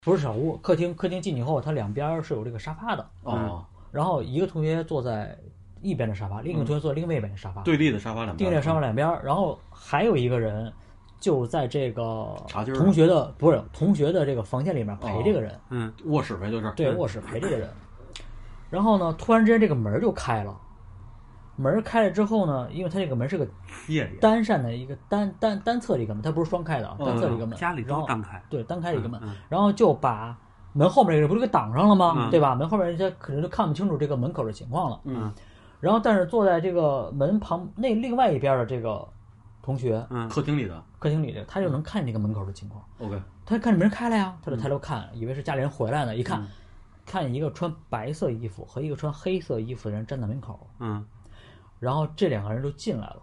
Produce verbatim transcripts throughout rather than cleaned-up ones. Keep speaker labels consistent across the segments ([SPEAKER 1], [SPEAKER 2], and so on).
[SPEAKER 1] 不是小屋，客厅，客厅进去以后，它两边是有这个沙发的
[SPEAKER 2] 哦，
[SPEAKER 1] 然后一个同学坐在一边的沙发，另一个同学坐另外一边的沙发，
[SPEAKER 2] 对立的沙发两边，
[SPEAKER 1] 对立的沙发两边，然后还有一个人就在这个
[SPEAKER 2] 茶几
[SPEAKER 1] 同学的不是同学的这个房间里面陪这个人，
[SPEAKER 2] 嗯，卧室呗，就是
[SPEAKER 1] 对，卧室陪这个人。然后呢，突然之间这个门就开了，门开了之后呢，因为它这个门是个单扇的一个单单单侧的一个门，它不是双开的啊，单侧的一个门，
[SPEAKER 3] 家里都单开，
[SPEAKER 1] 对，单开的一个门，然后就把门后面这个人不是给挡上了吗？
[SPEAKER 3] 嗯、
[SPEAKER 1] 对吧？门后面人家可能就看不清楚这个门口的情况了。
[SPEAKER 2] 嗯，
[SPEAKER 1] 然后但是坐在这个门旁那另外一边的这个同学，
[SPEAKER 2] 嗯，客厅里的，
[SPEAKER 1] 客厅里的，他就能看这个门口的情况。
[SPEAKER 2] OK，
[SPEAKER 1] 他看门开了呀，他就抬头看，以为是家里人回来呢，一看，
[SPEAKER 2] 嗯、
[SPEAKER 1] 看一个穿白色衣服和一个穿黑色衣服的人站在门口。
[SPEAKER 2] 嗯，
[SPEAKER 1] 然后这两个人就进来了。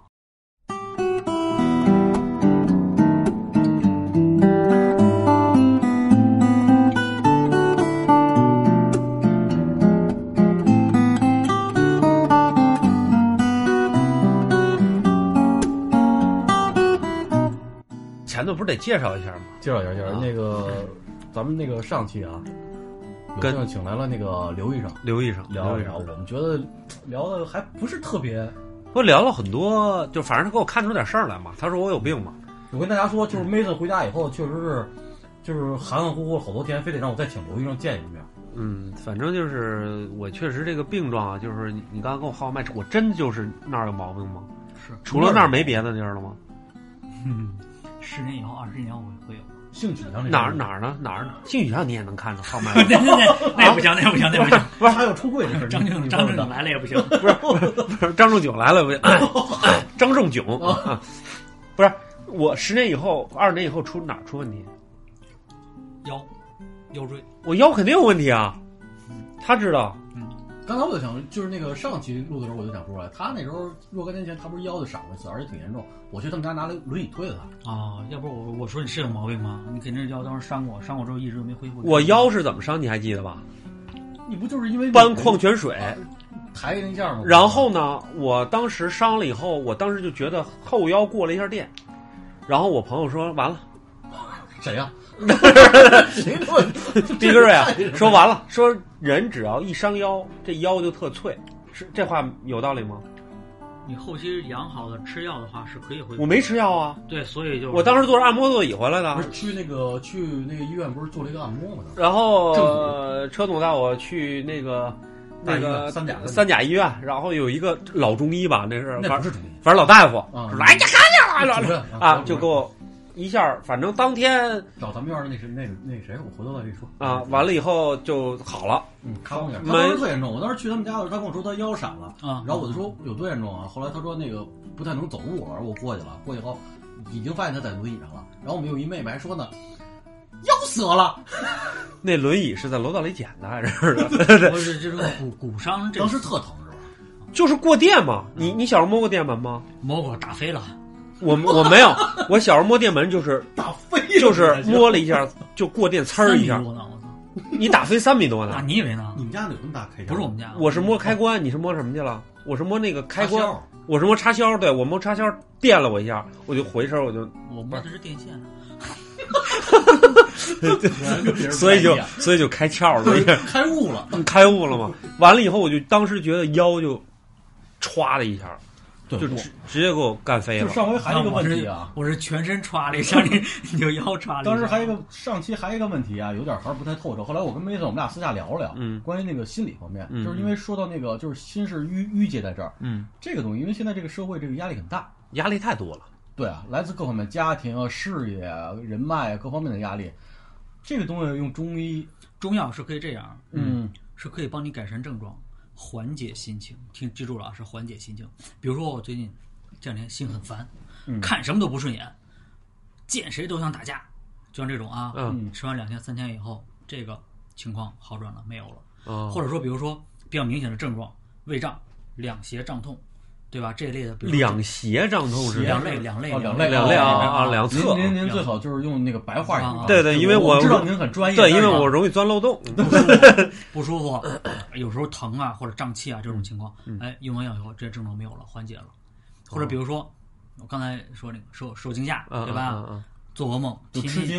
[SPEAKER 3] 前头不是得介绍一下吗？
[SPEAKER 2] 介绍一下，介绍、啊、那个咱们那个上期啊，有幸请来了那个刘医生，
[SPEAKER 3] 刘医生
[SPEAKER 2] 聊一聊，我们觉得聊的还不是特别，
[SPEAKER 3] 不聊了很多，就反正他给我看出点事儿来嘛。他说我有病嘛。
[SPEAKER 2] 我跟大家说，就是 Mason 回家以后，确实是就是含含糊糊好多天，非得让我再请刘医生见一面。
[SPEAKER 3] 嗯，反正就是我确实这个病状啊，就是你你刚刚跟我号脉，我真就是那儿有毛病吗？
[SPEAKER 1] 是，
[SPEAKER 3] 除了那儿没别的地儿了吗？
[SPEAKER 1] 嗯。十年以后、二十年以后会有
[SPEAKER 2] 性取向
[SPEAKER 3] 哪儿哪儿呢？哪儿呢？性取向你也能看出号脉？
[SPEAKER 1] 那那那那也不行，那也不行，那也不行。
[SPEAKER 2] 不是还有出柜的事？
[SPEAKER 1] 张正张正经来了也不行。
[SPEAKER 3] 不是不是张仲景来了不行。张仲景啊，不是我十年以后、二十年以后出哪儿出问题？
[SPEAKER 1] 腰腰椎，
[SPEAKER 3] 我腰肯定有问题啊。他知道。
[SPEAKER 2] 嗯。刚才我就想，就是那个上期录的时候，我就想说了，他那时候若干年前，他不是腰就闪过一次，而且挺严重。我去他们家拿了轮椅推了他。
[SPEAKER 1] 啊，要不我我说你是有毛病吗？你肯定是腰当时伤过，伤过之后一直都没恢复。
[SPEAKER 3] 我腰是怎么伤？你还记得吧？
[SPEAKER 2] 你不就是因为
[SPEAKER 3] 搬矿泉水
[SPEAKER 2] 抬了一下吗？
[SPEAKER 3] 然后呢，我当时伤了以后，我当时就觉得后腰过了一下电，然后我朋友说完了。
[SPEAKER 2] 谁呀、
[SPEAKER 3] 啊？
[SPEAKER 2] 谁说？
[SPEAKER 3] 毕哥呀，说完了，说人只要一伤腰，这腰就特脆，是这话有道理吗？
[SPEAKER 1] 你后期养好了，吃药的话是可以恢复。
[SPEAKER 3] 我没吃药啊。
[SPEAKER 1] 对，所以就
[SPEAKER 3] 我当时坐着按摩座椅回来的。
[SPEAKER 2] 不是去那个去那个医院，不是做了一个按摩吗？
[SPEAKER 3] 然后呃车总带我去那个那个
[SPEAKER 2] 三甲
[SPEAKER 3] 三甲医院，然后有一个老中医吧，那是
[SPEAKER 2] 那不是中医，
[SPEAKER 3] 反正老大夫，
[SPEAKER 2] 啊、
[SPEAKER 3] 来呀看呀
[SPEAKER 2] 来
[SPEAKER 3] 啊，就给我。一下，反正当天
[SPEAKER 2] 找咱们院的那谁，那个那个谁，我回头再跟你说
[SPEAKER 3] 啊。完了以后就好了，
[SPEAKER 2] 嗯，康复点。他当时特严重，我当时去他们家的时候，他跟我说他腰闪了
[SPEAKER 1] 啊，
[SPEAKER 2] 然后我就说有多严重啊？后来他说那个不太能走路了，然后我过去了，过去后已经发现他在轮椅上了。然后我们有一妹妹还说呢，腰折了。
[SPEAKER 3] 那轮椅是在楼道里捡的还是？
[SPEAKER 1] 不是，这是骨骨伤，
[SPEAKER 2] 当时特疼是吧？
[SPEAKER 3] 就是过电嘛。你你小时候摸过电门吗？
[SPEAKER 1] 摸过，打飞了。
[SPEAKER 3] 我我没有，我小时候摸电门就是
[SPEAKER 2] 打飞，
[SPEAKER 3] 就是摸了一下就过电，呲儿一下。你打飞三米多呢？
[SPEAKER 1] 啊，你以为呢？
[SPEAKER 2] 你们家有这么大开销？
[SPEAKER 1] 不是我们家，
[SPEAKER 3] 我是摸开关，你是摸什么去了？我是摸那个开关，我是摸插销，对我摸插销电了我一下，我就回身我就
[SPEAKER 1] 我摸的是电线。
[SPEAKER 3] 所以就所以就开窍了，
[SPEAKER 2] 开悟了，
[SPEAKER 3] 开悟了嘛。完了以后我就当时觉得腰就歘的一下。就直直接给我干飞了。
[SPEAKER 2] 就上回还有一个问题啊，
[SPEAKER 1] 我是全身歘了一下，你你就腰歘了一下。
[SPEAKER 2] 当时还有一个上期还有一个问题啊，有点还是不太透彻。后来我跟梅森我们俩私下聊了聊，
[SPEAKER 3] 嗯，
[SPEAKER 2] 关于那个心理方面，
[SPEAKER 3] 嗯、
[SPEAKER 2] 就是因为说到那个就是心是郁郁结在这儿，
[SPEAKER 3] 嗯，
[SPEAKER 2] 这个东西，因为现在这个社会这个压力很大，
[SPEAKER 3] 压力太多了。
[SPEAKER 2] 对啊，来自各方面家庭啊、事业啊、人脉啊各方面的压力，这个东西用中医
[SPEAKER 1] 中药是可以这样，
[SPEAKER 2] 嗯，
[SPEAKER 1] 是可以帮你改善症状。缓解心情，听记住了啊，是缓解心情。比如说我最近这两天心很烦，
[SPEAKER 2] 嗯、
[SPEAKER 1] 看什么都不顺眼，见谁都想打架，就像这种啊，
[SPEAKER 3] 嗯，
[SPEAKER 1] 吃完两天三天以后，这个情况好转了没有了，
[SPEAKER 3] 哦、
[SPEAKER 1] 或者说比如说比较明显的症状，胃胀、两胁胀痛，对吧？这一类的，
[SPEAKER 3] 两胁胀痛是
[SPEAKER 1] 两类，两类，
[SPEAKER 2] 哦、两类，
[SPEAKER 3] 两类啊
[SPEAKER 2] 啊，
[SPEAKER 3] 两侧。
[SPEAKER 2] 您您您最好就是用那个白话语，
[SPEAKER 3] 对对，因为
[SPEAKER 2] 我知道您很专业，
[SPEAKER 3] 对，因为我容易钻漏洞，
[SPEAKER 1] 不舒服，有时候疼啊或者胀气啊这种情况，
[SPEAKER 3] 嗯、
[SPEAKER 1] 哎，用完药以后这些症状没有了，缓解了，或者比如说我刚才说那个受受惊吓，
[SPEAKER 3] 嗯、
[SPEAKER 1] 对吧？
[SPEAKER 3] 嗯嗯、
[SPEAKER 1] 做噩梦，
[SPEAKER 2] 就吃惊，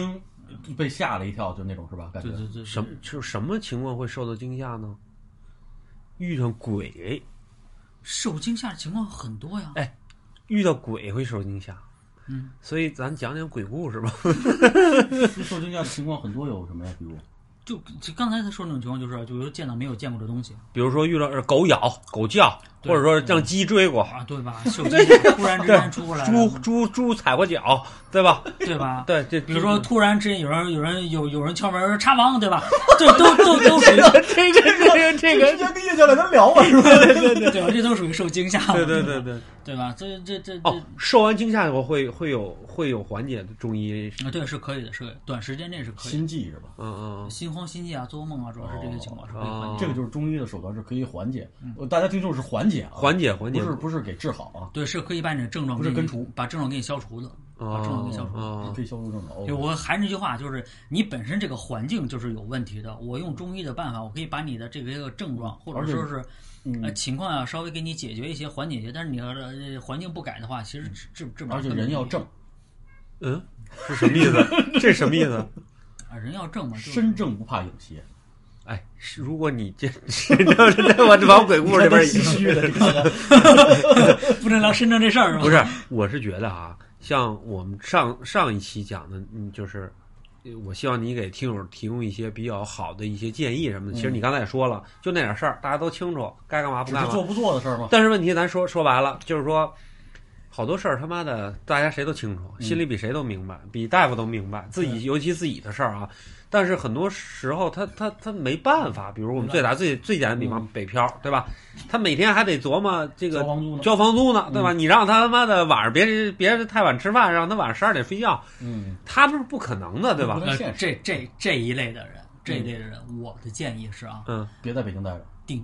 [SPEAKER 2] 被吓了一跳，就那种是吧？感觉
[SPEAKER 1] 对对对，
[SPEAKER 3] 什么是什么情况会受到惊吓呢？遇上鬼，
[SPEAKER 1] 受惊吓的情况很多呀。
[SPEAKER 3] 哎，遇到鬼会受惊吓。
[SPEAKER 1] 嗯，
[SPEAKER 3] 所以咱讲讲鬼故事吧。
[SPEAKER 2] 受惊吓的情况很多，有什么呀？比如。
[SPEAKER 1] 就就刚才他说那种情况，就是就比如见到没有见过的东西，
[SPEAKER 3] 比如说遇到狗咬、狗叫，或者说让鸡追过
[SPEAKER 1] 啊，对吧？受惊吓突然之间出来，
[SPEAKER 3] 猪猪猪踩过脚，对吧？
[SPEAKER 1] 对吧？
[SPEAKER 3] 对，这
[SPEAKER 1] 比如说突然之间有人有人有有人敲门插房，对吧？这都都都属于
[SPEAKER 3] 这个这个这个，
[SPEAKER 2] 直接跟叶教练他聊吧，是吧？
[SPEAKER 3] 对对对
[SPEAKER 1] 对吧？这都属于受惊吓，
[SPEAKER 3] 对对对对，
[SPEAKER 1] 对吧？这这这
[SPEAKER 3] 哦，受完惊吓以后会会有会有缓解的中医
[SPEAKER 1] 啊，对，是可以的，是短时间内是可以。
[SPEAKER 2] 心悸是吧？
[SPEAKER 3] 嗯嗯，
[SPEAKER 1] 心慌心悸啊，做噩梦啊，主要是这些情况是可以缓解。
[SPEAKER 2] 这个就是中医的手段，是可以缓解。大家听说是缓解啊，
[SPEAKER 3] 缓解缓解，
[SPEAKER 2] 不是不是给治好啊。
[SPEAKER 1] 对，是可以把你的症状
[SPEAKER 2] 不是根除，
[SPEAKER 1] 把症状给你消除的，把症状给你消除，
[SPEAKER 2] 可以消除症状。
[SPEAKER 1] 对，我还是那句话，就是你本身这个环境就是有问题的。我用中医的办法，我可以把你的这个这个症状或者说是呃情况啊，稍微给你解决一些，缓解一些。但是你要是环境不改的话，其实治治不了。
[SPEAKER 2] 而且人要正，
[SPEAKER 3] 嗯，是什么意思？这什么意思？
[SPEAKER 1] 啊，人要正嘛，
[SPEAKER 2] 身正不怕影邪。
[SPEAKER 3] 哎，如果你这，我这帮鬼故事里边
[SPEAKER 2] 唏嘘的，
[SPEAKER 1] 不能聊深圳这事儿是吧？
[SPEAKER 3] 不是，我是觉得啊，像我们上上一期讲的，嗯，就是我希望你给听友提供一些比较好的一些建议什么的。其实你刚才也说了，就那点事儿，大家都清楚，该干嘛不干嘛，
[SPEAKER 2] 做不做的事儿吗？
[SPEAKER 3] 但是问题咱说说白了，就是说。好多事儿他妈的，大家谁都清楚，心里比谁都明白，嗯、比大夫都明白自己，尤其自己的事儿啊。但是很多时候他他他没办法，比如我们最打最最简单的比方，北漂，对吧？他每天还得琢磨这个
[SPEAKER 2] 交房租呢，
[SPEAKER 3] 交房租呢，对吧？嗯、你让他他妈的晚上别别太晚吃饭，让他晚上十二点睡觉，嗯，他不是不可能的，对吧？
[SPEAKER 1] 呃、这这这一类的人，这一类的人，嗯、我的建议是啊，
[SPEAKER 3] 嗯，
[SPEAKER 2] 别在北京待着，
[SPEAKER 1] 定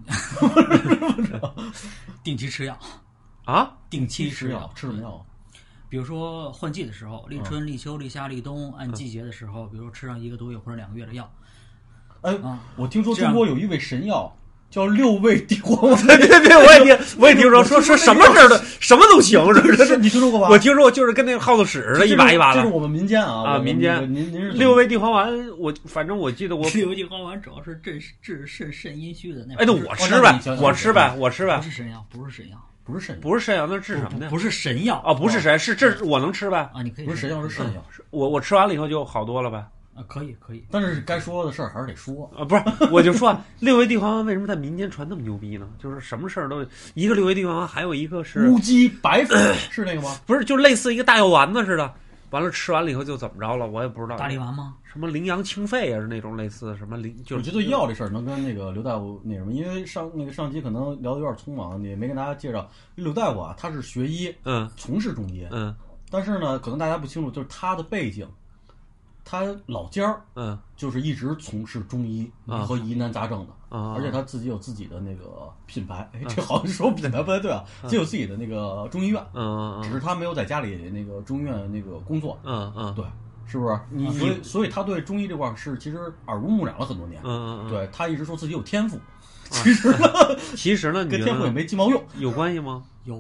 [SPEAKER 1] 定期吃药。
[SPEAKER 3] 啊，
[SPEAKER 1] 定期
[SPEAKER 2] 吃
[SPEAKER 1] 药，
[SPEAKER 2] 吃什么药？
[SPEAKER 1] 比如说换季的时候，立春、立秋、立夏、立冬，按季节的时候，比如说吃上一个多月或者两个月的药。
[SPEAKER 2] 哎，啊、我听说中国有一味神药叫六味地黄丸。
[SPEAKER 3] 对对对，我也听，我也听说，说说什么事儿的，什么都行，是不是？
[SPEAKER 2] 你听说过吧？
[SPEAKER 3] 我听说过，就是跟那个耗子屎似的，一把一把的。
[SPEAKER 2] 这是我们民间啊
[SPEAKER 3] 啊，民间。
[SPEAKER 2] 您您是
[SPEAKER 3] 六味地黄丸，我反正我记得我
[SPEAKER 1] 六味地黄丸主要是治治肾肾阴虚的那。
[SPEAKER 3] 哎，那我吃呗，我吃呗，我吃呗。
[SPEAKER 1] 不是神药，不是神药。
[SPEAKER 2] 不是肾药，
[SPEAKER 3] 不是肾药，那治什么的？
[SPEAKER 1] 不是神药
[SPEAKER 3] 啊，不是神，是这我能吃呗？
[SPEAKER 1] 啊，你可以。
[SPEAKER 2] 不是神药，是肾药。
[SPEAKER 3] 我我吃完了以后就好多了呗？
[SPEAKER 1] 啊，可以可以。
[SPEAKER 2] 但是该说的事儿还是得说
[SPEAKER 3] 啊，不是，我就说六味地黄丸为什么在民间传那么牛逼呢？就是什么事儿都一个六味地黄丸，还有一个是
[SPEAKER 2] 乌鸡白粉，是那个吗？
[SPEAKER 3] 不是，就类似一个大药丸子似的。完了吃完了以后就怎么着了？我也不知道。
[SPEAKER 1] 大力丸吗？
[SPEAKER 3] 什么羚羊清肺啊？是那种类似什么羚？就是
[SPEAKER 2] 我觉得药这事儿能跟那个刘大夫那什么，因为上那个上期可能聊的有点匆忙，也没跟大家介绍。刘大夫啊，他是学医，
[SPEAKER 3] 嗯，
[SPEAKER 2] 从事中医，
[SPEAKER 3] 嗯，
[SPEAKER 2] 但是呢，可能大家不清楚，就是他的背景，他老家儿，
[SPEAKER 3] 嗯，
[SPEAKER 2] 就是一直从事中医和疑难杂症的，
[SPEAKER 3] 啊，
[SPEAKER 2] 而且他自己有自己的那个品牌，哎，这好像说品牌不太对啊，自己有自己的那个中医院，
[SPEAKER 3] 嗯嗯，
[SPEAKER 2] 只是他没有在家里那个中医院那个工作，
[SPEAKER 3] 嗯嗯，
[SPEAKER 2] 对。是不是？
[SPEAKER 3] 你
[SPEAKER 2] 所以所以他对中医这块是其实耳濡目染了很多年。
[SPEAKER 3] 嗯嗯，
[SPEAKER 2] 对他一直说自己有天赋，其实呢，
[SPEAKER 3] 其实呢，
[SPEAKER 2] 跟天赋也没鸡毛用。
[SPEAKER 3] 有关系吗？
[SPEAKER 1] 有。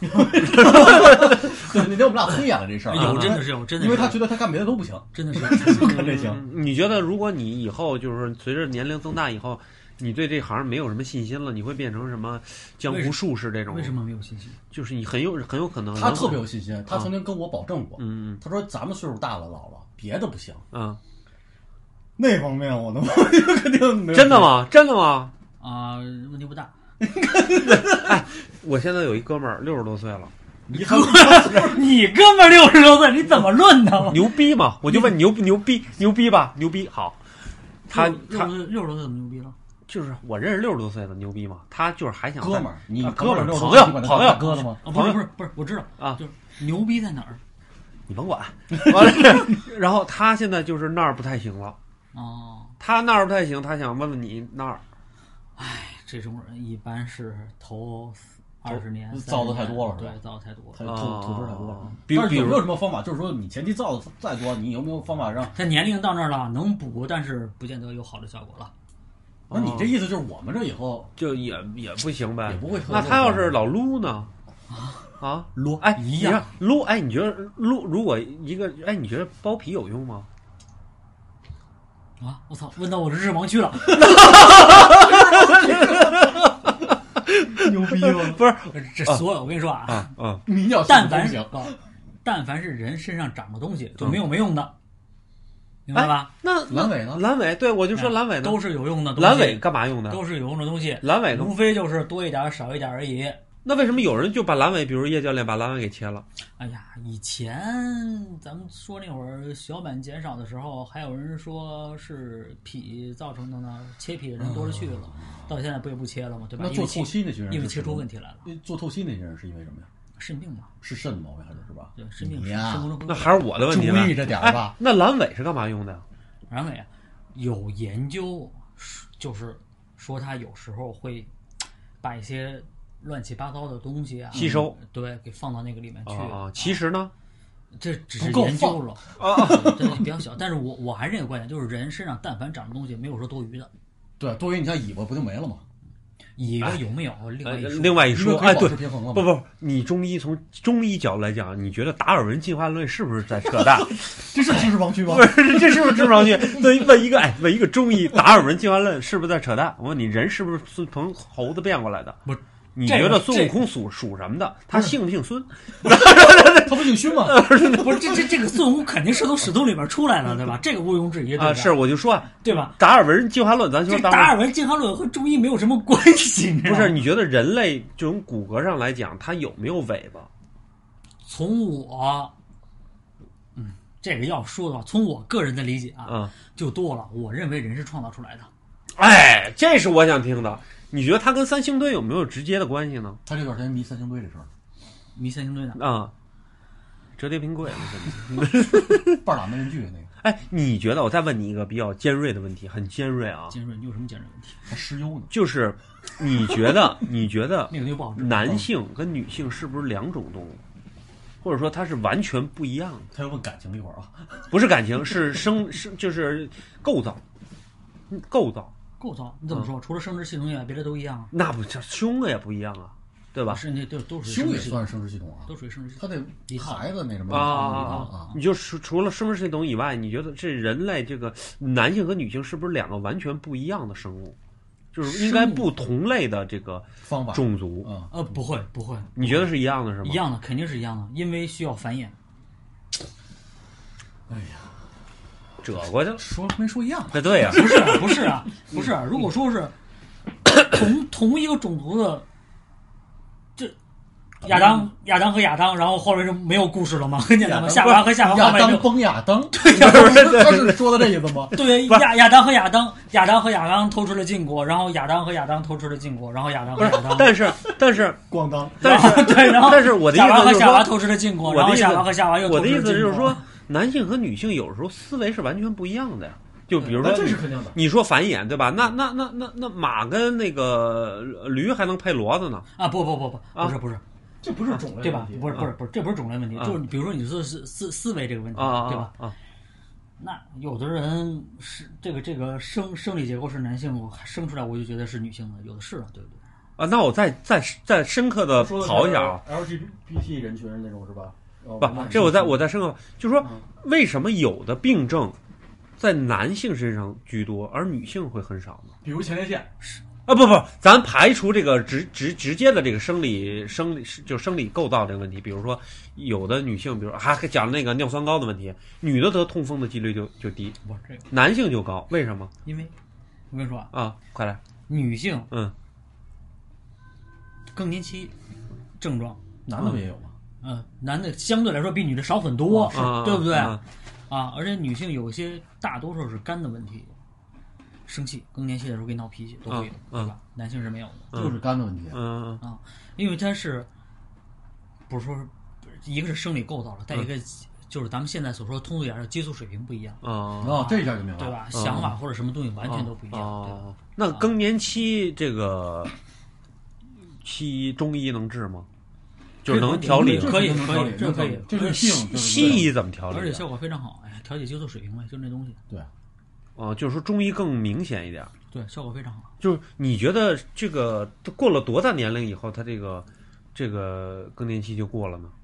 [SPEAKER 2] 对，那天我们俩推演了这事儿，
[SPEAKER 1] 有真的是有，真的是，
[SPEAKER 2] 因为他觉得他干别的都不行，
[SPEAKER 1] 真的是
[SPEAKER 2] 干这行。
[SPEAKER 3] 你觉得如果你以后就是随着年龄增大以后？你对这行没有什么信心了，你会变成什么江湖术士这种？
[SPEAKER 1] 为什么没有信心？
[SPEAKER 3] 就是你很有很有可能。
[SPEAKER 2] 他特别有信心，他曾经跟我保证过，
[SPEAKER 3] 嗯，
[SPEAKER 2] 他说咱们岁数大了老了，别的不行，
[SPEAKER 3] 嗯，
[SPEAKER 2] 那方面我能肯定没有。
[SPEAKER 3] 真的吗？真的吗？
[SPEAKER 1] 啊、呃，问题不大。
[SPEAKER 3] 哎，我现在有一哥们儿六十多岁了，
[SPEAKER 1] 你哥们儿，你哥们儿六十多岁，你怎么论他？
[SPEAKER 3] 牛逼嘛？我就问牛不牛逼？牛逼吧？牛逼好。他
[SPEAKER 1] 他六十多岁怎么牛逼了？
[SPEAKER 3] 就是我认识六十多岁的牛逼嘛，他就是还想
[SPEAKER 2] 哥们儿，你
[SPEAKER 3] 哥们儿
[SPEAKER 2] 朋
[SPEAKER 3] 友朋友
[SPEAKER 2] 哥的吗？
[SPEAKER 1] 不是不是不是，我知道
[SPEAKER 3] 啊，
[SPEAKER 1] 就是牛逼在哪儿？
[SPEAKER 3] 你甭管。完了，然后他现在就是那儿不太行了。
[SPEAKER 1] 哦，
[SPEAKER 3] 他那儿不太行，他想问问你那儿。
[SPEAKER 1] 唉，这种人一般是头二十年
[SPEAKER 2] 造的太多了，
[SPEAKER 1] 对，造的太多
[SPEAKER 2] 了，吐吐汁太多了。
[SPEAKER 3] 但
[SPEAKER 2] 是有没有什么方法？就是说你前期造的再多，你有没有方法让
[SPEAKER 1] 他年龄到那儿了能补，但是不见得有好的效果了。
[SPEAKER 2] 那你这意思就是我们这以后
[SPEAKER 3] 就也也不行呗？
[SPEAKER 2] 也不会。
[SPEAKER 3] 那他要是老撸呢？啊，
[SPEAKER 1] 撸
[SPEAKER 3] 哎
[SPEAKER 1] 一样
[SPEAKER 3] 撸哎，你觉得撸如果一个哎，你觉得包皮有用吗？
[SPEAKER 1] 啊！我操，问到我知识盲区了。
[SPEAKER 2] 牛逼了！
[SPEAKER 3] 不是
[SPEAKER 1] 这所有我跟你说啊，
[SPEAKER 3] 啊啊，
[SPEAKER 2] 你要
[SPEAKER 1] 但凡是但凡是人身上长的东西，就没有没用的，明白吧？
[SPEAKER 3] 那
[SPEAKER 2] 阑尾呢？
[SPEAKER 3] 阑尾，对我就说阑尾呢，
[SPEAKER 1] 都是有用的东西。
[SPEAKER 3] 阑尾干嘛用的？
[SPEAKER 1] 都是有用的东西。
[SPEAKER 3] 阑尾
[SPEAKER 1] 无非就是多一点少一点而已。
[SPEAKER 3] 那为什么有人就把阑尾，比如叶教练把阑尾给切了？
[SPEAKER 1] 哎呀，以前咱们说那会儿小满减少的时候，还有人说是脾造成的呢，切脾的人多了去了，嗯、到现在不也不切了吗？对吧？
[SPEAKER 2] 那做透析那些人
[SPEAKER 1] 因为切出问题来了。
[SPEAKER 2] 做透析那些人是因为什么呀？
[SPEAKER 1] 肾病嘛，
[SPEAKER 2] 是肾的毛病还是是吧？
[SPEAKER 1] 对，肾病
[SPEAKER 2] 呀，
[SPEAKER 3] 那还是我的问题
[SPEAKER 2] 了。注意着点吧、
[SPEAKER 3] 哎。那阑尾是干嘛用的？
[SPEAKER 1] 阑尾有研究，就是说它有时候会把一些乱七八糟的东西啊
[SPEAKER 3] 吸收，
[SPEAKER 1] 对，给放到那个里面去。
[SPEAKER 3] 啊，其实呢，
[SPEAKER 1] 这只是研究了啊，对，比较小。但是我我还是这个观点，就是人身上但凡长的东西，没有说多余的。
[SPEAKER 2] 对，多余你像尾巴不就没了吗？
[SPEAKER 1] 尾巴有没有？另外一说，
[SPEAKER 3] 另外一说，哎，对，
[SPEAKER 2] 不
[SPEAKER 3] 不，你中医从中医角度来讲，你觉得达尔文进化论是不是在扯淡？
[SPEAKER 2] 这是知识盲区吗？
[SPEAKER 3] 不是，这是不是知识盲区？问问一个，哎，问一个中医，达尔文进化论是不是在扯淡？我问你，人是不是从猴子变过来的？
[SPEAKER 1] 不。
[SPEAKER 3] 你觉得孙悟空属属什么的？他姓不姓孙？
[SPEAKER 2] 他不姓勋吗？
[SPEAKER 1] 不是，这这这个孙悟空肯定是从石头里面出来的，对吧？这个毋庸置疑
[SPEAKER 3] 啊。是，我就说啊，
[SPEAKER 1] 对吧？
[SPEAKER 3] 达尔文进化论，咱说
[SPEAKER 1] 达尔文进化论和中医没有什么关系。
[SPEAKER 3] 不是，你觉得人类这种骨骼上来讲，它有没有尾巴？
[SPEAKER 1] 从我，嗯，这个要说的话，从我个人的理解啊，
[SPEAKER 3] 嗯，
[SPEAKER 1] 就多了。我认为人是创造出来的。
[SPEAKER 3] 哎，这是我想听的。你觉得他跟三星堆有没有直接的关系呢？
[SPEAKER 2] 他这段时间迷三星堆这事儿，
[SPEAKER 1] 迷三星堆的
[SPEAKER 3] 啊，折叠冰柜，
[SPEAKER 2] 半拉美人剧那个。
[SPEAKER 3] 哎，你觉得？我再问你一个比较尖锐的问题，很尖锐啊！
[SPEAKER 1] 尖锐，你有什么尖锐问题？
[SPEAKER 2] 还湿疣呢？
[SPEAKER 3] 就是你觉得，你觉得
[SPEAKER 1] 那个就不好吃。
[SPEAKER 3] 男性跟女性是不是两种动物？或者说它是完全不一样的？
[SPEAKER 2] 他要问感情一会儿啊，
[SPEAKER 3] 不是感情，是生是就是构造，构造。
[SPEAKER 1] 构造你怎么说？嗯、除了生殖系统以外，别的都一样啊？
[SPEAKER 3] 那不胸也不一样啊，对吧？
[SPEAKER 1] 是那都都属于
[SPEAKER 2] 胸也算是生殖系统啊，
[SPEAKER 1] 都属于生殖系
[SPEAKER 2] 统。他得孩子那什么
[SPEAKER 3] 啊啊啊！你就除了生殖系统以外，你觉得这人类这个男性和女性是不是两个完全不一样的生物？就是应该不同类的这个
[SPEAKER 2] 方法
[SPEAKER 3] 种族
[SPEAKER 1] 啊？呃，不会不会。
[SPEAKER 3] 你觉得是一样的是吗？
[SPEAKER 1] 一样的，肯定是一样的，因为需要繁衍。
[SPEAKER 2] 哎呀。
[SPEAKER 3] 折过去了，
[SPEAKER 2] 说没说一样？
[SPEAKER 3] 哎，对呀、啊，
[SPEAKER 1] 不是不是啊，不是、啊。如果说是同同一个种族的，这亚当亚当和亚当，然后后来就没有故事了吗？很简单嘛，夏娃和夏娃
[SPEAKER 2] 亚当崩亚当，
[SPEAKER 1] 对
[SPEAKER 2] 呀，他是说的这意思吗？
[SPEAKER 1] 对，亚亚当和亚当，亚当和亚当偷吃了禁果，然后亚当和亚当偷吃了禁果，然后亚当和亚当，
[SPEAKER 3] 但是但是
[SPEAKER 2] 咣当，
[SPEAKER 3] 但是
[SPEAKER 1] 对，然后
[SPEAKER 3] 但是我的意思
[SPEAKER 1] 夏娃和
[SPEAKER 3] 夏
[SPEAKER 1] 娃偷吃了禁果，然后夏娃和夏娃又
[SPEAKER 3] 我的意思就是说。男性和女性有时候思维是完全不一样的呀，就比如说，
[SPEAKER 2] 这是肯定的。
[SPEAKER 3] 你说繁衍对吧？那那那那那马跟那个驴还能配骡子呢？
[SPEAKER 1] 啊不不不不，不是不是，
[SPEAKER 2] 这不是种类
[SPEAKER 1] 对吧？不是不是不是，这不是种类问题，就是比如说你说是思思维这个问题，对吧？
[SPEAKER 3] 啊，
[SPEAKER 1] 那有的人是这个这个生生理结构是男性，我生出来我就觉得是女性的，有的是啊，对不对？
[SPEAKER 3] 啊，那我再再再深刻的刨一下啊
[SPEAKER 2] ，L G B T 人群那种是吧？
[SPEAKER 3] 不，这我再我再深刻，就是说，为什么有的病症在男性身上居多，而女性会很少呢？
[SPEAKER 2] 比如前列腺
[SPEAKER 3] 啊，不不，咱排除这个直直直接的这个生理生理就生理构造这个问题，比如说有的女性，比如还讲那个尿酸高的问题，女的得痛风的几率就就低，
[SPEAKER 1] 不这个
[SPEAKER 3] 男性就高，为什么？
[SPEAKER 1] 因为我跟你说啊，
[SPEAKER 3] 啊，快来，
[SPEAKER 1] 女性
[SPEAKER 3] 嗯，
[SPEAKER 1] 更年期症状，
[SPEAKER 2] 男的不也有吗？
[SPEAKER 1] 嗯，男的相对来说比女的少很多，
[SPEAKER 3] 啊、
[SPEAKER 1] 对不对？
[SPEAKER 3] 啊,
[SPEAKER 1] 啊，而且女性有些大多数是肝的问题，生气、更年期的时候给你闹脾气都会有，
[SPEAKER 3] 啊、
[SPEAKER 1] 对吧？男性是没有的，
[SPEAKER 2] 就是肝的问题。
[SPEAKER 3] 嗯
[SPEAKER 1] 啊，因为它是不是说一个是生理构造了，再一个就是咱们现在所说的通俗点儿，激素水平不一样
[SPEAKER 3] 啊。
[SPEAKER 2] 哦，这下就明白了，
[SPEAKER 1] 对吧？想法或者什么东西完全都不一样。
[SPEAKER 3] 哦，那更年期这个西医、中医能治吗？就是能调理，
[SPEAKER 1] 可以可以，这可以，
[SPEAKER 2] 这是病。
[SPEAKER 3] 西医怎么调理？
[SPEAKER 1] 而且效果非常好，哎，调节激素水平呗，就那东西。
[SPEAKER 2] 对，
[SPEAKER 3] 哦，就是说中医更明显一点。
[SPEAKER 1] 对，效果非常好。
[SPEAKER 3] 就是你觉得这个过了多大年龄以后，他这个这个更年期就过了呢？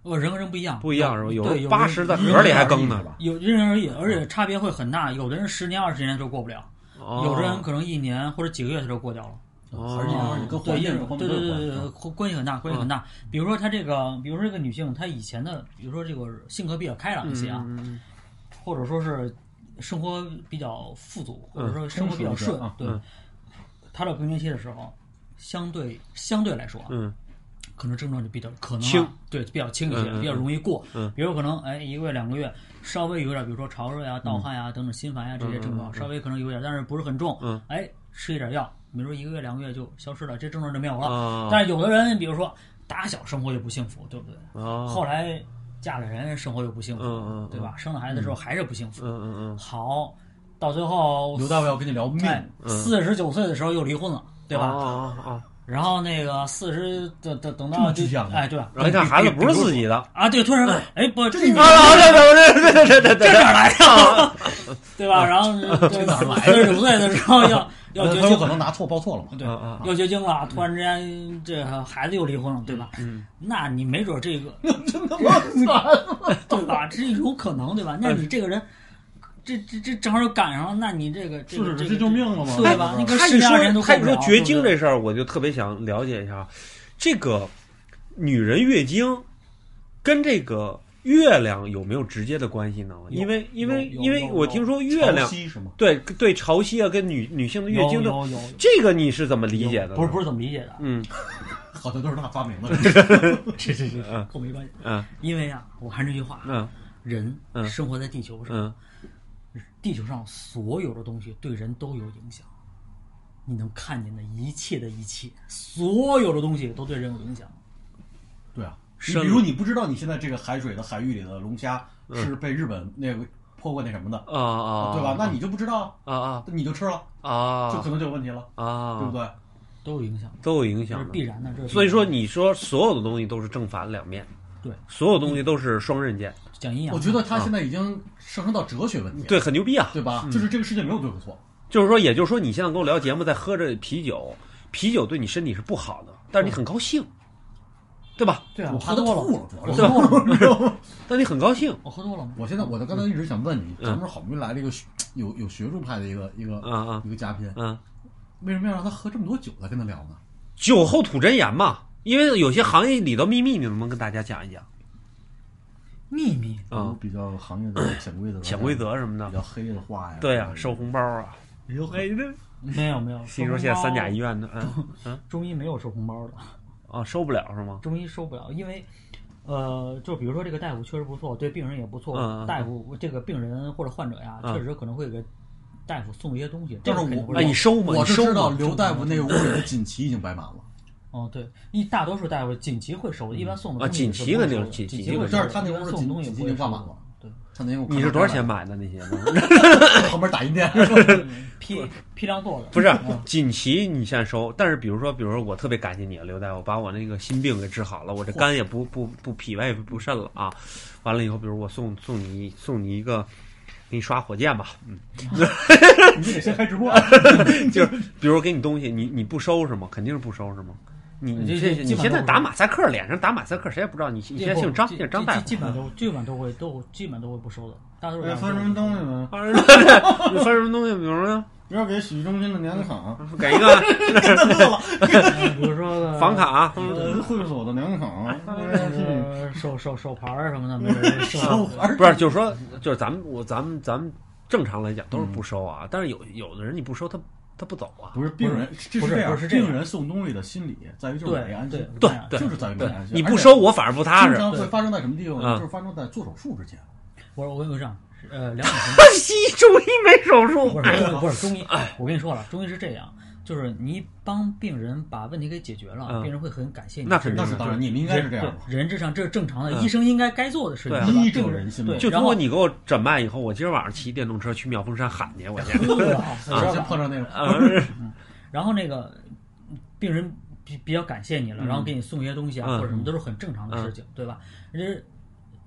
[SPEAKER 1] 哦，人和人不一样，
[SPEAKER 3] 不一样是吧？有
[SPEAKER 1] 对，
[SPEAKER 3] 八十在盒里还更呢，
[SPEAKER 1] 有因人而异，而且差别会很大。有的人十年二十年都过不了，
[SPEAKER 3] 哦、
[SPEAKER 1] 有的人可能一年或者几个月他就过掉了。
[SPEAKER 2] 哦，还是因为跟环境各方面
[SPEAKER 1] 对对对对对，关系很大，关系很大。比如说她这个，比如说这个女性，她以前的，比如说这个性格比较开朗一些啊，
[SPEAKER 3] 嗯、
[SPEAKER 1] 或者说是生活比较富足，或者说生活比较顺，
[SPEAKER 2] 嗯、
[SPEAKER 1] 对。她到更年期的时候，相对相对来说，
[SPEAKER 3] 嗯，
[SPEAKER 1] 可能症状就比较可能、啊、
[SPEAKER 3] 轻，
[SPEAKER 1] 对，比较轻一些，
[SPEAKER 3] 嗯、
[SPEAKER 1] 比较容易过。
[SPEAKER 3] 嗯，
[SPEAKER 1] 比如可能哎一个月两个月，稍微有点，比如说潮热呀、盗汗呀、嗯、等等心烦呀这些症状，
[SPEAKER 3] 嗯、
[SPEAKER 1] 稍微可能有点，但是不是很重。
[SPEAKER 3] 嗯，
[SPEAKER 1] 哎，吃一点药。比如说一个月两个月就消失了，这症状就没有了。
[SPEAKER 3] 哦、
[SPEAKER 1] 但是有的人，比如说打小生活就不幸福，对不对？
[SPEAKER 3] 哦、
[SPEAKER 1] 后来嫁了人，生活又不幸福，
[SPEAKER 3] 嗯嗯、
[SPEAKER 1] 对吧？生了孩子的时候还是不幸福。
[SPEAKER 3] 嗯嗯嗯。
[SPEAKER 1] 好，到最后
[SPEAKER 2] 刘大夫要跟你聊命。
[SPEAKER 1] 四十九岁的时候又离婚了，对吧？
[SPEAKER 3] 哦哦哦。
[SPEAKER 1] 然后那个四十等等等到哎对吧？
[SPEAKER 3] 然后一看孩子不是自己的
[SPEAKER 1] 啊，对，突然哎不
[SPEAKER 2] 这
[SPEAKER 1] 你
[SPEAKER 3] 啊对对对对对对，
[SPEAKER 1] 这哪来的？对吧？然后这哪来的？四十九岁的时候要。要绝经，
[SPEAKER 2] 有可能拿错报错了嘛？
[SPEAKER 1] 对，要绝经了，突然之间这孩子又离婚了，对吧？
[SPEAKER 3] 嗯，
[SPEAKER 1] 那你没准这个
[SPEAKER 2] 真他妈惨，
[SPEAKER 1] 对吧？这有可能，对吧？那你这个人，这这这正好又赶上了，那你这个这个
[SPEAKER 2] 这救命了吗？
[SPEAKER 1] 对吧？你跟
[SPEAKER 3] 他
[SPEAKER 1] 十年二年都
[SPEAKER 3] 他说绝经这事儿，我就特别想了解一下，这个女人月经跟这个。月亮有没有直接的关系呢？因为因为因为我听说月亮对对潮汐啊，跟女女性的月经的这个你是怎么理解的？
[SPEAKER 1] 不是不是怎么理解的？
[SPEAKER 3] 嗯，
[SPEAKER 2] 好像都是他发明的。
[SPEAKER 1] 是是是，跟我没关系。
[SPEAKER 3] 嗯，
[SPEAKER 1] 因为啊，我还是这句话，
[SPEAKER 3] 嗯，
[SPEAKER 1] 人生活在地球上，
[SPEAKER 3] 嗯，
[SPEAKER 1] 地球上所有的东西对人都有影响。你能看见的一切的一切，所有的东西都对人有影响。
[SPEAKER 2] 对啊。你比如你不知道你现在这个海水的海域里的龙虾是被日本那个破过那什么的
[SPEAKER 3] 啊啊，
[SPEAKER 2] 对吧？那你就不知道
[SPEAKER 3] 啊啊，
[SPEAKER 2] 你就吃了
[SPEAKER 3] 啊，
[SPEAKER 2] 就可能就有问题了
[SPEAKER 3] 啊，
[SPEAKER 2] 对不对？
[SPEAKER 1] 都有影响，
[SPEAKER 3] 都有影响，
[SPEAKER 1] 这是必然的。这
[SPEAKER 3] 所以说，你说所有的东西都是正反两面，
[SPEAKER 1] 对，
[SPEAKER 3] 所有东西都是双刃剑。
[SPEAKER 1] 讲阴阳，
[SPEAKER 2] 我觉得他现在已经上升到哲学问题，
[SPEAKER 3] 对，很牛逼啊，
[SPEAKER 2] 对吧？就是这个世界没有对和错，
[SPEAKER 3] 就是说，也就是说，你现在跟我聊节目，在喝着啤酒，啤酒对你身体是不好的，但是你很高兴。对吧？
[SPEAKER 1] 对啊，
[SPEAKER 2] 我怕他吐了，主要
[SPEAKER 1] 是。我喝多了，
[SPEAKER 3] 但你很高兴。
[SPEAKER 1] 我喝多了。
[SPEAKER 2] 我现在，我刚才一直想问你，咱们好不容易来了一个有有学术派的一个一个
[SPEAKER 3] 啊啊
[SPEAKER 2] 一个嘉宾，
[SPEAKER 3] 嗯，
[SPEAKER 2] 为什么要让他喝这么多酒来跟他聊呢？
[SPEAKER 3] 酒后吐真言嘛，因为有些行业里的秘密，你能不能跟大家讲一讲？
[SPEAKER 1] 秘密
[SPEAKER 3] 啊，
[SPEAKER 2] 比较行业的潜规则、
[SPEAKER 3] 潜规则什么的，
[SPEAKER 2] 比较黑的话呀。
[SPEAKER 3] 对呀，收红包啊，
[SPEAKER 2] 有黑的。
[SPEAKER 1] 没有没有，
[SPEAKER 3] 新说现在三甲医院的，嗯嗯，
[SPEAKER 1] 中医没有收红包的。
[SPEAKER 3] 啊，收不了是吗？
[SPEAKER 1] 中医收不了，因为，呃，就比如说这个大夫确实不错，对病人也不错，
[SPEAKER 3] 嗯、
[SPEAKER 1] 大夫这个病人或者患者呀，
[SPEAKER 3] 嗯、
[SPEAKER 1] 确实可能会给大夫送一些东西。
[SPEAKER 2] 但是
[SPEAKER 1] 我
[SPEAKER 3] 哎，你收吗？
[SPEAKER 2] 我是知道刘大夫那个屋里的锦旗已经摆满了。
[SPEAKER 1] 哦，对，一大多数大夫锦旗会收的，一般送的
[SPEAKER 3] 啊，锦旗肯定是
[SPEAKER 1] 锦
[SPEAKER 3] 旗
[SPEAKER 1] 会
[SPEAKER 2] 收，但是他那屋的
[SPEAKER 1] 送东西
[SPEAKER 2] 锦旗已经挂满了。
[SPEAKER 1] 对，
[SPEAKER 2] 他那
[SPEAKER 3] 你是多少钱买的那些？
[SPEAKER 2] 旁边打印店，
[SPEAKER 1] 批批量做的。
[SPEAKER 3] 不是锦旗，你现在收，但是比如说，比如说我特别感谢你，刘大夫，把我那个心病给治好了，我这肝也不不不脾胃不肾了啊。完了以后，比如我送送你送你一个，给你刷火箭吧，嗯，
[SPEAKER 2] 你得先开直播，
[SPEAKER 3] 就是比如给你东西，你你不收是吗？肯定是不收是吗？你你这你现在打马赛克，脸上打马赛克，谁也不知道你你现在姓张，姓张大夫，
[SPEAKER 1] 基本都基本都会都基本都会不收的。大多数
[SPEAKER 2] 分什么东西呢？
[SPEAKER 3] 你分什么东西？比如说，
[SPEAKER 2] 不要给洗浴中心的年卡，
[SPEAKER 3] 给一个，
[SPEAKER 1] 比如说
[SPEAKER 3] 房卡，
[SPEAKER 2] 会所的年卡，
[SPEAKER 1] 手手手牌什么的，没有
[SPEAKER 2] 手牌
[SPEAKER 3] 不是，就是说，就是咱们我咱们咱们正常来讲都是不收啊，但是有有的人你不收他。他不走啊！
[SPEAKER 2] 不是病人，这是这样。病人送东西的心理在于就是没安心，
[SPEAKER 3] 对对，
[SPEAKER 2] 就是在于没安心。
[SPEAKER 3] 你不收我反而不踏实。
[SPEAKER 2] 经常会发生在什么地方呢？就是发生在做手术之前。
[SPEAKER 1] 我我跟你说这样，呃，两种情况。
[SPEAKER 3] 西医中医没手术，
[SPEAKER 1] 不是不是中医。我跟你说了，中医是这样，就是你帮病人把问题给解决了，病人会很感谢你。
[SPEAKER 3] 那肯定
[SPEAKER 2] 是当然，你们应该是这样。
[SPEAKER 1] 人之常，这是正常的，医生应该该做的事情。
[SPEAKER 2] 医者仁心。
[SPEAKER 3] 就通过你给我诊脉以后，我今儿晚上骑电动车去妙峰山喊去，我先。
[SPEAKER 2] 啊，先碰上那种。
[SPEAKER 1] 然后那个病人比比较感谢你了，然后给你送一些东西啊，或者什么都是很正常的事情，对吧？人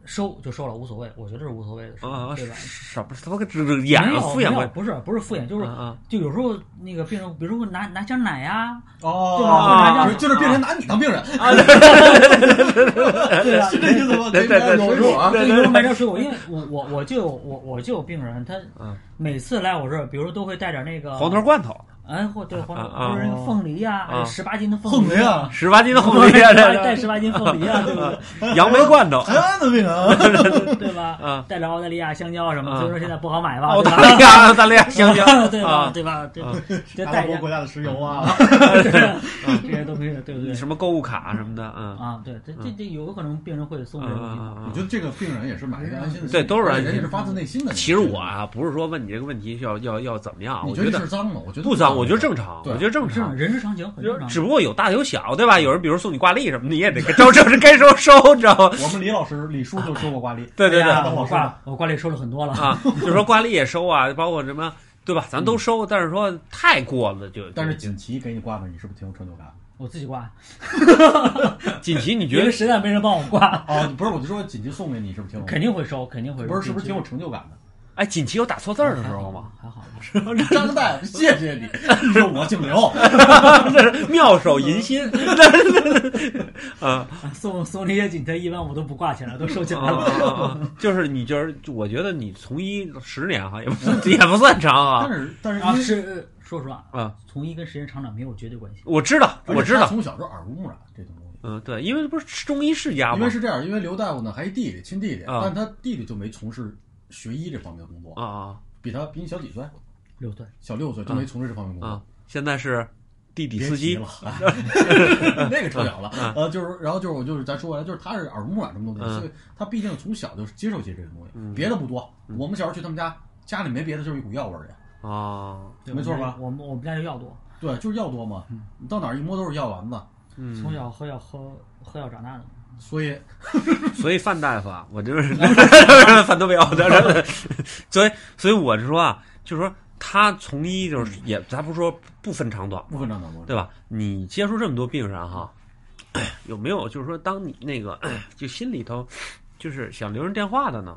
[SPEAKER 1] 收就收了，无所谓，我觉得是无所谓的事，
[SPEAKER 3] 啊，
[SPEAKER 1] 对吧？
[SPEAKER 3] 什么？他妈这这演敷衍我，
[SPEAKER 1] 不是不是敷衍，就是
[SPEAKER 3] 啊，
[SPEAKER 1] 就有时候那个病人，比如说拿拿箱奶呀，
[SPEAKER 2] 哦，
[SPEAKER 1] 对吧？
[SPEAKER 2] 就是就是病人拿你当病人，
[SPEAKER 1] 啊，对吧？
[SPEAKER 2] 是这意思吗？
[SPEAKER 3] 对对对，
[SPEAKER 2] 有水果，
[SPEAKER 1] 对，有时候买点水果，因为我我我就我我就有病人，他每次来我这儿，比如都会带点那个
[SPEAKER 3] 黄桃罐头。
[SPEAKER 1] 哎，或对黄桃，就是那个凤梨呀，十八斤的
[SPEAKER 2] 凤梨啊，
[SPEAKER 3] 十八斤的凤梨啊，
[SPEAKER 1] 带十八斤凤梨啊，对不对？
[SPEAKER 3] 杨梅罐头，
[SPEAKER 2] 台湾的病啊，
[SPEAKER 1] 对吧？
[SPEAKER 3] 啊，
[SPEAKER 1] 带点澳大利亚香蕉什么，所以说现在不好买吧？
[SPEAKER 3] 澳大利亚澳大利亚香蕉，
[SPEAKER 1] 对吧？对吧？对，就带
[SPEAKER 2] 国国家的石油啊，
[SPEAKER 1] 这些都可以，对不对？
[SPEAKER 3] 什么购物卡什么的，嗯
[SPEAKER 1] 啊，对，这这这有可能病人会送这个东西。
[SPEAKER 2] 我觉得这个病人也是买一个安心的，
[SPEAKER 3] 对，都是安心，
[SPEAKER 2] 人也是发自内心的。
[SPEAKER 3] 其实我啊，不是说问你这个问题要要要怎么样，我
[SPEAKER 2] 觉得是脏吗？我觉得
[SPEAKER 3] 不脏，我觉得正常，我觉得正常，
[SPEAKER 1] 人之常情，很正常。
[SPEAKER 3] 只不过有大有小，对吧？有人比如送你挂历什么的，你也得招收，是该收收，知道吗？
[SPEAKER 2] 我们李老师李叔就收过挂历，
[SPEAKER 3] 对对对，
[SPEAKER 1] 我挂我挂历收了很多了
[SPEAKER 3] 啊，就说挂历也收啊，包括什么，对吧？咱都收，但是说太过了就。
[SPEAKER 2] 但是锦旗给你挂了，你是不是挺有成就感？
[SPEAKER 1] 我自己挂。
[SPEAKER 3] 锦旗你觉得？
[SPEAKER 1] 因为实在没人帮我挂。
[SPEAKER 2] 哦，不是，我就说锦旗送给你，是不是挺有？
[SPEAKER 1] 肯定会收，肯定会收。
[SPEAKER 2] 不是，是不是挺有成就感的？
[SPEAKER 3] 哎，锦旗有打错字儿的时候吗？
[SPEAKER 1] 还好，
[SPEAKER 2] 张大夫，谢谢你。你说我姓刘，
[SPEAKER 3] 这是妙手银心。啊，
[SPEAKER 1] 送送那些锦旗，一般我都不挂起来，都收起来了。
[SPEAKER 3] 就是你就是，我觉得你从医十年哈，也不也不算长啊。
[SPEAKER 2] 但是但是
[SPEAKER 1] 啊，是说实话
[SPEAKER 3] 啊，
[SPEAKER 1] 从医跟时间长短没有绝对关系。
[SPEAKER 3] 我知道，我知道，
[SPEAKER 2] 从小就耳濡目染这种东西。
[SPEAKER 3] 嗯，对，因为不是中医世家吗？
[SPEAKER 2] 因为是这样，因为刘大夫呢还一弟弟，亲弟弟，但他弟弟就没从事学医这方面的工作
[SPEAKER 3] 啊啊，
[SPEAKER 2] 比他比你小几岁？
[SPEAKER 1] 六岁，
[SPEAKER 2] 小六岁就没从事这方面工作。
[SPEAKER 3] 啊，现在是弟弟司机
[SPEAKER 2] 了，那个扯远了。呃，就是，然后就是，我就是咱说回来，就是他是耳濡目染这么多东西，所以他毕竟从小就接受些这个东西，别的不多。我们小时候去他们家，家里没别的，就是一股药味儿的
[SPEAKER 3] 啊，
[SPEAKER 2] 没错吧？
[SPEAKER 1] 我们我们家就药多，
[SPEAKER 2] 对，就是药多嘛。你到哪儿一摸都是药丸子，
[SPEAKER 1] 从小喝药喝喝药长大的。
[SPEAKER 2] 所以，
[SPEAKER 3] 所以范大夫啊，我就是范都没有的，所以，所以我是说啊，就是说他从医就是也，咱不是说不分长短，
[SPEAKER 2] 不分长短，
[SPEAKER 3] 对吧？你接触这么多病人哈，有没有就是说，当你那个就心里头就是想留人电话的呢？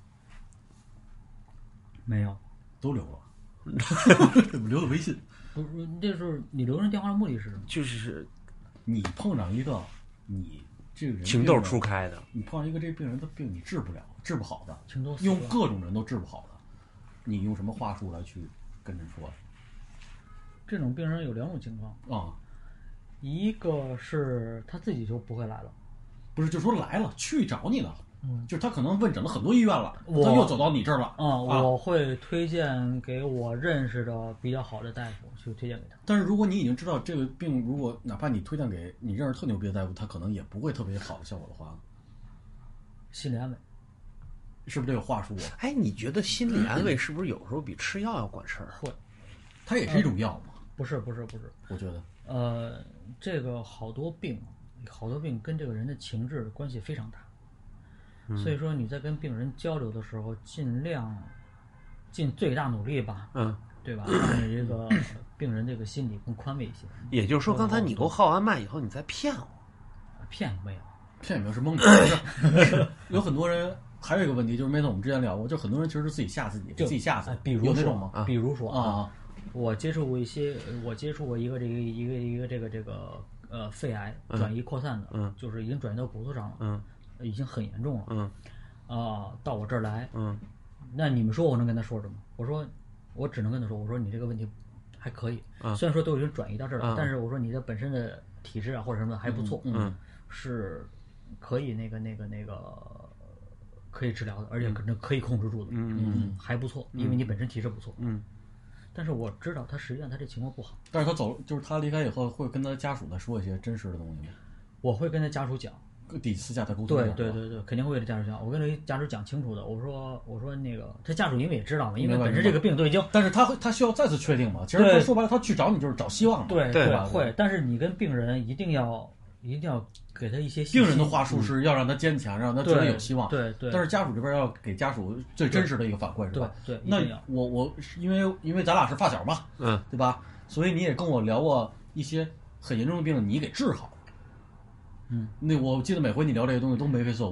[SPEAKER 1] 没有，
[SPEAKER 2] 都留了，留的微信。
[SPEAKER 1] 不是，这是你留人电话的目的是什么？
[SPEAKER 3] 就是
[SPEAKER 2] 你碰上一个你。这个人
[SPEAKER 3] 情窦初开的，
[SPEAKER 2] 你碰上一个这病人的病你治不了、治不好的，
[SPEAKER 1] 情窦
[SPEAKER 2] 用各种人都治不好的，你用什么话术来去跟人说？
[SPEAKER 1] 这种病人有两种情况
[SPEAKER 2] 啊、嗯，
[SPEAKER 1] 一个是他自己就不会来了，
[SPEAKER 2] 不是就说来了去找你了，
[SPEAKER 1] 嗯，
[SPEAKER 2] 就是他可能问诊了很多医院了，他又走到你这儿了，
[SPEAKER 1] 嗯，啊、我会推荐给我认识的比较好的大夫去推荐给他。
[SPEAKER 2] 但是如果你已经知道这个病，如果哪怕你推荐给你认识特牛逼的大夫，他可能也不会特别好的效果的话，
[SPEAKER 1] 心理安慰
[SPEAKER 2] 是不是得有话术啊？
[SPEAKER 3] 哎，你觉得心理安慰是不是有时候比吃药要管事儿？
[SPEAKER 1] 会，
[SPEAKER 2] 它也是一种药嘛？
[SPEAKER 1] 不是，不是，不是，
[SPEAKER 2] 我觉得，
[SPEAKER 1] 呃，这个好多病，好多病跟这个人的情志关系非常大。所以说你在跟病人交流的时候，尽量尽最大努力吧，
[SPEAKER 3] 嗯，
[SPEAKER 1] 对吧？让你这个病人这个心理更宽慰一些。
[SPEAKER 3] 也就是说，刚才你给我号完脉以后，你在骗我？
[SPEAKER 1] 骗没有？
[SPEAKER 2] 骗没有是蒙的。有很多人还有一个问题，就是梅总我们之前聊过，就很多人其实是自己吓自己，自己吓死。
[SPEAKER 1] 比如
[SPEAKER 2] 有那种吗？
[SPEAKER 1] 比如说
[SPEAKER 2] 啊，
[SPEAKER 1] 我接触过一些，我接触过一个这个一个一个这个这个呃肺癌转移扩散的，
[SPEAKER 3] 嗯，
[SPEAKER 1] 就是已经转移到骨头上了，
[SPEAKER 3] 嗯。
[SPEAKER 1] 已经很严重了，
[SPEAKER 3] 嗯，
[SPEAKER 1] 啊、呃，到我这儿来，
[SPEAKER 3] 嗯，
[SPEAKER 1] 那你们说我能跟他说什么？我说，我只能跟他说，我说你这个问题还可以，
[SPEAKER 3] 嗯、
[SPEAKER 1] 虽然说都已经转移到这儿了，
[SPEAKER 3] 嗯、
[SPEAKER 1] 但是我说你的本身的体质啊或者什么的还不错，
[SPEAKER 3] 嗯，
[SPEAKER 1] 是可以那个那个那个可以治疗的，而且可能可以控制住的，
[SPEAKER 3] 嗯
[SPEAKER 1] 嗯，还不错，因为你本身体质不错，
[SPEAKER 3] 嗯，
[SPEAKER 1] 但是我知道他实际上他这情况不好，
[SPEAKER 2] 但是他走就是他离开以后会跟他家属再说一些真实的东西吗？
[SPEAKER 1] 我会跟他家属讲。
[SPEAKER 2] 底私下再沟通。
[SPEAKER 1] 对对对对，肯定会给家属讲。我跟这家属讲清楚的。我说我说那个他家属因为也知道嘛，因为本身这个病都已经，
[SPEAKER 2] 但是他他需要再次确定嘛。其实他说白了，他去找你就是找希望嘛。
[SPEAKER 1] 对
[SPEAKER 3] 对
[SPEAKER 1] 吧？会，但是你跟病人一定要一定要给他一些信息。
[SPEAKER 2] 病人的话术是要让他坚强，让他觉得有希望。
[SPEAKER 1] 对对。
[SPEAKER 2] 但是家属这边要给家属最真实的一个反馈，是吧？
[SPEAKER 1] 对对。
[SPEAKER 2] 那我我因为因为咱俩是发小嘛，
[SPEAKER 3] 嗯，
[SPEAKER 2] 对吧？所以你也跟我聊过一些很严重的病，你给治好。
[SPEAKER 1] 嗯，
[SPEAKER 2] 那我记得每回你聊这些东西都眉飞色舞，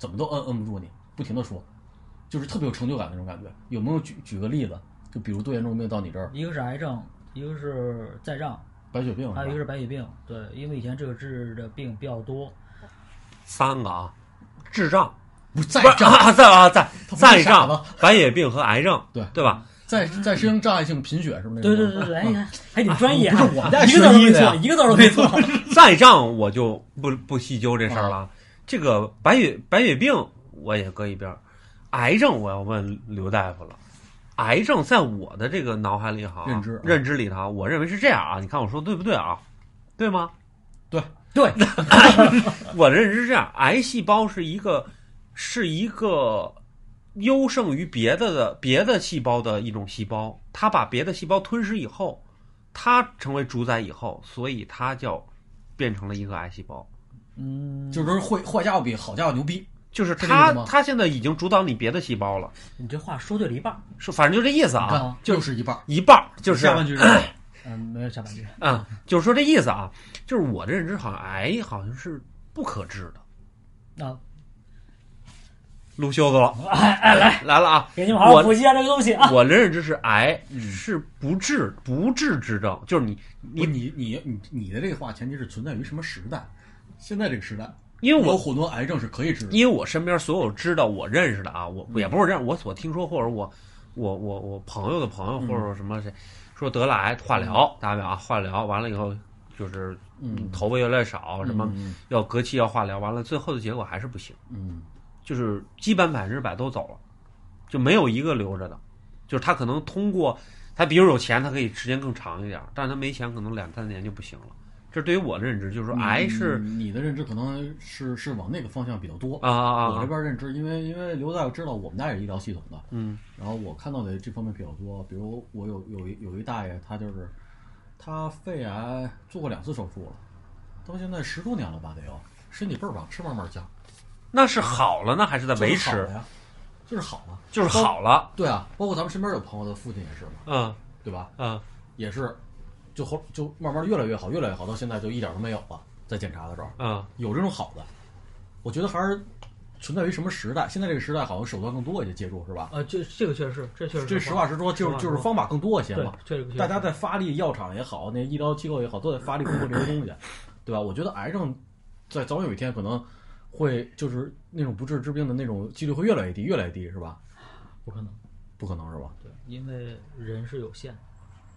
[SPEAKER 2] 怎么都摁摁不住你，不停的说，就是特别有成就感那种感觉。有没有举举个例子？就比如多严重病到你这儿，
[SPEAKER 1] 一个是癌症，一个是再胀，
[SPEAKER 2] 白血病，
[SPEAKER 1] 还有一个是白血病。对，因为以前这个治的病比较多。
[SPEAKER 3] 三个啊，智障
[SPEAKER 2] 不再
[SPEAKER 3] 胀啊，再啊再再
[SPEAKER 2] 胀，
[SPEAKER 3] 胀，白血病和癌症，
[SPEAKER 2] 对
[SPEAKER 3] 对吧？
[SPEAKER 2] 再再适应障碍性贫血是不是？
[SPEAKER 1] 对对对对，哎，你看还挺专业，
[SPEAKER 2] 不是我们家
[SPEAKER 1] 一个字都没错，一个字都没错。
[SPEAKER 3] 再胀我就不不细究这事儿了。这个白血白血病我也搁一边，癌症我要问刘大夫了。癌症在我的这个脑海里哈，
[SPEAKER 2] 认知
[SPEAKER 3] 认知里头，我认为是这样啊，你看我说对不对啊？对吗？
[SPEAKER 2] 对
[SPEAKER 1] 对，
[SPEAKER 3] 我的认知是这样，癌细胞是一个是一个优胜于别的的别的细胞的一种细胞，它把别的细胞吞噬以后，它成为主宰以后，所以它就变成了一个癌细胞。
[SPEAKER 2] 嗯，就是坏坏家伙比好家伙牛逼。
[SPEAKER 3] 就是他，他现在已经主导你别的细胞了。
[SPEAKER 1] 你这话说对了一半，
[SPEAKER 3] 说反正就这意思啊，
[SPEAKER 2] 就是一半，
[SPEAKER 3] 一半就是
[SPEAKER 2] 下半句是，
[SPEAKER 1] 嗯，没有下半句，
[SPEAKER 3] 嗯，就是说这意思啊，就是我的认知好像癌好像是不可治的
[SPEAKER 1] 啊。
[SPEAKER 3] 撸袖子了，
[SPEAKER 1] 哎哎，来
[SPEAKER 3] 来了啊！
[SPEAKER 1] 给你们好好复习一下这个东西啊。
[SPEAKER 3] 我的认知是癌是不治不治之症，就是你
[SPEAKER 2] 你你你你你的这个话前提是存在于什么时代？现在这个时代。
[SPEAKER 3] 因为我
[SPEAKER 2] 有很多癌症是可以治的，
[SPEAKER 3] 因为我身边所有知道我认识的啊，我也不是认我所听说或者我我我我朋友的朋友或者说什么谁说得了癌化疗，大家明白啊？化疗完了以后就是嗯头发越来越少，什么要隔期要化疗，完了最后的结果还是不行，
[SPEAKER 2] 嗯，
[SPEAKER 3] 就是基本百分之百都走了，就没有一个留着的，就是他可能通过他比如有钱，他可以时间更长一点，但是他没钱，可能两三年就不行了。这对于我的认知就是说，癌是、
[SPEAKER 2] 嗯、你的认知可能是是往那个方向比较多
[SPEAKER 3] 啊啊啊！
[SPEAKER 2] 我这边认知，因为因为刘大夫知道我们家也是医疗系统的，
[SPEAKER 3] 嗯，
[SPEAKER 2] 然后我看到的这方面比较多。比如我有有一有一大爷，他就是他肺癌做过两次手术了，到现在十多年了吧得有，身体倍儿棒，吃慢慢降。
[SPEAKER 3] 那是好了呢，还是在维持？
[SPEAKER 2] 就是、呀，就是好了，
[SPEAKER 3] 就是好了。
[SPEAKER 2] 对啊，包括咱们身边有朋友的父亲也是嘛，
[SPEAKER 3] 嗯，
[SPEAKER 2] 对吧？
[SPEAKER 3] 嗯，
[SPEAKER 2] 也是。就后就慢慢越来越好，越来越好，到现在就一点都没有了。在检查的时候，
[SPEAKER 3] 嗯，
[SPEAKER 2] 有这种好的，我觉得还是存在于什么时代？现在这个时代好像手段更多一些，介入是吧？
[SPEAKER 1] 呃，这这个确实是，这确实
[SPEAKER 2] 这实话实说，就是就是方法更多一些嘛。
[SPEAKER 1] 这个
[SPEAKER 2] 大家在发力，药厂也好，那医疗机构也好，都在发力通过这些东西，对吧？我觉得癌症在早有一天可能会就是那种不治之病的那种几率会越来越低，越来越低，是吧？
[SPEAKER 1] 不可能，
[SPEAKER 2] 不可能是吧？
[SPEAKER 1] 对，因为人是有限的。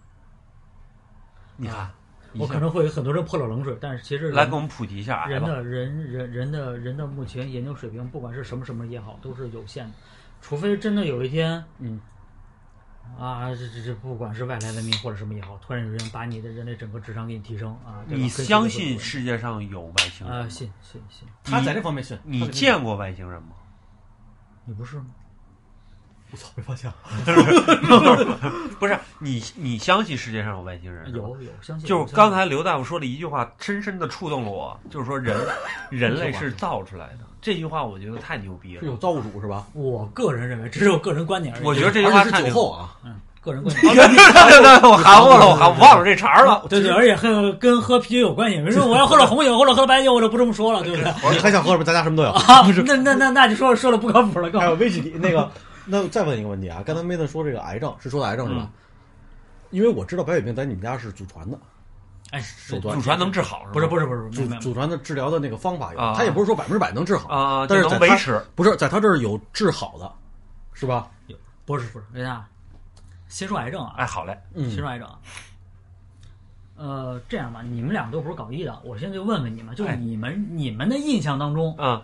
[SPEAKER 3] 你看、
[SPEAKER 1] 啊，我可能会有很多人泼了冷水，但是其实
[SPEAKER 3] 来给我们普及一下
[SPEAKER 1] 人的人人人的人的目前研究水平，不管是什么什么也好，都是有限的，除非真的有一天，
[SPEAKER 2] 嗯，
[SPEAKER 1] 啊，这这这不管是外来文明或者什么也好，突然有人把你的人类整个智商给你提升啊，
[SPEAKER 3] 你相信世界上有外星人
[SPEAKER 1] 啊？信信信，
[SPEAKER 2] 他在这方面信。
[SPEAKER 3] 你见过外星人吗？
[SPEAKER 1] 你不是吗？
[SPEAKER 2] 我操，没发现。
[SPEAKER 3] 不是你，你相信世界上有外星人？
[SPEAKER 1] 有有相信。
[SPEAKER 3] 就是刚才刘大夫说的一句话，深深的触动了我，就是说人人类是造出来的。这句话我觉得太牛逼了。
[SPEAKER 2] 是有造物主是吧？
[SPEAKER 1] 我个人认为，只是我个人观点而已。
[SPEAKER 3] 我觉得这句话太
[SPEAKER 2] 牛逼啊！
[SPEAKER 1] 嗯，个人观点。
[SPEAKER 3] 对对，我含糊了，我含忘了这茬了。
[SPEAKER 1] 对对，而且和跟喝啤酒有关系。比如说我要喝了红酒或者喝了白酒，我就不这么说了，对不对？
[SPEAKER 2] 你还想喝什么？咱家什么都有。
[SPEAKER 1] 啊，不是，那那那那就说说了不靠谱了。
[SPEAKER 2] 还有威士忌那个。那再问一个问题啊，刚才梅子说这个癌症是说的癌症是吧？嗯、因为我知道白血病在你们家是祖传的，
[SPEAKER 1] 哎，
[SPEAKER 2] 手段
[SPEAKER 3] 祖传能治好是吧？
[SPEAKER 1] 不是不是不是，
[SPEAKER 2] 祖祖传的治疗的那个方法有，
[SPEAKER 3] 啊、
[SPEAKER 2] 他也不是说百分之百能治好
[SPEAKER 3] 啊，
[SPEAKER 2] 但是
[SPEAKER 3] 能维持，
[SPEAKER 2] 不是在他这儿有治好的，是吧？
[SPEAKER 1] 有，不是不是，人家先说癌症啊，
[SPEAKER 3] 哎，好嘞，
[SPEAKER 1] 先说癌症啊。呃，这样吧，你们俩都不是搞医的，我现在就问问你们，就是你们、哎、你们的印象当中
[SPEAKER 3] 啊，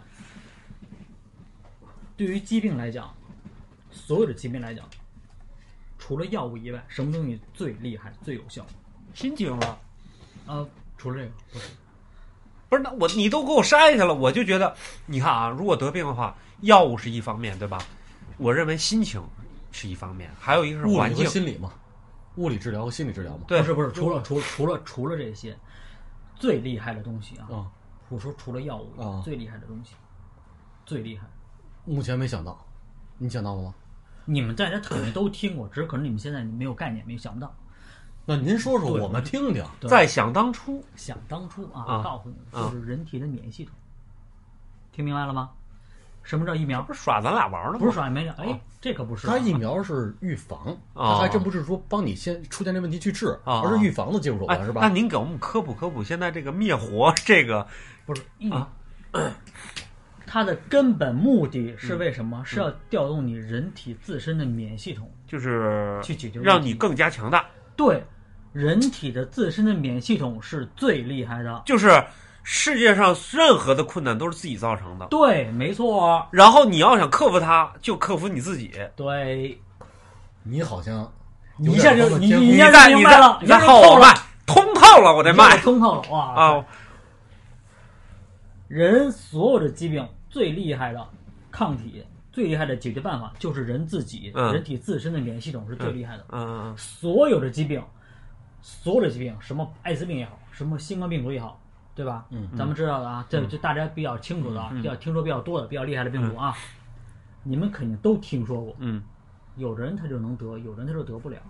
[SPEAKER 1] 对于疾病来讲。所有的疾病来讲，除了药物以外，什么东西最厉害、最有效？
[SPEAKER 3] 心经啊，
[SPEAKER 1] 呃，除了这个不是，
[SPEAKER 3] 不是那我你都给我筛下了，我就觉得，你看啊，如果得病的话，药物是一方面，对吧？我认为心情是一方面，还有一个是环境、
[SPEAKER 2] 心理嘛，物理治疗和心理治疗嘛。
[SPEAKER 3] 对，
[SPEAKER 1] 不是不是，除了除了除了除了这些，最厉害的东西啊，
[SPEAKER 2] 嗯，
[SPEAKER 1] 我说除了药物
[SPEAKER 2] 啊，
[SPEAKER 1] 最厉害的东西，最厉害，
[SPEAKER 2] 目前没想到，你想到了吗？
[SPEAKER 1] 你们大家肯定都听过，只是可能你们现在没有概念，没想不到。
[SPEAKER 2] 那您说说，我们听听。
[SPEAKER 3] 在想当初，
[SPEAKER 1] 想当初啊，
[SPEAKER 3] 啊
[SPEAKER 1] 告诉你，就是人体的免疫系统。啊、听明白了吗？ 什么叫疫苗？
[SPEAKER 3] 不是耍咱俩玩的吗？
[SPEAKER 1] 不是耍疫苗，哎，这可不是。
[SPEAKER 2] 它疫苗是预防，它还真不是说帮你先出现这问题去治，而是预防的技术手段，是吧？
[SPEAKER 3] 那您给我们科普科普，现在这个灭活这个
[SPEAKER 1] 不是啊，它的根本目的是为什么？是要调动你人体自身的免疫系统，
[SPEAKER 3] 就是
[SPEAKER 1] 去解决，
[SPEAKER 3] 让你更加强大。
[SPEAKER 1] 对，人体的自身的免疫系统是最厉害的，
[SPEAKER 3] 就是世界上任何的困难都是自己造成的。
[SPEAKER 1] 对，没错。
[SPEAKER 3] 然后你要想克服它，就克服你自己。
[SPEAKER 1] 对，
[SPEAKER 2] 你好像
[SPEAKER 1] 你一下就你
[SPEAKER 3] 你
[SPEAKER 1] 一下就明白了，
[SPEAKER 3] 你在后我卖通透了，我这卖
[SPEAKER 1] 通透了哇
[SPEAKER 3] 啊！
[SPEAKER 1] 人所有的疾病最厉害的抗体，最厉害的解决办法就是人自己，
[SPEAKER 3] 嗯、
[SPEAKER 1] 人体自身的免疫系统是最厉害的。
[SPEAKER 3] 嗯嗯嗯。
[SPEAKER 1] 所有的疾病，所有的疾病，什么艾滋病也好，什么新冠病毒也好，对吧？
[SPEAKER 2] 嗯，
[SPEAKER 1] 咱们知道的啊，这就大家比较清楚的，
[SPEAKER 3] 嗯、
[SPEAKER 1] 比较听说比较多的、比较厉害的病毒啊，嗯、你们肯定都听说过。
[SPEAKER 3] 嗯。
[SPEAKER 1] 有的人他就能得，有的人他就得不了，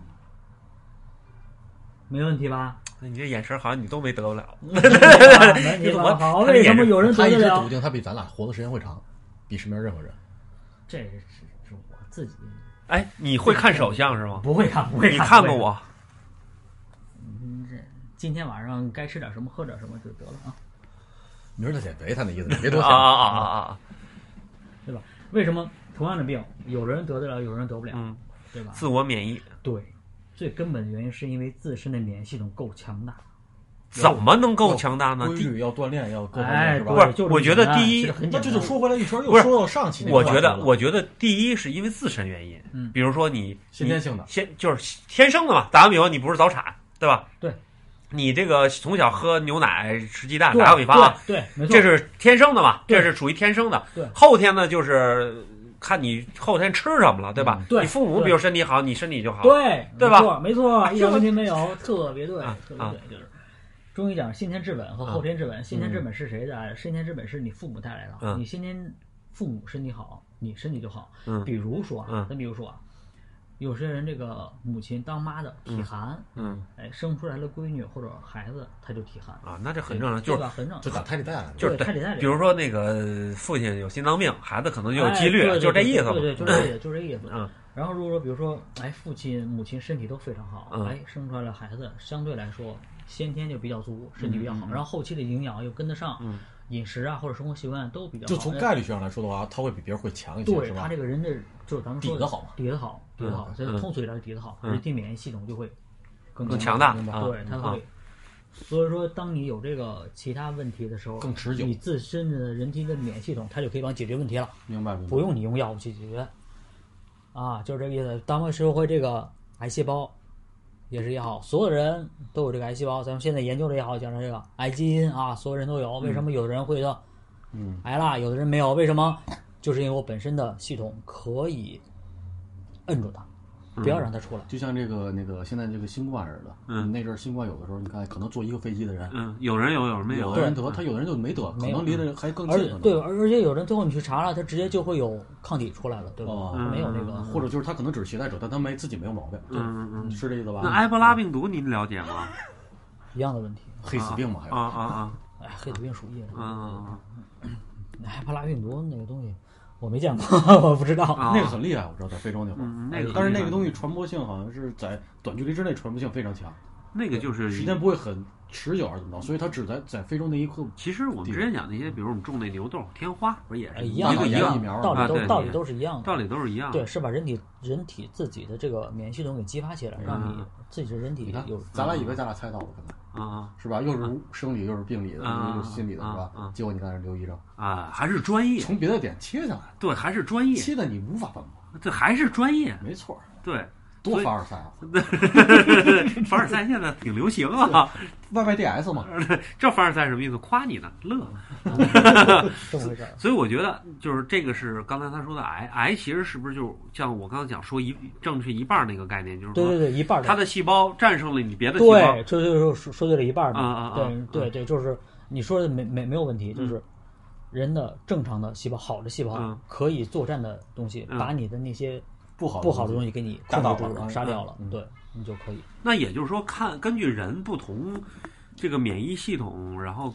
[SPEAKER 1] 没问题吧？
[SPEAKER 3] 那你这眼神好像你都没得不了。
[SPEAKER 1] 没问题吧？好，为什么有人得
[SPEAKER 2] 他一直
[SPEAKER 1] 得了？
[SPEAKER 2] 笃定他比咱俩活的时间会长，比身边任何人。
[SPEAKER 1] 这是是我自己。
[SPEAKER 3] 哎，你会看手相是吗？
[SPEAKER 1] 不会看，不会看。
[SPEAKER 3] 你看过我？
[SPEAKER 1] 嗯，这今天晚上该吃点什么，喝点什么就得了啊。
[SPEAKER 2] 明儿再减肥，他那意思，你别多想
[SPEAKER 3] 啊啊啊啊啊！
[SPEAKER 1] 对吧？为什么同样的病，有人得得了，有人得不了，
[SPEAKER 3] 嗯，
[SPEAKER 1] 对吧？
[SPEAKER 3] 自我免疫。
[SPEAKER 1] 对，最根本的原因是因为自身的免疫系统够强大。
[SPEAKER 3] 怎么能够强大呢？
[SPEAKER 2] 规律要锻炼，要各方
[SPEAKER 1] 哎，
[SPEAKER 2] 面是吧？
[SPEAKER 1] 不是，
[SPEAKER 3] 我觉得第一，
[SPEAKER 2] 那这就说回来一圈，又
[SPEAKER 3] 不是
[SPEAKER 2] 说到上期那个
[SPEAKER 3] 我觉得，
[SPEAKER 2] 话题了
[SPEAKER 3] 我觉得第一是因为自身原因，
[SPEAKER 1] 嗯，
[SPEAKER 3] 比如说你
[SPEAKER 2] 先天性的，
[SPEAKER 3] 先就是天生的嘛。打个比方，你不是早产，对吧？
[SPEAKER 1] 对。
[SPEAKER 3] 你这个从小喝牛奶、吃鸡蛋，打个比方啊，
[SPEAKER 1] 对，没错，
[SPEAKER 3] 这是天生的嘛，这是属于天生的。
[SPEAKER 1] 对，
[SPEAKER 3] 后天呢，就是看你后天吃什么了，对吧？
[SPEAKER 1] 对，
[SPEAKER 3] 你父母比如身体好，你身体就好，
[SPEAKER 1] 对，
[SPEAKER 3] 对吧？
[SPEAKER 1] 没错，一点问题没有，特别对，
[SPEAKER 3] 啊、
[SPEAKER 1] 特别对，就是。中医讲先天之本和后天之本，先天之本是谁的？先天之本是你父母带来的。
[SPEAKER 3] 嗯、
[SPEAKER 1] 你先天父母身体好，你身体就好。
[SPEAKER 3] 嗯，
[SPEAKER 1] 比如说啊，
[SPEAKER 3] 嗯，
[SPEAKER 1] 咱比如说啊，有些人这个母亲当妈的体寒，
[SPEAKER 3] 嗯，
[SPEAKER 1] 哎，生出来了闺女或者孩子，他就体寒
[SPEAKER 3] 啊，那这很正常，就是
[SPEAKER 1] 很正常，
[SPEAKER 2] 就打胎里带来的，
[SPEAKER 3] 就是
[SPEAKER 1] 胎里带来的。
[SPEAKER 3] 比如说那个父亲有心脏病，孩子可能就有几率，就这意思嘛，
[SPEAKER 1] 对对，就这意思，就这意思。
[SPEAKER 3] 嗯。
[SPEAKER 1] 然后如果说，比如说，哎，父亲、母亲身体都非常好，
[SPEAKER 3] 嗯、
[SPEAKER 1] 哎，生出来了孩子，相对来说先天就比较足，身体比较好，
[SPEAKER 2] 嗯、
[SPEAKER 1] 然后后期的营养又跟得上，
[SPEAKER 3] 嗯、
[SPEAKER 1] 饮食啊或者生活习惯都比较好。
[SPEAKER 2] 就从概率学上来说的话，他会比别人会强一些，
[SPEAKER 1] 对
[SPEAKER 2] 是吧？
[SPEAKER 1] 他这个人的就是咱们说
[SPEAKER 2] 底子好嘛，
[SPEAKER 1] 底子好，底子好，所以通俗一点，底子好，人体免疫系统就会更
[SPEAKER 3] 更强大，
[SPEAKER 1] 对，他会。所以说，当你有这个其他问题的时候，
[SPEAKER 2] 更持久，
[SPEAKER 1] 你自身的人体的免疫系统，它就可以帮你解决问题了。
[SPEAKER 2] 明白，明白。
[SPEAKER 1] 不用你用药物去解决。啊，就是这个意思。咱们说回这个癌细胞，也是也好，所有人都有这个癌细胞。咱们现在研究的也好，讲的这个癌基因啊，所有人都有。为什么有的人会得
[SPEAKER 2] 嗯
[SPEAKER 1] 癌了，有的人没有？为什么？就是因为我本身的系统可以摁住它，不要让它出来。
[SPEAKER 2] 嗯、就像这个那个现在这个新冠似的，
[SPEAKER 3] 嗯，
[SPEAKER 2] 那阵新冠有的时候，你看可能坐一个飞机的人，
[SPEAKER 3] 嗯，有人有，有人没有，
[SPEAKER 2] 有的人得，他有的人就没得，可能离得还更近。
[SPEAKER 1] 对，而且有人最后你去查了，他直接就会有抗体出来了，对吧？
[SPEAKER 2] 哦、
[SPEAKER 1] 没有那个，
[SPEAKER 2] 或者就是他可能只是携带者，但他没自己没有毛病。
[SPEAKER 3] 嗯嗯嗯，
[SPEAKER 2] 是这意思吧？
[SPEAKER 3] 那埃博拉病毒您了解吗？
[SPEAKER 1] 一样的问题，
[SPEAKER 2] 黑死病嘛，还有
[SPEAKER 3] 啊啊啊！
[SPEAKER 1] 哎，黑死病属液。
[SPEAKER 3] 啊，
[SPEAKER 1] 埃博拉病毒那个东西。我没见过，我不知道。
[SPEAKER 2] 那个很厉害，我知道在非洲那会儿，
[SPEAKER 3] 嗯、那个，
[SPEAKER 2] 但是那个东西传播性好像是在短距离之内传播性非常强。
[SPEAKER 3] 那个就是
[SPEAKER 2] 时间不会很持久还是怎么着，所以它只在在非洲那一刻。
[SPEAKER 3] 其实我们之前讲那些，比如我们种那牛豆、天花，不是也是
[SPEAKER 1] 一样的，
[SPEAKER 2] 一
[SPEAKER 1] 样
[SPEAKER 2] 疫苗，
[SPEAKER 1] 道理都
[SPEAKER 3] 啊、
[SPEAKER 1] 道理都是一样的，
[SPEAKER 3] 道理都是一样的。
[SPEAKER 1] 对，是把人体人体自己的这个免疫系统给激发起来，让你自己的人体有。
[SPEAKER 2] 咱俩以为咱俩猜到了，可能。
[SPEAKER 3] 啊，
[SPEAKER 2] 是吧？又是生理又是病理的，
[SPEAKER 3] 啊、
[SPEAKER 2] 又是心理的，是吧？
[SPEAKER 3] 啊、
[SPEAKER 2] 结果你看刘医生
[SPEAKER 3] 啊，还是专业，
[SPEAKER 2] 从别的点切下来，
[SPEAKER 3] 对，还是专业，
[SPEAKER 2] 切的你无法反驳，
[SPEAKER 3] 这还是专业，
[SPEAKER 2] 没错，
[SPEAKER 3] 对，
[SPEAKER 2] 多凡尔赛啊！
[SPEAKER 3] 凡尔赛现在挺流行啊
[SPEAKER 2] ，Y Y D S 嘛，
[SPEAKER 3] 这凡尔赛什么意思？夸你呢，乐，
[SPEAKER 1] 这么回事。
[SPEAKER 3] 所以我觉得就是这个是刚才他说的癌，癌其实是不是就像我刚才讲说一正确一半那个概念，就是说
[SPEAKER 1] 对对对，一半
[SPEAKER 3] 它的细胞战胜了你别的细胞，
[SPEAKER 1] 对，就就是说说对了一半
[SPEAKER 3] 啊啊啊，
[SPEAKER 1] 对对对，就是你说的没没没有问题，就是人的正常的细胞，好的细胞可以作战的东西，把你的那些
[SPEAKER 2] 不好
[SPEAKER 1] 不好的东西给你控制住了，杀掉了，
[SPEAKER 2] 嗯、
[SPEAKER 1] 对，你就可以。
[SPEAKER 3] 那也就是说，看根据人不同这个免疫系统，然后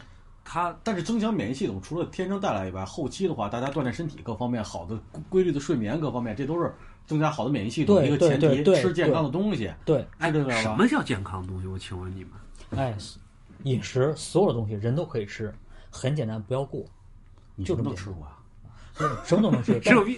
[SPEAKER 3] 它
[SPEAKER 2] 但是增强免疫系统除了天生带来以外，后期的话，大家锻炼身体各方面，好的规律的睡眠各方面，这都是增加好的免疫系统一个前提。吃健康的东西，
[SPEAKER 4] 对，
[SPEAKER 3] 哎，什么叫健康的东西？我请问你们，
[SPEAKER 4] 哎，饮食所有的东西人都可以吃，很简单，不要过。
[SPEAKER 2] 你什么都吃过啊？
[SPEAKER 4] 什么都能吃，
[SPEAKER 3] 吃有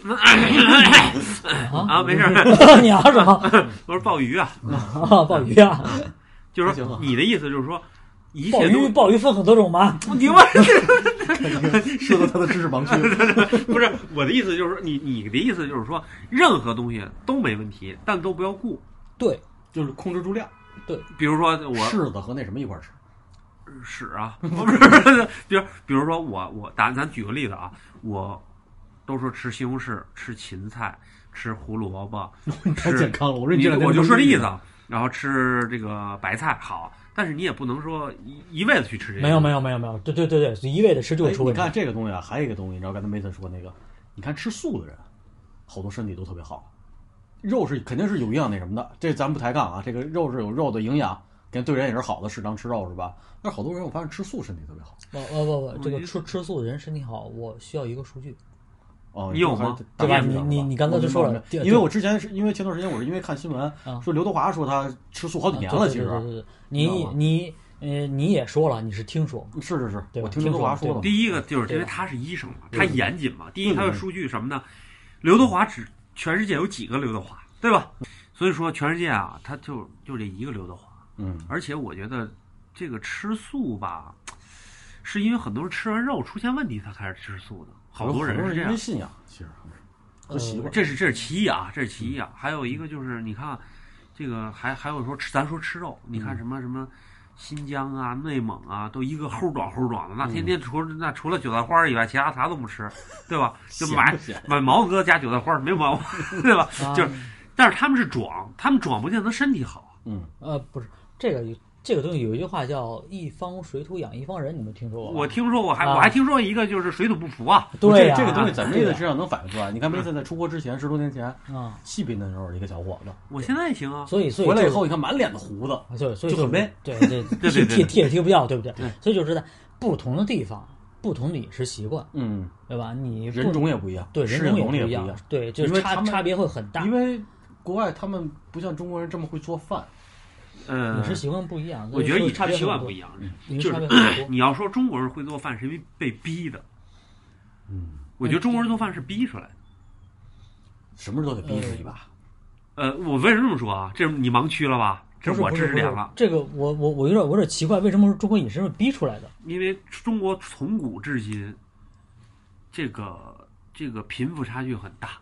[SPEAKER 3] 啊，没事。
[SPEAKER 4] 你啊什么？
[SPEAKER 3] 我说鲍鱼啊，
[SPEAKER 4] 啊，鲍鱼啊，
[SPEAKER 3] 就是说你的意思就是说，一切
[SPEAKER 4] 鲍鱼鲍鱼分很多种吗？
[SPEAKER 3] 你我
[SPEAKER 2] 说到他的知识盲区。
[SPEAKER 3] 不是我的意思，就是说你你的意思就是说，任何东西都没问题，但都不要过。
[SPEAKER 4] 对，
[SPEAKER 2] 就是控制住量。
[SPEAKER 4] 对，
[SPEAKER 3] 比如说我
[SPEAKER 2] 柿子和那什么一块吃。
[SPEAKER 3] 屎啊，不是，比如比如说我我咱咱举个例子啊，我都说吃西红柿、吃芹菜、吃胡萝卜，
[SPEAKER 2] 太健康了。我说你
[SPEAKER 3] 我就说这意思，然后吃这个白菜好，但是你也不能说一一味的去吃这个。
[SPEAKER 4] 没有没有没有没有，对对对对，一味的吃就会出问题。
[SPEAKER 2] 你看这个东西啊，还有一个东西，你知道刚才梅森说那个，你看吃素的人，好多身体都特别好，肉是肯定是有营养那什么的，这咱不抬杠啊，这个肉是有肉的营养。跟对人也是好的，适当吃肉是吧？但是好多人我发现吃素身体特别好。
[SPEAKER 4] 不不不不，这个吃吃素的人身体好，我需要一个数据。
[SPEAKER 2] 哦，
[SPEAKER 3] 你有吗？
[SPEAKER 4] 对吧？你你你刚才就说了，
[SPEAKER 2] 因为我之前是因为前段时间我是因为看新闻说刘德华说他吃素好几年了，其实。
[SPEAKER 4] 对对对，你你呃你也说了，你是听说？
[SPEAKER 2] 是是是，
[SPEAKER 4] 对，
[SPEAKER 2] 我听刘德华说的。
[SPEAKER 3] 第一个就是因为他是医生嘛，他严谨嘛。第一，他的数据什么呢？刘德华只全世界有几个刘德华，对吧？所以说全世界啊，他就就这一个刘德华。
[SPEAKER 2] 嗯，
[SPEAKER 3] 而且我觉得这个吃素吧，是因为很多人吃完肉出现问题才开始吃素的，好多人是这样。
[SPEAKER 2] 因为信仰，其实和习惯。
[SPEAKER 3] 这是这是其一啊，这是其一啊。还有一个就是你看，这个还还有说吃，咱说吃肉，你看什么什么新疆啊、内蒙啊，都一个齁壮齁壮的，那天天除了那除了韭菜花以外，其他啥都不吃，对吧？就买买毛哥加韭菜花，没有毛，对吧？就是，但是他们是壮，他们壮不见得身体好。
[SPEAKER 2] 嗯，
[SPEAKER 4] 呃，不是。这个这个东西有一句话叫“一方水土养一方人”，你们听说过吗？
[SPEAKER 3] 我听说过，还、啊、我还听说一个就是水土不服啊。
[SPEAKER 4] 对呀、
[SPEAKER 2] 啊，这个东西在梅森身上能反映出来。你看梅森在出国之前，十多年前
[SPEAKER 4] 啊，
[SPEAKER 2] 西滨的时候一个小伙子，
[SPEAKER 3] 我现在也行啊。
[SPEAKER 4] 所以所以
[SPEAKER 2] 回来以后，你看满脸的胡子，
[SPEAKER 4] 就所以
[SPEAKER 2] 就很媚，
[SPEAKER 4] 对对
[SPEAKER 3] 对对，
[SPEAKER 4] 剃剃也剃不掉，对不对？所以就是在不同的地方，不同的饮食习惯，
[SPEAKER 2] 嗯，
[SPEAKER 4] 对吧？你
[SPEAKER 2] 人种也不一样，
[SPEAKER 4] 对人种也
[SPEAKER 2] 不
[SPEAKER 4] 一样，对，就是差差别会很大。
[SPEAKER 2] 因为国外他们不像中国人这么会做饭。
[SPEAKER 3] 呃，
[SPEAKER 4] 饮食习惯不一样，
[SPEAKER 3] 我觉得饮食习惯不一样，就是你要说中国人会做饭是因为被逼的，
[SPEAKER 2] 嗯，
[SPEAKER 3] 我觉得中国人做饭是逼出来的，
[SPEAKER 2] 什么都得逼自己吧。
[SPEAKER 3] 呃，我为什么这么说啊？这是你盲区了吧？这是我知识点了。
[SPEAKER 4] 这个我我我有点我有点奇怪，为什么是中国饮食是逼出来的？
[SPEAKER 3] 因为中国从古至今，这个这个贫富差距很大。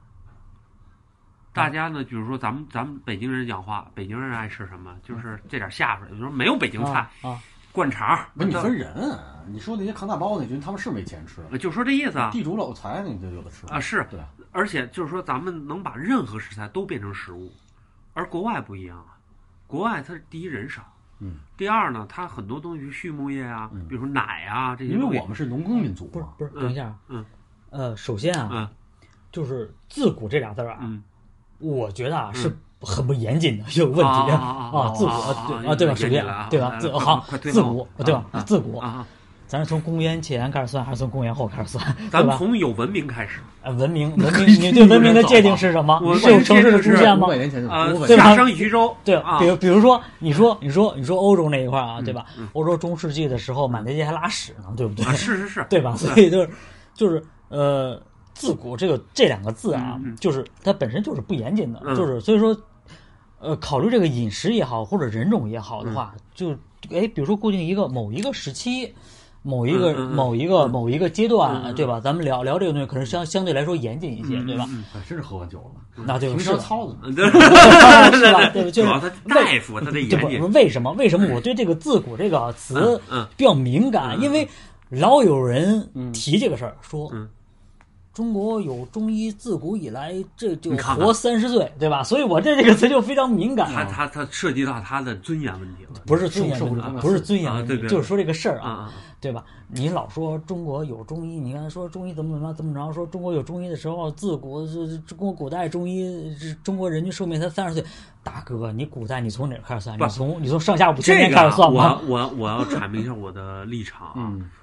[SPEAKER 3] 大家呢，比如说咱们咱们北京人讲话，北京人爱吃什么？就是这点下水，就是没有北京菜
[SPEAKER 4] 啊，啊
[SPEAKER 3] 灌肠。
[SPEAKER 2] 不是你分人，你说那些扛大包那群，他们是没钱吃，
[SPEAKER 3] 就说这意思啊。
[SPEAKER 2] 地主老财你就有的吃
[SPEAKER 3] 啊，是
[SPEAKER 2] 对，
[SPEAKER 3] 而且就是说咱们能把任何食材都变成食物，而国外不一样啊，国外它是第一人少，
[SPEAKER 2] 嗯，
[SPEAKER 3] 第二呢，它很多东西畜牧业啊，嗯、比如说奶啊这些，
[SPEAKER 2] 因为我们是农耕民族，
[SPEAKER 4] 不是不是，等一下，
[SPEAKER 3] 嗯，
[SPEAKER 4] 呃，首先啊，
[SPEAKER 3] 嗯，
[SPEAKER 4] 就是自古这俩字啊，
[SPEAKER 3] 嗯。
[SPEAKER 4] 我觉得啊是很不严谨的，有问题啊！自古对啊，对吧？首先对吧？自好自古对吧？自古，咱是从公元前开始算，还是从公元后开始算？
[SPEAKER 3] 咱们从有文明开始。
[SPEAKER 4] 啊，文明文明，你对文明的界定是什么？是有城市的出现吗？
[SPEAKER 3] 啊，
[SPEAKER 4] 对吧？
[SPEAKER 3] 商以徐州，
[SPEAKER 4] 对，比如比如说，你说你说你说欧洲那一块啊，对吧？欧洲中世纪的时候，满大街还拉屎呢，对不对？
[SPEAKER 3] 是是是，
[SPEAKER 4] 对吧？所以就是就是呃。自古这个这两个字啊，
[SPEAKER 3] 嗯、
[SPEAKER 4] 就是它本身就是不严谨的，
[SPEAKER 3] 嗯、
[SPEAKER 4] 就是所以说，呃，考虑这个饮食也好，或者人种也好的话，
[SPEAKER 3] 嗯、
[SPEAKER 4] 就哎，比如说固定一个某一个时期，某一个、
[SPEAKER 3] 嗯、
[SPEAKER 4] 某一个、
[SPEAKER 3] 嗯、
[SPEAKER 4] 某一个阶段，
[SPEAKER 3] 嗯、
[SPEAKER 4] 对吧？咱们聊聊这个东西，可能相相对来说严谨一些，
[SPEAKER 3] 嗯、
[SPEAKER 4] 对吧？
[SPEAKER 2] 嗯，真是喝完酒了，
[SPEAKER 4] 那就是
[SPEAKER 2] 平常操的，
[SPEAKER 4] 是吧？对吧？就是
[SPEAKER 3] 主要他大夫他的严谨。
[SPEAKER 4] 为什么？为什么我对这个自古这个词比较敏感？因为老有人提这个事儿，说。
[SPEAKER 3] 嗯
[SPEAKER 4] 中国有中医，自古以来这就活三十岁，对吧？所以我对这个词就非常敏感。
[SPEAKER 3] 他他他涉及到他的尊严问题了，
[SPEAKER 4] 不是尊严问题，不是尊严问题，
[SPEAKER 3] 啊、对对
[SPEAKER 4] 就是说这个事儿
[SPEAKER 3] 啊，
[SPEAKER 4] 啊对吧？你老说中国有中医，你看说中医怎么怎么样怎么着，说中国有中医的时候，自古中国古代中医，中国人均寿命才三十岁。大哥，你古代你从哪开始算？你从你从上下五千年开始算吗？
[SPEAKER 3] 我我我要阐明一下我的立场啊。
[SPEAKER 2] 嗯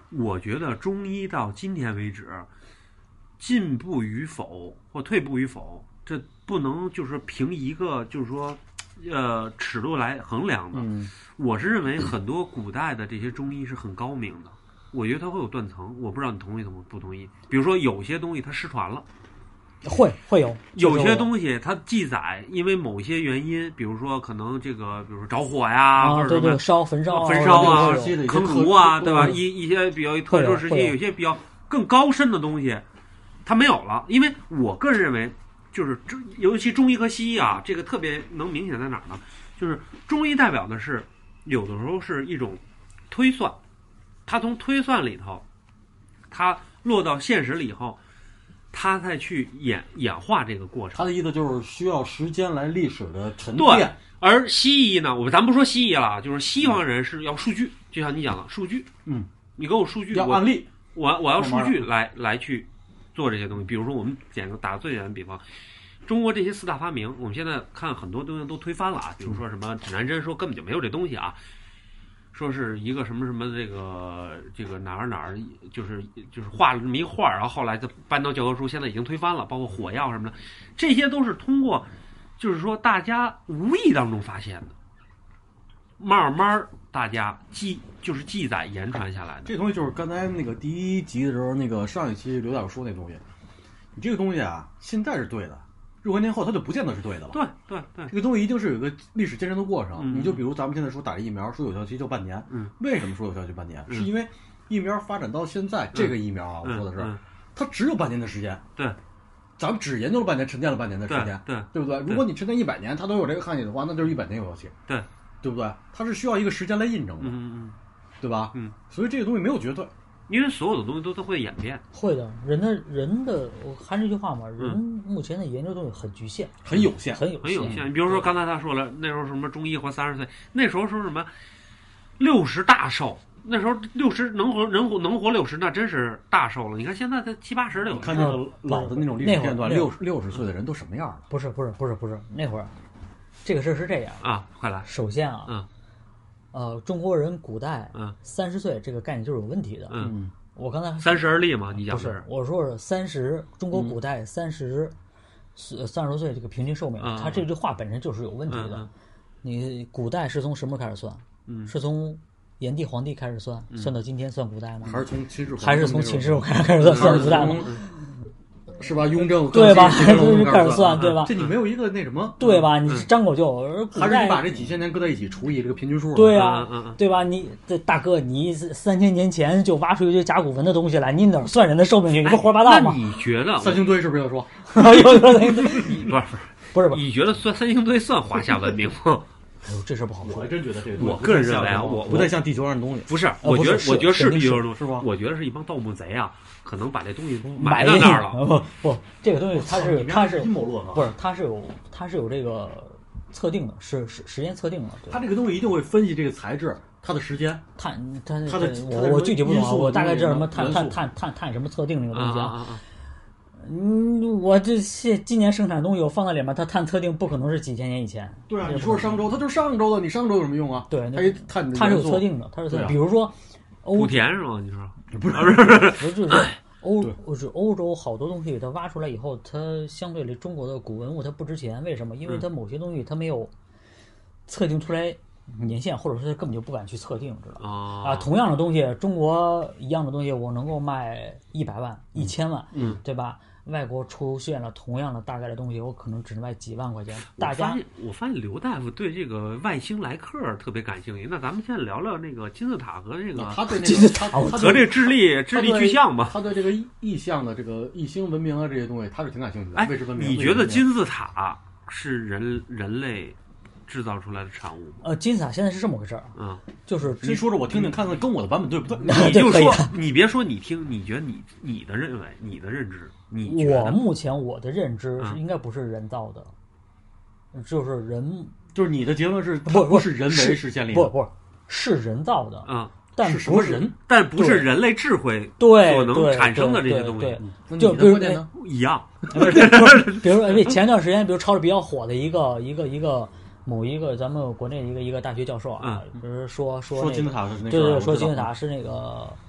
[SPEAKER 3] 我觉得中医到今天为止，进步与否或退步与否，这不能就是凭一个就是说，呃，尺度来衡量的。
[SPEAKER 2] 嗯，
[SPEAKER 3] 我是认为很多古代的这些中医是很高明的，我觉得它会有断层，我不知道你同意不同意。比如说有些东西它失传了。
[SPEAKER 4] 会会有
[SPEAKER 3] 有些东西它记载，因为某些原因，比如说可能这个，比如说着火呀，
[SPEAKER 4] 啊、
[SPEAKER 3] 或者什么
[SPEAKER 4] 对对烧焚烧
[SPEAKER 3] 焚烧啊、坑儒啊，对吧？
[SPEAKER 2] 嗯、
[SPEAKER 3] 一一些比较特殊时期，有些比较更高深的东西，它没有了。因为我个人认为，就是尤其中医和西医啊，这个特别能明显在哪儿呢？就是中医代表的是有的时候是一种推算，它从推算里头，它落到现实了以后。他再去演演化这个过程，
[SPEAKER 2] 他的意思就是需要时间来历史的沉淀。
[SPEAKER 3] 对，而西医呢，我咱不说西医了，就是西方人是要数据，就像你讲的数据，
[SPEAKER 2] 嗯，
[SPEAKER 3] 你给我数据，
[SPEAKER 2] 要案例，
[SPEAKER 3] 我我要数据来来去做这些东西。比如说，我们简个打个最简单的比方，中国这些四大发明，我们现在看很多东西都推翻了啊，比如说什么指南针，说根本就没有这东西啊。说是一个什么什么这个这个哪儿哪儿，就是就是画了这么一个画，然后后来就搬到教科书，现在已经推翻了，包括火药什么的，这些都是通过，就是说大家无意当中发现的，慢慢大家记就是记载言传下来的。
[SPEAKER 2] 这东西就是刚才那个第一集的时候，那个上一期刘大夫说那东西，你这个东西啊，现在是对的。若干年后，它就不见得是对的了。
[SPEAKER 3] 对对对，
[SPEAKER 2] 这个东西一定是有一个历史见证的过程。
[SPEAKER 3] 嗯、
[SPEAKER 2] 你就比如咱们现在说打疫苗，说有效期就半年。
[SPEAKER 3] 嗯，
[SPEAKER 2] 为什么说有效期半年？
[SPEAKER 3] 嗯、
[SPEAKER 2] 是因为疫苗发展到现在，嗯、这个疫苗啊，我说的是，
[SPEAKER 3] 嗯、
[SPEAKER 2] 它只有半年的时间。
[SPEAKER 3] 对，
[SPEAKER 2] 咱们只研究了半年，沉淀了半年的时间。
[SPEAKER 3] 对，对，
[SPEAKER 2] 对不对？如果你沉淀一百年，它都有这个抗体的话，那就是一百年有效期。
[SPEAKER 3] 对，
[SPEAKER 2] 对不对？它是需要一个时间来印证的。
[SPEAKER 3] 嗯嗯，
[SPEAKER 2] 对吧？
[SPEAKER 3] 嗯，
[SPEAKER 2] 所以这个东西没有绝对。
[SPEAKER 3] 因为所有的东西都都会演变，
[SPEAKER 4] 会的。人的人的，我还是这句话嘛，人目前的研究东西很局限，
[SPEAKER 2] 很有限，
[SPEAKER 4] 很有
[SPEAKER 3] 很有限。你比如说刚才他说了，那时候什么中医活三十岁，那时候说什么六十大寿，那时候六十能活能活能活六十，那真是大寿了。你看现在才七八十的有。
[SPEAKER 2] 你看那个老的那种历史片段，六六十岁的人都什么样了？
[SPEAKER 4] 不是不是不是不是，那会儿这个事是这样
[SPEAKER 3] 啊，快来。
[SPEAKER 4] 首先啊，
[SPEAKER 3] 嗯，
[SPEAKER 4] 呃，中国人古代
[SPEAKER 3] 嗯
[SPEAKER 4] 三十岁这个概念就是有问题的，
[SPEAKER 3] 嗯。
[SPEAKER 4] 我刚才
[SPEAKER 3] 三十而立嘛，你讲
[SPEAKER 4] 的是？我说是三十，中国古代三十，三十多岁这个平均寿命，
[SPEAKER 3] 嗯、
[SPEAKER 4] 他这句话本身就是有问题的。
[SPEAKER 3] 嗯、
[SPEAKER 4] 你古代是从什么开始算？
[SPEAKER 3] 嗯、
[SPEAKER 4] 是从炎帝、皇帝开始算，
[SPEAKER 3] 嗯、
[SPEAKER 4] 算到今天算古代吗？
[SPEAKER 2] 还是从秦始皇？
[SPEAKER 4] 还是从秦始皇开始算算古代吗？
[SPEAKER 2] 是吧？雍正
[SPEAKER 4] 对吧？就是开始算对吧？
[SPEAKER 2] 这你没有一个那什么
[SPEAKER 4] 对吧？你张口就
[SPEAKER 2] 还是你把这几千年搁在一起除以这个平均数？
[SPEAKER 4] 对啊，对吧？你这大哥，你三千年前就挖出一堆甲骨文的东西来，你哪算人的寿命去？你不胡说八道吗？
[SPEAKER 3] 那你觉得
[SPEAKER 2] 三星堆是不是要说？
[SPEAKER 4] 有有那
[SPEAKER 3] 不是
[SPEAKER 4] 不是不是？
[SPEAKER 3] 你觉得算三星堆算华夏文明吗？
[SPEAKER 4] 哎呦，这事不好说。
[SPEAKER 2] 我还真觉得这个，
[SPEAKER 3] 我个人认为啊，我
[SPEAKER 2] 不太像地球上的东西。
[SPEAKER 3] 不是，我觉得我觉得是地球上
[SPEAKER 4] 东
[SPEAKER 3] 西，
[SPEAKER 2] 是吧？
[SPEAKER 3] 我觉得是一帮盗墓贼啊。可能把这东西
[SPEAKER 4] 埋
[SPEAKER 3] 到那儿了。
[SPEAKER 4] 不不，这个东西它是它是
[SPEAKER 2] 阴谋论啊，
[SPEAKER 4] 不是它是有它是有这个测定的，是时时间测定的。
[SPEAKER 2] 它这个东西一定会分析这个材质，它的时间，
[SPEAKER 4] 碳它
[SPEAKER 2] 它的
[SPEAKER 4] 我我具体不懂啊，我大概知道什么碳碳碳碳碳什么测定那个东西
[SPEAKER 3] 啊。
[SPEAKER 4] 嗯，我这现今年生产东西我放在里面，它碳测定不可能是几千年以前。
[SPEAKER 2] 对啊，你说是上周，它就是上周的，你上周有什么用啊？
[SPEAKER 4] 对，
[SPEAKER 2] 它一碳
[SPEAKER 4] 它是有测定的，它是测定。比如说。
[SPEAKER 3] 莆田是吗？你说
[SPEAKER 2] 不是
[SPEAKER 4] 不是不是，就是欧是欧洲好多东西，它挖出来以后，它相对于中国的古文物它不值钱，为什么？因为它某些东西它没有测定出来年限，或者说它根本就不敢去测定，知道吗？啊，同样的东西，中国一样的东西，我能够卖一百万、一千万，
[SPEAKER 3] 嗯，
[SPEAKER 4] 对吧？外国出现了同样的大概的东西，我可能只能卖几万块钱。大家，
[SPEAKER 3] 我发现我发现刘大夫对这个外星来客特别感兴趣。那咱们现在聊聊那个金字塔和这个
[SPEAKER 2] 他对
[SPEAKER 4] 金字塔
[SPEAKER 3] 和这个智力智力具象吧。
[SPEAKER 2] 他对这个异象的这个异星文明啊这些东西，他是挺感兴趣的。
[SPEAKER 3] 哎，
[SPEAKER 2] 未知文明，
[SPEAKER 3] 你觉得金字塔是人人类制造出来的产物吗？
[SPEAKER 4] 呃，金字塔现在是这么回事儿，
[SPEAKER 3] 嗯，
[SPEAKER 4] 就是
[SPEAKER 2] 你说说我听听，看看跟我的版本对不对？
[SPEAKER 3] 你就说，你别说你听，你觉得你你的认为，你的认知。你
[SPEAKER 4] 我目前我的认知是应该不是人造的，嗯、就是人，
[SPEAKER 2] 就是你的结论是
[SPEAKER 4] 不
[SPEAKER 2] 不是人为实现力，
[SPEAKER 4] 不不是人造的，
[SPEAKER 3] 嗯，
[SPEAKER 4] 但
[SPEAKER 2] 是什么人？
[SPEAKER 3] 但不是人类智慧
[SPEAKER 4] 对
[SPEAKER 3] 所能产生的这些东西，
[SPEAKER 4] 就比如
[SPEAKER 3] 一样。
[SPEAKER 4] 比如说前段时间，比如炒的比较火的一个一个一个某一个咱们国内一个一个大学教授啊，
[SPEAKER 3] 嗯、
[SPEAKER 4] 比如说说、
[SPEAKER 2] 说金字塔是那
[SPEAKER 4] 对对，说金字塔是那个。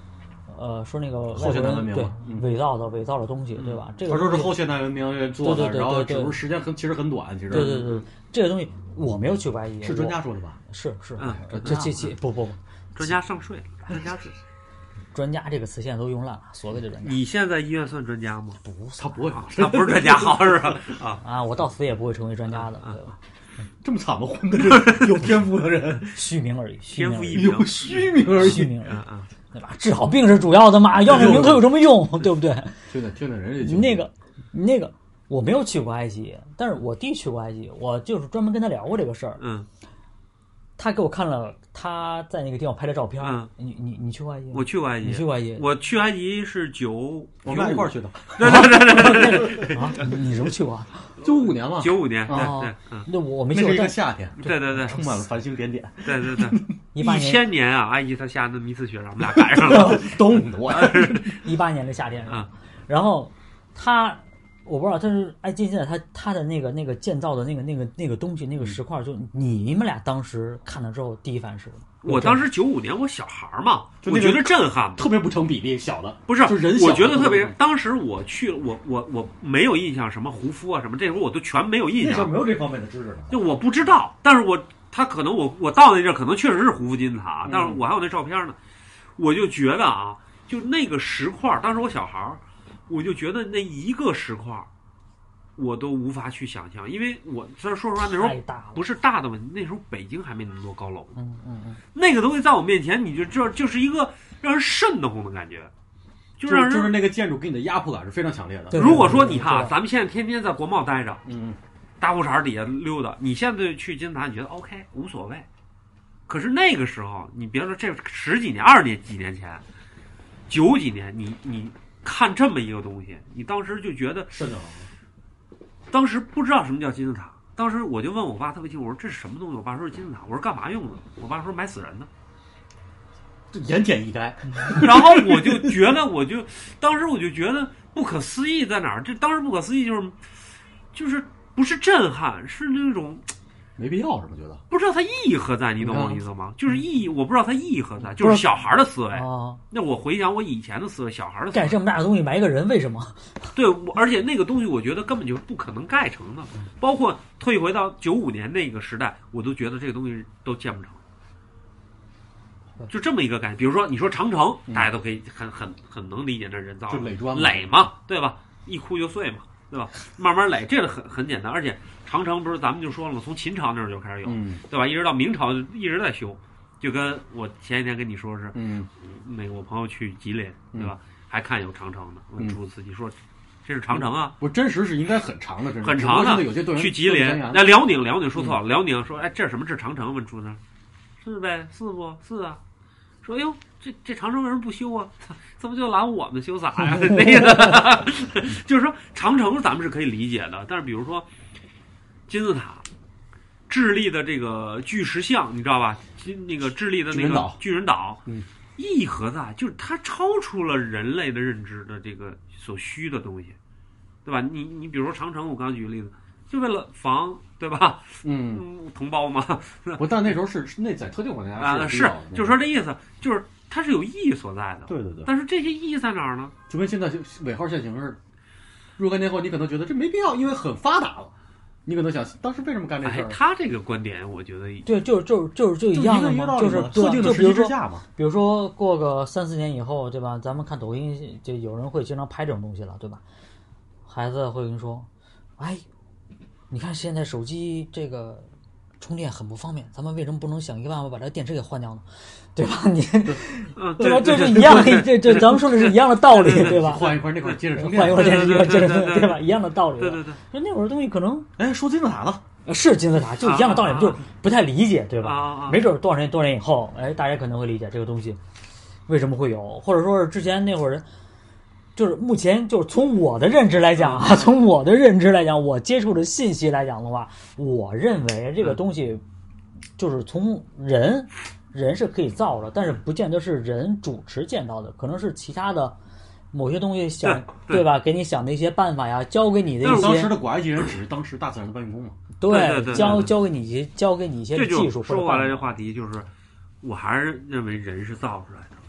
[SPEAKER 4] 呃，说那个
[SPEAKER 2] 后现代文明
[SPEAKER 4] 对
[SPEAKER 2] 嗯、
[SPEAKER 4] 伪造的伪造的东西，对吧？这个
[SPEAKER 2] 他说是后现代文明做的，
[SPEAKER 4] 对对对对对
[SPEAKER 2] 然后只不过时间很其实很短，其实
[SPEAKER 4] 对对对，这个东西我没有去过埃及，
[SPEAKER 2] 是专家说的吧？
[SPEAKER 4] 是是，
[SPEAKER 3] 嗯
[SPEAKER 4] 这这这不不不，
[SPEAKER 3] 专家上税了，专家是
[SPEAKER 4] 专家这个词现在都用烂了，所谓的专家。
[SPEAKER 3] 你现在医院算专家吗？
[SPEAKER 4] 不，
[SPEAKER 2] 他不会，
[SPEAKER 3] 他不是专家，好是吧？啊
[SPEAKER 4] 啊，我到死也不会成为专家的，对吧？
[SPEAKER 2] 这么惨吗？混的是有天赋的人，
[SPEAKER 4] 虚名而已，
[SPEAKER 3] 天赋异
[SPEAKER 2] 名，有虚名而已，
[SPEAKER 4] 虚名而已，
[SPEAKER 3] 嗯嗯，
[SPEAKER 4] 对吧？治好病是主要的嘛，要那名头有什么用，对不对？
[SPEAKER 2] 听听听听人
[SPEAKER 4] 家那个那个，我没有去过埃及，但是我弟去过埃及，我就是专门跟他聊过这个事儿。
[SPEAKER 3] 嗯，
[SPEAKER 4] 他给我看了他在那个地方拍的照片。
[SPEAKER 3] 嗯，
[SPEAKER 4] 你你你去过埃及吗？
[SPEAKER 3] 我去过埃及，
[SPEAKER 4] 你去过埃及？
[SPEAKER 3] 我去埃及是九，
[SPEAKER 2] 我们俩一块儿去的。
[SPEAKER 3] 对对对对
[SPEAKER 4] 啊，你你什么去过？
[SPEAKER 2] 九五年嘛，
[SPEAKER 3] 九五年，对
[SPEAKER 4] 对，
[SPEAKER 3] 嗯，
[SPEAKER 4] 那我我没去过。
[SPEAKER 2] 那是一个夏天，
[SPEAKER 3] 对对对，
[SPEAKER 2] 充满了繁星点点。
[SPEAKER 3] 对对对，
[SPEAKER 4] 一
[SPEAKER 3] 千年啊，埃及它下那么一次雪，让我们俩赶上了，
[SPEAKER 2] 懂的我。
[SPEAKER 4] 一八年的夏天
[SPEAKER 3] 啊，
[SPEAKER 4] 然后他。我不知道他是埃及现在他他的那个那个建造的那个那个那个东西那个石块，就你们俩当时看了之后第一反应是什么？
[SPEAKER 3] 我当时九五年我小孩嘛，我觉得震撼，
[SPEAKER 2] 特别不成比例，小的
[SPEAKER 3] 不是，
[SPEAKER 2] 就人
[SPEAKER 3] 我觉得特别。当时我去了，我我我没有印象什么胡夫啊什么，这时候我都全没有印象，
[SPEAKER 2] 那时候没有这方面的知识，
[SPEAKER 3] 就我不知道。但是我他可能我我到那阵可能确实是胡夫金字塔，但是我还有那照片呢，我就觉得啊，就那个石块，当时我小孩，我就觉得那一个石块。我都无法去想象，因为我虽然说实话那时候不是大的问题，那时候北京还没那么多高楼，
[SPEAKER 4] 嗯嗯嗯，
[SPEAKER 3] 那个东西在我面前，你就知道就是一个让人瘆得慌的感觉，
[SPEAKER 2] 就是让人就是那个建筑给你的压迫感是非常强烈的。
[SPEAKER 3] 如果说你看，咱们现在天天在国贸待着，
[SPEAKER 2] 嗯，
[SPEAKER 3] 大裤衩底下溜达，你现在去金字塔，你觉得 OK 无所谓，可是那个时候，你别说这十几年、二十年几年前、九几年，你你看这么一个东西，你当时就觉得
[SPEAKER 2] 瘆得慌。
[SPEAKER 3] 当时不知道什么叫金字塔，当时我就问我爸特别清楚，我说这是什么东西？我爸说是金字塔，我说干嘛用的？我爸说埋死人的，
[SPEAKER 2] 这言简意赅。
[SPEAKER 3] 然后我就觉得，我就当时我就觉得不可思议在哪儿？这当时不可思议就是就是不是震撼，是那种
[SPEAKER 2] 没必要，是不觉得？
[SPEAKER 3] 不知道它意义何在，你懂我意思吗？就是意义，我不知道它意义何在，就是小孩的思维。
[SPEAKER 4] 啊，
[SPEAKER 3] 那我回想我以前的思维，小孩的思维
[SPEAKER 4] 盖这么大的东西埋一个人，为什么？
[SPEAKER 3] 对，而且那个东西我觉得根本就不可能盖成的，包括退回到九五年那个时代，我都觉得这个东西都建不成。就这么一个概念，比如说你说长城，大家都可以很很很能理解，这人造
[SPEAKER 2] 就垒砖
[SPEAKER 3] 垒嘛，对吧？一哭就碎嘛，对吧？慢慢垒，这个很很简单。而且长城不是咱们就说了吗？从秦朝那时候就开始有，
[SPEAKER 2] 嗯、
[SPEAKER 3] 对吧？一直到明朝一直在修，就跟我前几天跟你说是，
[SPEAKER 2] 嗯，
[SPEAKER 3] 那个我朋友去吉林，对吧？嗯、还看有长城呢，问朱司机说。这是长城啊！
[SPEAKER 2] 我真实是应该很长的，真
[SPEAKER 3] 很长的。
[SPEAKER 2] 有些队员
[SPEAKER 3] 去吉林，那辽宁，辽宁说错了，辽宁说，哎，这是什么？这是长城？问朱呢？是呗？是不？是啊。说，哎呦，这这长城为什么不修啊？这不就拦我们修啥呀？那个，就是说长城咱们是可以理解的，但是比如说金字塔、智利的这个巨石像，你知道吧？金那个智利的那个巨人岛，
[SPEAKER 2] 嗯，
[SPEAKER 3] 意义何在？就是它超出了人类的认知的这个所需的东西，对吧？你你比如说长城，我刚刚举个例子，就为了防，对吧？
[SPEAKER 2] 嗯，
[SPEAKER 3] 同胞嘛。
[SPEAKER 2] 不，但那时候是那在特定国家
[SPEAKER 3] 啊，是，就是说这意思，就是它是有意义所在的。
[SPEAKER 2] 对对对。
[SPEAKER 3] 但是这些意义在哪儿呢？
[SPEAKER 2] 就跟现在就尾号线形式，若干年后你可能觉得这没必要，因为很发达了。你可能想，当时为什么干这事儿？
[SPEAKER 3] 哎，他这个观点，我觉得
[SPEAKER 4] 对，就就就就一样的嘛，就是
[SPEAKER 2] 特定的时机之下嘛。
[SPEAKER 4] 比如说过个三四年以后，对吧？咱们看抖音，就有人会经常拍这种东西了，对吧？孩子会跟你说：“哎，你看现在手机这个充电很不方便，咱们为什么不能想一个办法把这个电池给换掉呢？对吧？你对吧？这是一样的，这这咱们说的是一样的道理，对吧？
[SPEAKER 2] 换一块那块接着充电，
[SPEAKER 4] 换一块电池一块接着充电，对吧？一样的道理。
[SPEAKER 3] 对对对。
[SPEAKER 4] 那那会儿东西可能，
[SPEAKER 2] 哎，说金字塔了。
[SPEAKER 4] 是金字塔，就一样的道理，就不太理解，对吧？
[SPEAKER 3] 啊、
[SPEAKER 4] 没准多少年多少年以后，哎，大家可能会理解这个东西为什么会有，或者说是之前那会儿，就是目前就是从我的认知来讲啊，从我的认知来讲，我接触的信息来讲的话，我认为这个东西就是从人，人是可以造的，但是不见得是人主持建造的，可能是其他的。某些东西想 对, 对吧？给你想的一些办法呀，教给你的一些。
[SPEAKER 2] 当时的古埃及人只是当时大自然的搬运工嘛。
[SPEAKER 3] 对, 对, 对, 对，
[SPEAKER 4] 教教给你一些，教给你一些技术。
[SPEAKER 3] 说回来这话题就是，我还是认为人是造出来的，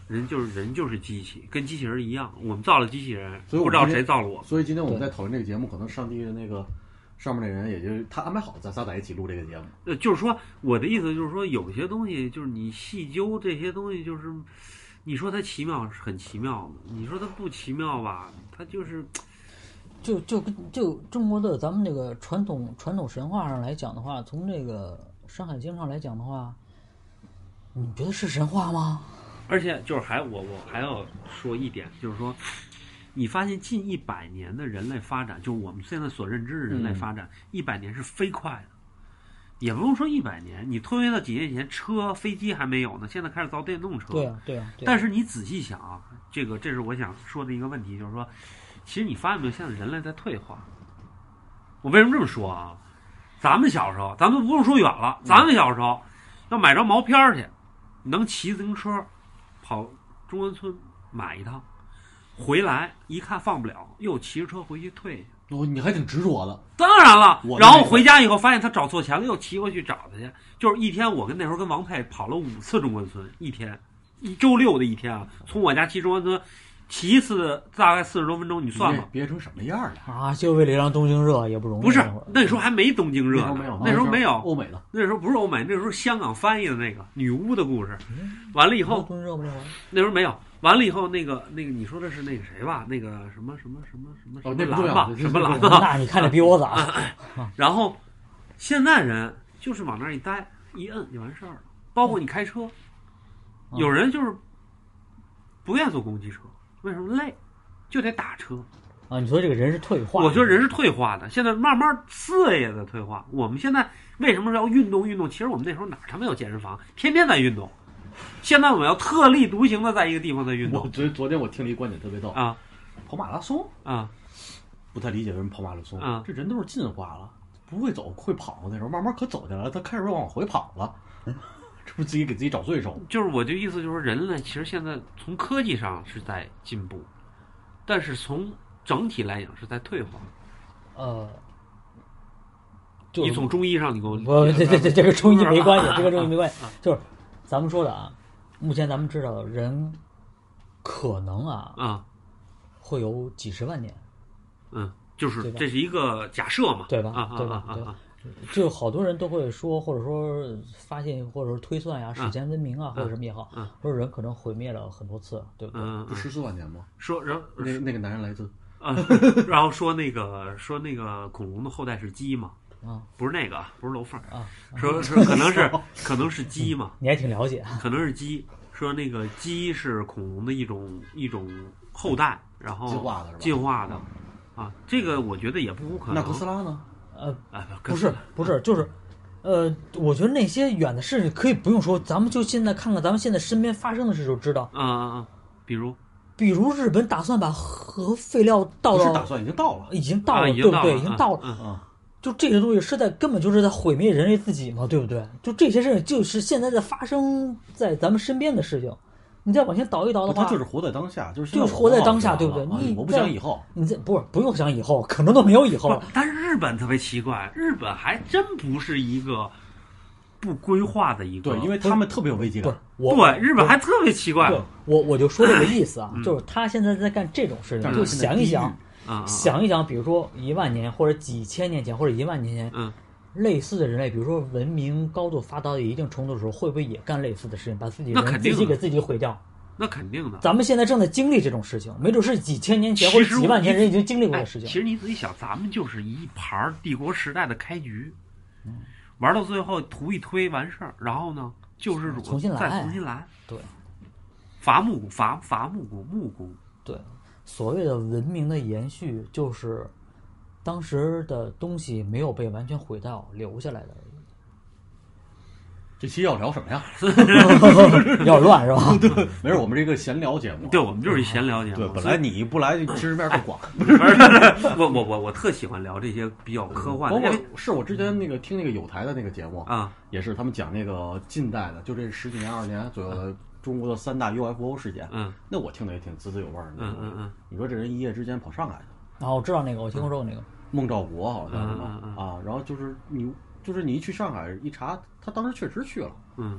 [SPEAKER 3] 人就是人就是机器，跟机器人一样，我们造了机器人，
[SPEAKER 2] 所以我
[SPEAKER 3] 不知道谁造了我。
[SPEAKER 2] 所以今天我们在讨论这个节目，可能上帝的那个上面那人，也就是他安排好咱仨在一起录这个节目。
[SPEAKER 3] 呃，就是说我的意思就是说，有些东西就是你细究这些东西，就是你说它奇妙是很奇妙的，你说它不奇妙吧，它就是。
[SPEAKER 4] 就就跟就中国的咱们这个传统传统神话上来讲的话，从这个《山海经》上来讲的话，你觉得是神话吗？
[SPEAKER 3] 而且就是还我我还要说一点，就是说，你发现近一百年的人类发展，就是我们现在所认知的人类发展，一百、嗯、年是飞快的，也不用说一百年，你推到几年前，车飞机还没有呢，现在开始造电动车。
[SPEAKER 4] 对啊，对啊。对啊
[SPEAKER 3] 但是你仔细想啊，这个这是我想说的一个问题，就是说。其实你发现没有，现在人类在退化。我为什么这么说啊？咱们小时候，咱们不用说远了，咱们小时候要买着毛片去，能骑自行车跑中关村买一趟，回来一看放不了，又骑着车回去退去。
[SPEAKER 2] 哦，你还挺执着的。
[SPEAKER 3] 当然了，然后回家以后发现他找错钱了，又骑回去找他去。就是一天，我跟那时候跟王佩跑了五次中关村，一天，一周六的一天啊，从我家骑中关村。骑一次大概四十多分钟，你算吧，
[SPEAKER 2] 憋成什么样了
[SPEAKER 4] 啊？就为了让东京热也不容易。
[SPEAKER 3] 不是，那时候还没东京热呢，
[SPEAKER 2] 那时候没有，
[SPEAKER 3] 那时候没有
[SPEAKER 2] 欧美的，
[SPEAKER 3] 那时候不是欧美，那时候香港翻译的那个女巫的故事。完了以后，
[SPEAKER 4] 东京热不了。
[SPEAKER 3] 那时候没有，完了以后，那个那个你说的是那个谁吧？那个什么什么什么什么什么蓝吧？什么蓝吧？
[SPEAKER 4] 那你看的比我早。
[SPEAKER 3] 然后现在人就是往那儿一待，一摁就完事儿了。包括你开车，有人就是不愿意坐公共汽车，为什么累？就得打车
[SPEAKER 4] 啊！你说这个人是退化？
[SPEAKER 3] 我觉得人是退化的，现在慢慢思维也在退化。我们现在为什么要运动运动？其实我们那时候哪他妈有健身房，天天在运动。现在我们要特立独行的在一个地方在运动。
[SPEAKER 2] 我昨昨天我听了一观点特别逗
[SPEAKER 3] 啊，
[SPEAKER 2] 跑马拉松
[SPEAKER 3] 啊，
[SPEAKER 2] 不太理解为什么跑马拉松
[SPEAKER 3] 啊？
[SPEAKER 2] 这人都是进化了，不会走会跑，那时候慢慢可走起来了，他开始往回跑了。这不是自己给自己找罪受？
[SPEAKER 3] 就是我的意思，就是人类其实现在从科技上是在进步。但是从整体来讲是在退化。
[SPEAKER 4] 呃，
[SPEAKER 3] 你从中医上你给我，
[SPEAKER 4] 不，这这这这个中医没关系，这个中医没关系。就是咱们说的啊，目前咱们知道人可能啊
[SPEAKER 3] 啊
[SPEAKER 4] 会有几十万年。
[SPEAKER 3] 嗯，就是这是一个假设嘛，
[SPEAKER 4] 对吧？
[SPEAKER 3] 啊
[SPEAKER 4] 对吧？
[SPEAKER 3] 啊啊！
[SPEAKER 4] 就好多人都会说，或者说发现，或者说推算呀，史前文明啊，或者什么也好，说人可能毁灭了很多次，对不对？
[SPEAKER 3] 嗯，
[SPEAKER 2] 不十四万年吗？
[SPEAKER 3] 说，然后
[SPEAKER 2] 那那个男人来自
[SPEAKER 3] 啊，然后说那个说那个恐龙的后代是鸡嘛？
[SPEAKER 4] 啊，
[SPEAKER 3] 不是那个，不是楼凤
[SPEAKER 4] 啊，
[SPEAKER 3] 说是可能是可能是鸡嘛？
[SPEAKER 4] 你还挺了解，
[SPEAKER 3] 可能是鸡。说那个鸡是恐龙的一种一种后代，然后
[SPEAKER 2] 进化的是吧？
[SPEAKER 3] 进化的啊，这个我觉得也不无可能。
[SPEAKER 2] 那哥斯拉呢？
[SPEAKER 4] 呃，
[SPEAKER 3] 啊，
[SPEAKER 4] 不是不是，就是，呃，我觉得那些远的事可以不用说，咱们就现在看看咱们现在身边发生的事就知道。
[SPEAKER 3] 啊啊啊！比如，
[SPEAKER 4] 比如日本打算把核废料倒到，
[SPEAKER 2] 不是打算已经到了，
[SPEAKER 4] 已经到了，
[SPEAKER 3] 啊、
[SPEAKER 4] 对不对？已经到了。
[SPEAKER 3] 嗯
[SPEAKER 2] 嗯。
[SPEAKER 4] 就这些东西是在根本就是在毁灭人类自己嘛，对不对？就这些事情就是现在在发生在咱们身边的事情。你再往前倒一倒的话，
[SPEAKER 2] 他就是活在当下，就是
[SPEAKER 4] 就是活在当下，对不对？你
[SPEAKER 2] 我不想以后，
[SPEAKER 4] 你这不是不用想以后，可能都没有以后了。
[SPEAKER 3] 但是日本特别奇怪，日本还真不是一个不规划的一个，
[SPEAKER 2] 对，因为他们特别有危机感。
[SPEAKER 3] 对，日本还特别奇怪。
[SPEAKER 4] 我我就说这个意思啊，就是他现在在干这种事情，就想一想，想一想，比如说一万年或者几千年前或者一万年前，
[SPEAKER 3] 嗯。
[SPEAKER 4] 类似的人类，比如说文明高度发达到一定程度的时候，会不会也干类似的事情，把自己人自己给自己毁掉？
[SPEAKER 3] 那肯定的。
[SPEAKER 4] 咱们现在正在经历这种事情，没准是几千年前或者几万年人已经经历过的事情。
[SPEAKER 3] 其实你仔细想，咱们就是一盘帝国时代的开局，嗯、玩到最后图一推完事儿，然后呢，救世主
[SPEAKER 4] 重新来，
[SPEAKER 3] 再重新来。
[SPEAKER 4] 对，
[SPEAKER 3] 伐木伐伐木工木工。
[SPEAKER 4] 对，所谓的文明的延续就是。当时的东西没有被完全毁掉，留下来的而已。
[SPEAKER 2] 这期要聊什么呀？
[SPEAKER 4] 有点乱是吧？
[SPEAKER 2] 对，没事，我们这个闲聊节目。
[SPEAKER 3] 对，我们就是一闲聊节目。
[SPEAKER 2] 对，本来你不来，知识面更广。
[SPEAKER 3] 不是，我我我我特喜欢聊这些比较科幻的。
[SPEAKER 2] 包括是我之前那个听那个有台的那个节目
[SPEAKER 3] 啊，
[SPEAKER 2] 也是他们讲那个近代的，就这十几年、二十年左右的中国的三大 U F O 事件。
[SPEAKER 3] 嗯，
[SPEAKER 2] 那我听的也挺滋滋有味儿的。
[SPEAKER 3] 嗯嗯嗯，
[SPEAKER 2] 你说这人一夜之间跑上海的。
[SPEAKER 4] 啊，我知道那个，我听说过那个
[SPEAKER 2] 孟兆国好像是吧？
[SPEAKER 3] 嗯嗯嗯
[SPEAKER 2] 啊，然后就是你，就是你一去上海一查，他当时确实去了。
[SPEAKER 3] 嗯，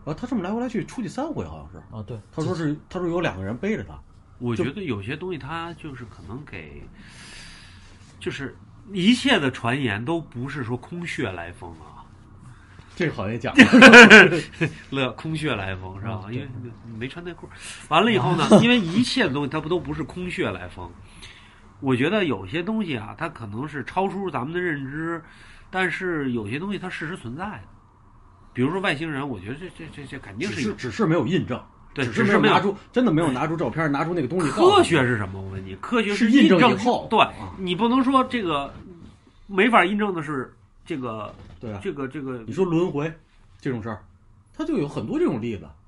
[SPEAKER 2] 啊，他这么来回来去出去三回，好像是
[SPEAKER 4] 啊，对，
[SPEAKER 2] 他说是他说有两个人背着他。
[SPEAKER 3] 我觉得有些东西他就是可能给，就是一切的传言都不是说空穴来风啊。
[SPEAKER 2] 这个好像也讲
[SPEAKER 3] 乐空穴来风是吧？因为没穿内裤。完了以后呢，因为一切的东西它不都不是空穴来风。我觉得有些东西啊，它可能是超出咱们的认知，但是有些东西它事实存在的。比如说外星人，我觉得这这这这肯定
[SPEAKER 2] 是
[SPEAKER 3] 是
[SPEAKER 2] 只是没有印证。
[SPEAKER 3] 对，
[SPEAKER 2] 只是没有拿出，真的没有拿出照片，拿出那个东西。
[SPEAKER 3] 科学是什么？我问你，科学
[SPEAKER 2] 是
[SPEAKER 3] 印
[SPEAKER 2] 证以后。
[SPEAKER 3] 对，你不能说这个没法印证的是这个，
[SPEAKER 2] 对啊，
[SPEAKER 3] 这个这个，
[SPEAKER 2] 你说轮回这种事儿，它就有很多这种例子。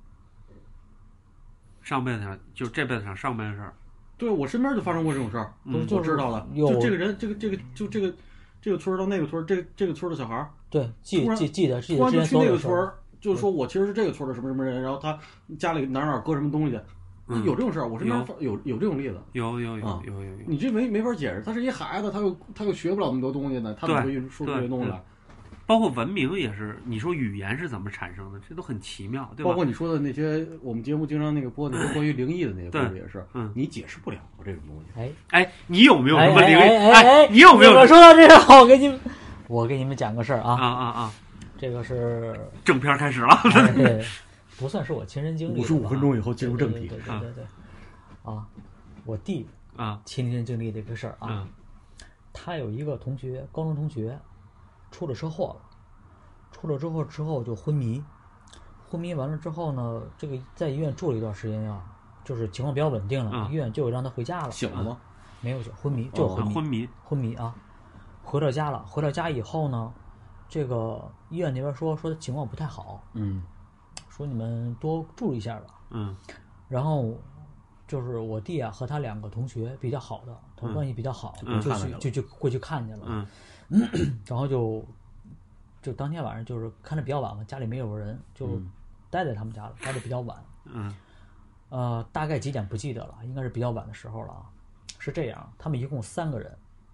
[SPEAKER 3] 上辈子上就这辈子上上辈子事儿，
[SPEAKER 2] 对我身边就发生过这种事儿，
[SPEAKER 4] 嗯，
[SPEAKER 2] 我知道的。就这个人，这个这个就这个这个村到那个村，这个这个村的小孩儿，
[SPEAKER 4] 对，记记记得，
[SPEAKER 2] 突然就去那个村。就是说我其实是这个村的什么什么人，然后他家里哪哪搁什么东西，嗯、有这种事儿，我身边有有有这种例子，
[SPEAKER 3] 有有有有有有，
[SPEAKER 2] 你这没没法解释，他是一孩子，他又他又学不了那么多东西呢，他怎么会说出这些东西来？
[SPEAKER 3] 包括文明也是，你说语言是怎么产生的，这都很奇妙，对吧？
[SPEAKER 2] 包括你说的那些我们节目经常那个播的那些关于灵异的那些故事也是，嗯，你解释不了这种东西。
[SPEAKER 4] 哎
[SPEAKER 3] 哎，你有没有什么灵异？
[SPEAKER 4] 哎哎，
[SPEAKER 3] 你有没有？
[SPEAKER 4] 我说到这个，我给你们，我给你们讲个事儿啊
[SPEAKER 3] 啊啊啊！
[SPEAKER 4] 这个是
[SPEAKER 3] 正片开始了，
[SPEAKER 4] 哎、对，不算是我亲身经历。
[SPEAKER 2] 五十五分钟以后进入正题。
[SPEAKER 4] 对对对对对，啊，我弟
[SPEAKER 3] 啊
[SPEAKER 4] 亲身经历的一个事儿啊，
[SPEAKER 3] 嗯、
[SPEAKER 4] 他有一个同学，高中同学，出了车祸了，出了车祸之后就昏迷，昏迷完了之后呢，这个在医院住了一段时间啊，就是情况比较稳定了，
[SPEAKER 3] 嗯、
[SPEAKER 4] 医院就让他回家了。
[SPEAKER 2] 醒了吗？
[SPEAKER 4] 没有醒，昏迷，就是昏迷，
[SPEAKER 3] 哦、昏迷，
[SPEAKER 4] 昏迷啊，回到家了，回到家以后呢。这个医院那边说说情况不太好，
[SPEAKER 2] 嗯，
[SPEAKER 4] 说你们多注意一下吧，
[SPEAKER 3] 嗯，
[SPEAKER 4] 然后就是我弟啊和他两个同学比较好的，他关系比较好，
[SPEAKER 3] 嗯、
[SPEAKER 4] 就去就就过去看去了，
[SPEAKER 3] 嗯，
[SPEAKER 4] 然后就就当天晚上就是看的比较晚嘛，家里没有人，就待在他们家了，待的比较晚，
[SPEAKER 3] 嗯，
[SPEAKER 4] 呃，大概几点不记得了，应该是比较晚的时候了啊，是这样，他们一共三个人，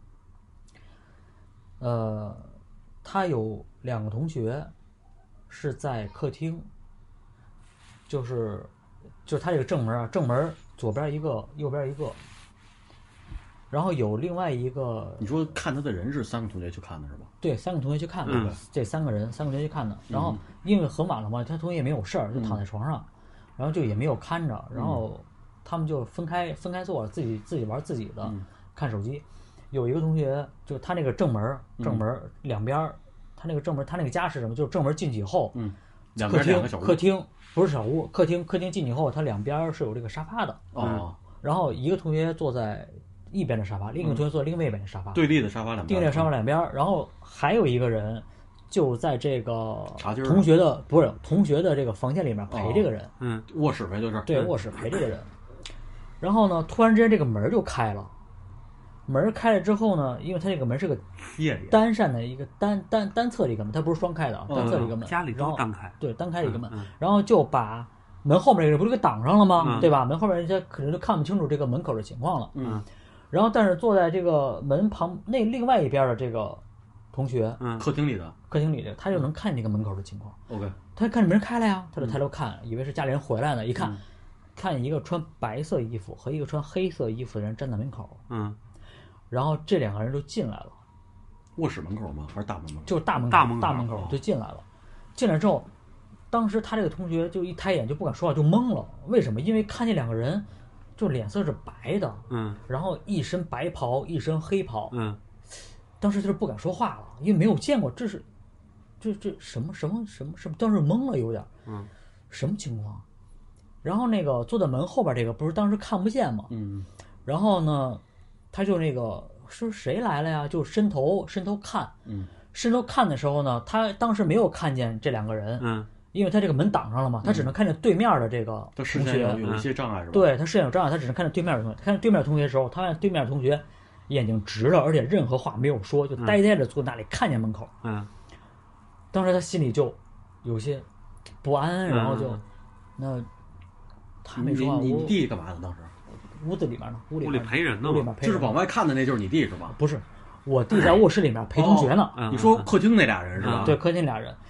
[SPEAKER 4] 呃。他有两个同学是在客厅，就是就是他这个正门啊，正门左边一个，右边一个，然后有另外一个。
[SPEAKER 2] 你说看他的人是三个同学去看的是吧？
[SPEAKER 4] 对，三个同学去看的，
[SPEAKER 3] 嗯、
[SPEAKER 4] 这三个人三个同学去看的。然后因为很晚了嘛，他同学也没有事儿，就躺在床上，嗯、然后就也没有看着，然后他们就分开分开坐了，自己自己玩自己的，
[SPEAKER 2] 嗯、
[SPEAKER 4] 看手机。有一个同学就他那个正门正门两边。他那个正门，他那个家是什么？就是正门进去以后，
[SPEAKER 2] 嗯，
[SPEAKER 4] 客厅客厅不是小屋，客厅客厅进去以后，它两边是有这个沙发的
[SPEAKER 2] 哦。
[SPEAKER 4] 然后一个同学坐在一边的沙发，另一个同学坐在另外一边的沙发，
[SPEAKER 2] 对立的沙发两边，
[SPEAKER 4] 对立的沙发两边。然后还有一个人就在这个
[SPEAKER 2] 茶几
[SPEAKER 4] 同学的不是同学的这个房间里面陪这个人，
[SPEAKER 3] 嗯，
[SPEAKER 2] 卧室呗，就是
[SPEAKER 4] 对卧室陪这个人。然后呢，突然之间这个门就开了。门开了之后呢，因为它这个门是个单扇的一个单单单侧的一个门，它不是双开的啊，单侧的一个门。
[SPEAKER 3] 家里都单开，
[SPEAKER 4] 对，单开的一个门，然后就把门后面这个人不是给挡上了吗？对吧？门后面人家可能就看不清楚这个门口的情况了。
[SPEAKER 2] 嗯。
[SPEAKER 4] 然后，但是坐在这个门旁那另外一边的这个同学，
[SPEAKER 3] 嗯，
[SPEAKER 2] 客厅里的，
[SPEAKER 4] 客厅里的，他就能看见这个门口的情况。
[SPEAKER 2] OK。
[SPEAKER 4] 他看见门开了呀，他就抬头看，以为是家里人回来了，一看，看一个穿白色衣服和一个穿黑色衣服的人站在门口。
[SPEAKER 3] 嗯。
[SPEAKER 4] 然后这两个人就进来了，
[SPEAKER 2] 卧室门口吗？还是大门门口？
[SPEAKER 4] 就是大门口，
[SPEAKER 3] 大门口
[SPEAKER 4] 大门口就进来了。进来之后，当时他这个同学就一抬眼就不敢说话，就懵了。为什么？因为看见两个人，就脸色是白的，
[SPEAKER 3] 嗯，
[SPEAKER 4] 然后一身白袍，一身黑袍，
[SPEAKER 3] 嗯，
[SPEAKER 4] 当时他就不敢说话了，因为没有见过，这是，这这什么什么什么什么，当时懵了有点，
[SPEAKER 3] 嗯，
[SPEAKER 4] 什么情况？然后那个坐在门后边这个不是当时看不见吗？
[SPEAKER 2] 嗯，
[SPEAKER 4] 然后呢？他就那个说谁来了呀？就伸头伸头看，
[SPEAKER 2] 嗯，
[SPEAKER 4] 伸头看的时候呢，他当时没有看见这两个人，
[SPEAKER 3] 嗯，
[SPEAKER 4] 因为他这个门挡上了嘛，他只能看见对面的这个同学，
[SPEAKER 2] 有有一些障碍是吧？
[SPEAKER 4] 对他视线有障碍，他只能看见对面的同学。看见对面的同学的时候，他看对面的同学眼睛直了，而且任何话没有说，就呆呆的坐那里看见门口。
[SPEAKER 3] 嗯，
[SPEAKER 4] 当时他心里就有些不安，然后就、嗯、那他没说话。
[SPEAKER 2] 你你弟干嘛呢？当时？
[SPEAKER 4] 屋子里面呢，屋里
[SPEAKER 3] 屋里陪人呢，
[SPEAKER 4] 屋里面陪
[SPEAKER 2] 就是往外看的那就是你弟是吧？
[SPEAKER 4] 不是，我弟在卧室里面陪同学呢。
[SPEAKER 2] 哦、你说客厅那俩人是吧？
[SPEAKER 4] 对，客厅俩人。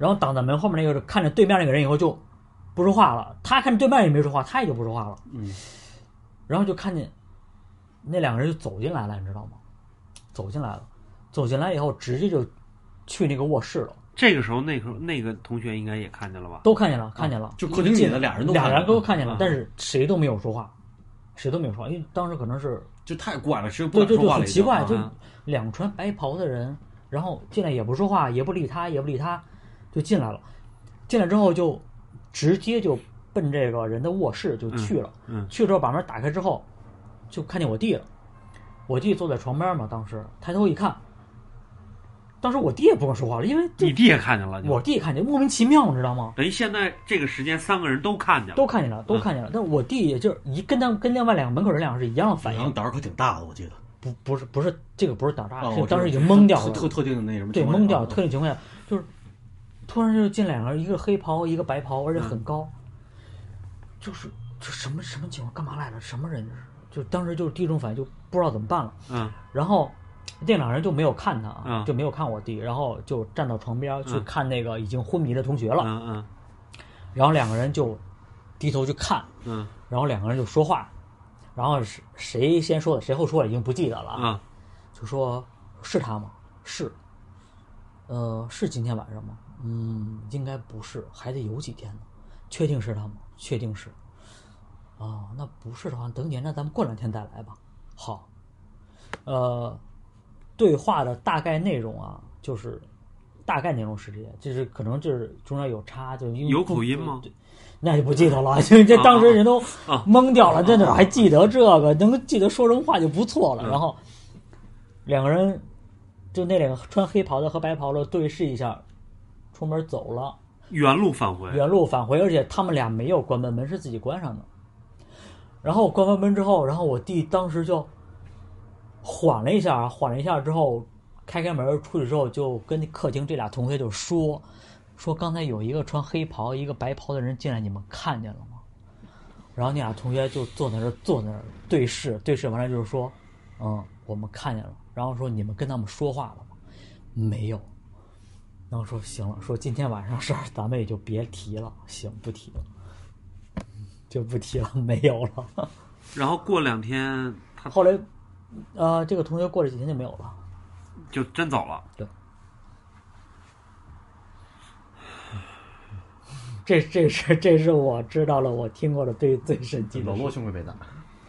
[SPEAKER 4] 然后挡在门后面那个看着对面那个人以后就不说话了，他看着对面也没说话，他也就不说话了。
[SPEAKER 2] 嗯，
[SPEAKER 4] 然后就看见那两个人就走进来了，你知道吗？走进来了，走进来以后直接就去那个卧室了。
[SPEAKER 3] 这个时候，那个那个同学应该也看见了吧？
[SPEAKER 4] 都看见了，看见了，
[SPEAKER 2] 啊、就客厅里的俩人都
[SPEAKER 4] 俩人都看见了，
[SPEAKER 3] 啊、
[SPEAKER 4] 但是谁都没有说话，谁都没有说话，因为当时可能是
[SPEAKER 2] 就太怪了，谁不
[SPEAKER 4] 对对对，
[SPEAKER 2] 敢说话了，
[SPEAKER 4] 很奇怪，
[SPEAKER 2] 啊、
[SPEAKER 4] 就两穿白袍的人，然后进来也不说话，也不理他，也不理他，就进来了。进来之后就直接就奔这个人的卧室就去了，
[SPEAKER 3] 嗯嗯、
[SPEAKER 4] 去之后把门打开之后，就看见我弟了。我弟坐在床边嘛，当时抬头一看。当时我弟也不敢说话了，因为
[SPEAKER 3] 你弟也看见了，
[SPEAKER 4] 我弟也看见，莫名其妙，你知道吗？
[SPEAKER 3] 等于现在这个时间，三个人都看见了，
[SPEAKER 4] 都看见了，都看见了。嗯、但我弟也就是一跟他跟另外两个门口人两个是一样的反应。
[SPEAKER 2] 胆儿可挺大的，我记得。
[SPEAKER 4] 不，不是，不是这个，不是胆大，
[SPEAKER 2] 哦、
[SPEAKER 4] 是当时已经懵掉了。
[SPEAKER 2] 特特定的那什么？
[SPEAKER 4] 对，懵掉，特定情况下就是突然就进两个人，一个黑袍，一个白袍，而且很高，嗯、就是这什么什么情况？干嘛来了？什么人？就当时就是第一种反应，就不知道怎么办了。
[SPEAKER 3] 嗯，
[SPEAKER 4] 然后。这两人就没有看他，
[SPEAKER 3] 嗯、
[SPEAKER 4] 就没有看我弟，然后就站到床边去看那个已经昏迷的同学了。
[SPEAKER 3] 嗯嗯。
[SPEAKER 4] 然后两个人就低头去看，
[SPEAKER 3] 嗯。
[SPEAKER 4] 然后两个人就说话，然后是谁先说的，谁后说的已经不记得了。
[SPEAKER 3] 嗯。
[SPEAKER 4] 就说是他吗？是。呃，是今天晚上吗？嗯，应该不是，还得有几天呢。确定是他吗？确定是。啊、哦，那不是的话，等你，那咱们过两天再来吧。好。呃。对话的大概内容啊，就是大概内容是这样，就是可能就是中间有差，就因为
[SPEAKER 3] 有口音吗？
[SPEAKER 4] 那就不记得了，就这当时人都懵掉了，真的还记得这个，能记得说人话就不错了。然后两个人就那两个穿黑袍的和白袍的对视一下，出门走了，
[SPEAKER 3] 原路返回，
[SPEAKER 4] 原路返回，而且他们俩没有关门，门是自己关上的。然后关完门之后，然后我弟当时就。缓了一下，缓了一下之后，开开门出去之后，就跟客厅这俩同学就说，说刚才有一个穿黑袍、一个白袍的人进来，你们看见了吗？然后那俩同学就坐在那儿，坐在那儿对视，对视完了就是说，嗯，我们看见了。然后说你们跟他们说话了吗？没有。然后说行了，说今天晚上事儿咱们也就别提了，行，不提了，就不提了，没有了。
[SPEAKER 3] 然后过两天，他
[SPEAKER 4] 后来。呃，这个同学过了几天就没有了，
[SPEAKER 3] 就真走了。
[SPEAKER 4] 对，这这是这是我知道了，我听过的最最神奇的。
[SPEAKER 2] 老罗幸亏没在，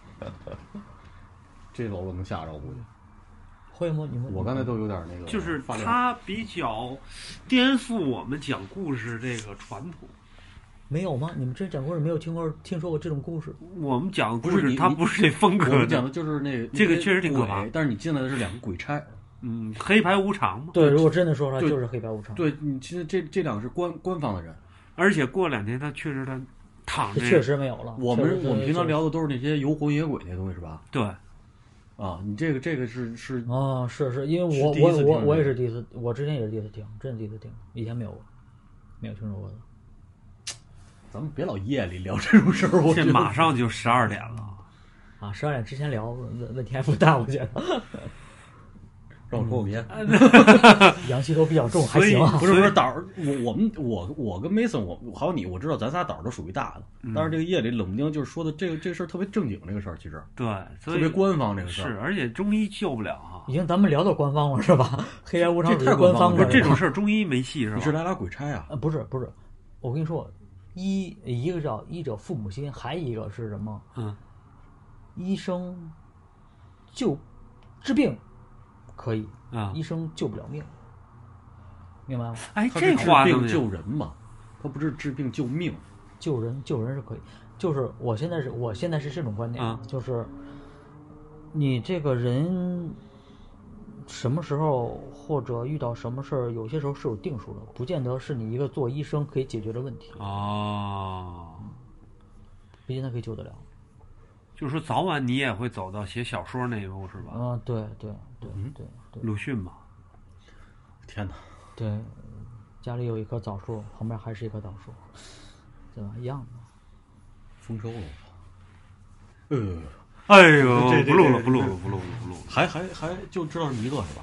[SPEAKER 2] 这老罗能吓着我估计。
[SPEAKER 4] 会吗？你们
[SPEAKER 2] 我刚才都有点那个，
[SPEAKER 3] 就是他比较颠覆我们讲故事这个传统。
[SPEAKER 4] 没有吗？你们之前讲故事没有听过、听说过这种故事？
[SPEAKER 3] 我们讲故
[SPEAKER 2] 事，
[SPEAKER 3] 他不是这风格的。
[SPEAKER 2] 我们讲的就是那个，
[SPEAKER 3] 这个确实挺可怕。
[SPEAKER 2] 但是你进来的是两个鬼差，
[SPEAKER 3] 嗯，黑白无常嘛。
[SPEAKER 4] 对，如果真的说出来，就是黑白无常。
[SPEAKER 2] 对，你其实这这两个是官官方的人，
[SPEAKER 3] 而且过两天他确实他躺着，
[SPEAKER 4] 确实没有了。
[SPEAKER 2] 我们我们平常聊的都是那些游魂野鬼那东西是吧？
[SPEAKER 3] 对。
[SPEAKER 2] 啊，你这个这个是是
[SPEAKER 4] 啊，是是因为我我我我也是第一次，我之前也是第一次听，真是第一次听，以前没有过，没有听说过的。
[SPEAKER 2] 咱们别老夜里聊这种事儿，我
[SPEAKER 3] 这马上就十二点了
[SPEAKER 4] 啊！十二点之前聊问问题还不大，我觉得。
[SPEAKER 2] 让我抽口烟，
[SPEAKER 4] 阳气都比较重，还行啊。
[SPEAKER 2] 不是不是胆儿，我我们我我跟 Mason， 我还有你，我知道咱仨胆儿都属于大的，
[SPEAKER 3] 嗯、
[SPEAKER 2] 但是这个夜里冷不丁就是说的这个这个事儿特别正经，这个事儿其实
[SPEAKER 3] 对，
[SPEAKER 2] 特别官方这个事儿
[SPEAKER 3] 是，而且中医救不了哈。
[SPEAKER 4] 已经咱们聊到官方了是吧？黑白无常
[SPEAKER 2] 这太
[SPEAKER 4] 官方
[SPEAKER 3] 了，这种事儿中医没戏是吧？
[SPEAKER 2] 你是来俩鬼差啊？
[SPEAKER 4] 呃，不是不是，我跟你说。一一个叫医者父母心，还一个是什么？
[SPEAKER 3] 嗯，
[SPEAKER 4] 医生救治病可以
[SPEAKER 3] 啊，
[SPEAKER 4] 医生救不了命，明白吗？
[SPEAKER 3] 哎，这话
[SPEAKER 2] 治病救人嘛，他不是治病救命，
[SPEAKER 4] 救人救人是可以。就是我现在是我现在是这种观点，
[SPEAKER 3] 啊、
[SPEAKER 4] 就是你这个人什么时候或者遇到什么事儿，有些时候是有定数的，不见得是你一个做医生可以解决的问题。
[SPEAKER 3] 哦，
[SPEAKER 4] 不见得可以救得了。
[SPEAKER 3] 就是说，早晚你也会走到写小说那一步，是吧？
[SPEAKER 4] 啊，对对对对对。
[SPEAKER 3] 鲁迅嘛。
[SPEAKER 2] 天哪！
[SPEAKER 4] 对，家里有一棵枣树，旁边还是一棵枣树，对吧？一样的。
[SPEAKER 2] 丰收了，呃。
[SPEAKER 3] 哎呦，不录了，不录了，不录了，不录了。
[SPEAKER 2] 还还还就知道是弥勒是吧？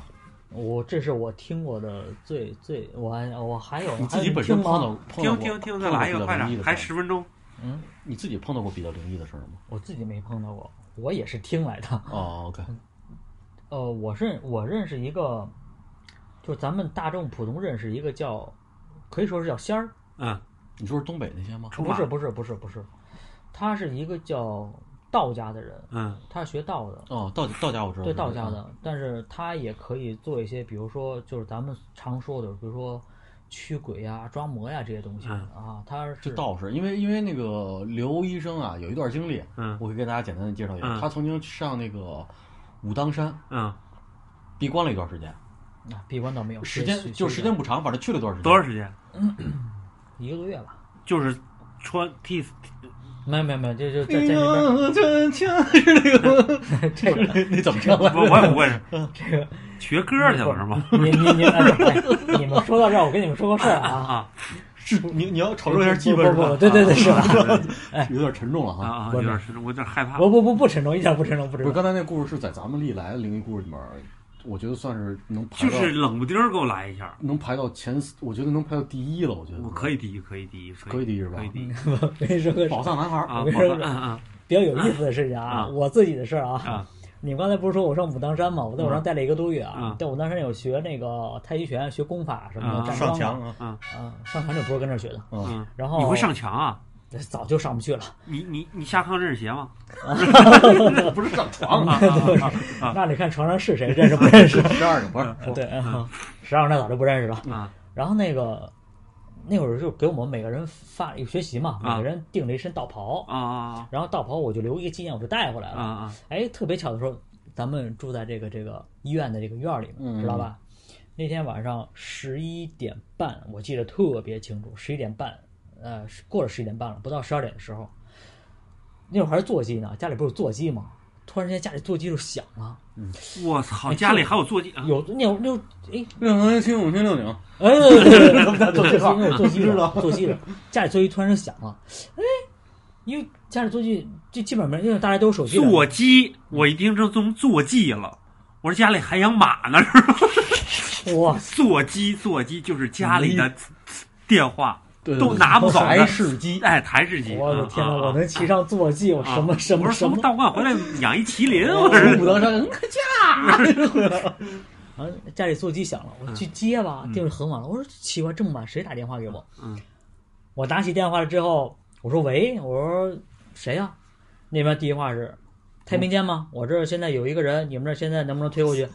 [SPEAKER 4] 我这是我听过的最最我还我还有
[SPEAKER 2] 你自己本身碰到
[SPEAKER 3] 听听听，再来一个，快点，还十分钟。
[SPEAKER 4] 嗯，
[SPEAKER 2] 你自己碰到过比较灵异的事儿吗？
[SPEAKER 4] 我自己没碰到过，我也是听来的。
[SPEAKER 2] 哦 ，OK。
[SPEAKER 4] 呃，我认我认识一个，就是咱们大众普通认识一个叫，可以说是叫仙儿。
[SPEAKER 3] 嗯，
[SPEAKER 2] 你说是东北那些吗？
[SPEAKER 4] 不是不是不是不是，他是一个叫道家的人。
[SPEAKER 3] 嗯，
[SPEAKER 4] 他是学道的。
[SPEAKER 2] 哦，道道家我知道。
[SPEAKER 4] 对道家的，但是他也可以做一些，比如说就是咱们常说的，比如说驱鬼呀、抓魔呀这些东西、
[SPEAKER 3] 嗯、
[SPEAKER 4] 啊。他是
[SPEAKER 2] 这道士，因为因为那个刘医生啊，有一段经历，
[SPEAKER 3] 嗯，
[SPEAKER 2] 我可以给大家简单的介绍一下。
[SPEAKER 3] 嗯、
[SPEAKER 2] 他曾经上那个武当山，
[SPEAKER 3] 嗯，
[SPEAKER 2] 闭关了一段时间。
[SPEAKER 4] 啊，闭关倒没有，
[SPEAKER 2] 时间就时间不长，反正去了多少时间？
[SPEAKER 3] 多长时间？
[SPEAKER 4] 嗯、一个多月吧。
[SPEAKER 3] 就是穿替。
[SPEAKER 4] 没有没有没有，就就在在那
[SPEAKER 2] 边。是那个，
[SPEAKER 4] 这个
[SPEAKER 2] 你怎么唱的？
[SPEAKER 3] 我我也不会是
[SPEAKER 4] 这个
[SPEAKER 3] 学歌去了是吗？
[SPEAKER 4] 你你你哎，你们说到这儿，我跟你们说个事儿啊
[SPEAKER 3] 啊，
[SPEAKER 2] 是你你要炒热一下气氛是吧？
[SPEAKER 4] 对对对是吧？
[SPEAKER 2] 哎，有点沉重了哈
[SPEAKER 3] 啊，有点沉重，我有点害怕。
[SPEAKER 4] 不不不不沉重，一点不沉重，不沉重。
[SPEAKER 2] 不是刚才那故事是在咱们历来的灵异故事里面，我觉得算是能排
[SPEAKER 3] 到，就是冷不丁给我来一下，
[SPEAKER 2] 能排到前，我觉得能排到第一了。我觉得
[SPEAKER 3] 我可以第一，可以第一，
[SPEAKER 2] 可以第一是吧？
[SPEAKER 3] 可以第一。
[SPEAKER 4] 我跟你说个
[SPEAKER 2] 宝藏男孩
[SPEAKER 3] 啊，
[SPEAKER 4] 我跟你说
[SPEAKER 3] 嗯嗯，
[SPEAKER 4] 比较有意思的事情啊，我自己的事儿啊。你们刚才不是说我上武当山吗？我在武当待了一个多月啊，在武当山有学那个太极拳、学功法什么的，
[SPEAKER 2] 上墙
[SPEAKER 4] 啊，啊，上墙就不是跟这儿学的，
[SPEAKER 3] 嗯，
[SPEAKER 4] 然后
[SPEAKER 3] 你会上墙啊？
[SPEAKER 4] 早就上不去了。
[SPEAKER 3] 你你你下炕认识鞋吗？
[SPEAKER 2] 不是上床啊？
[SPEAKER 4] 那你看床上是谁，认识不认识？
[SPEAKER 2] 十二个不是？
[SPEAKER 4] 对，十二个那早就不认识了。
[SPEAKER 3] 啊，
[SPEAKER 4] 然后那个那会儿就给我们每个人发一个学习嘛，每个人订了一身道袍
[SPEAKER 3] 啊，
[SPEAKER 4] 然后道袍我就留一个纪念，我就带回来了。
[SPEAKER 3] 啊，
[SPEAKER 4] 哎，特别巧的时候，咱们住在这个这个医院的这个院里面，知道吧？那天晚上十一点半，我记得特别清楚，十一点半。呃，过了十一点半了，不到十二点的时候，那会儿还是座机呢，家里不是有座机吗？突然间家里座机就响了，
[SPEAKER 3] 嗯，我操，家里还有座机？
[SPEAKER 4] 有那有那哎，
[SPEAKER 2] 六零七五七六零，
[SPEAKER 4] 哎，对对对对，座机号，那有座机的，座机的，家里座机突然就响了，哎，因为家里座机就基本上因为大家都有手机。
[SPEAKER 3] 座机，我一听成从座机了，我说家里还养马呢是吧？
[SPEAKER 4] 哇，
[SPEAKER 3] 座机座机就是家里的电话。都拿不走
[SPEAKER 2] 台式机，
[SPEAKER 3] 哎，台式机！
[SPEAKER 4] 我的天哪，我能骑上座机，我什么什么什么
[SPEAKER 3] 道观回来养一麒麟，
[SPEAKER 2] 我是武当山人可驾。
[SPEAKER 4] 啊，家里座机响了，我去接吧，定是很晚了。我说奇怪，这么晚谁打电话给我？
[SPEAKER 3] 嗯，
[SPEAKER 4] 我拿起电话了之后，我说喂，我说谁呀？那边第一话是太平间吗？我这儿现在有一个人，你们这现在能不能推过去？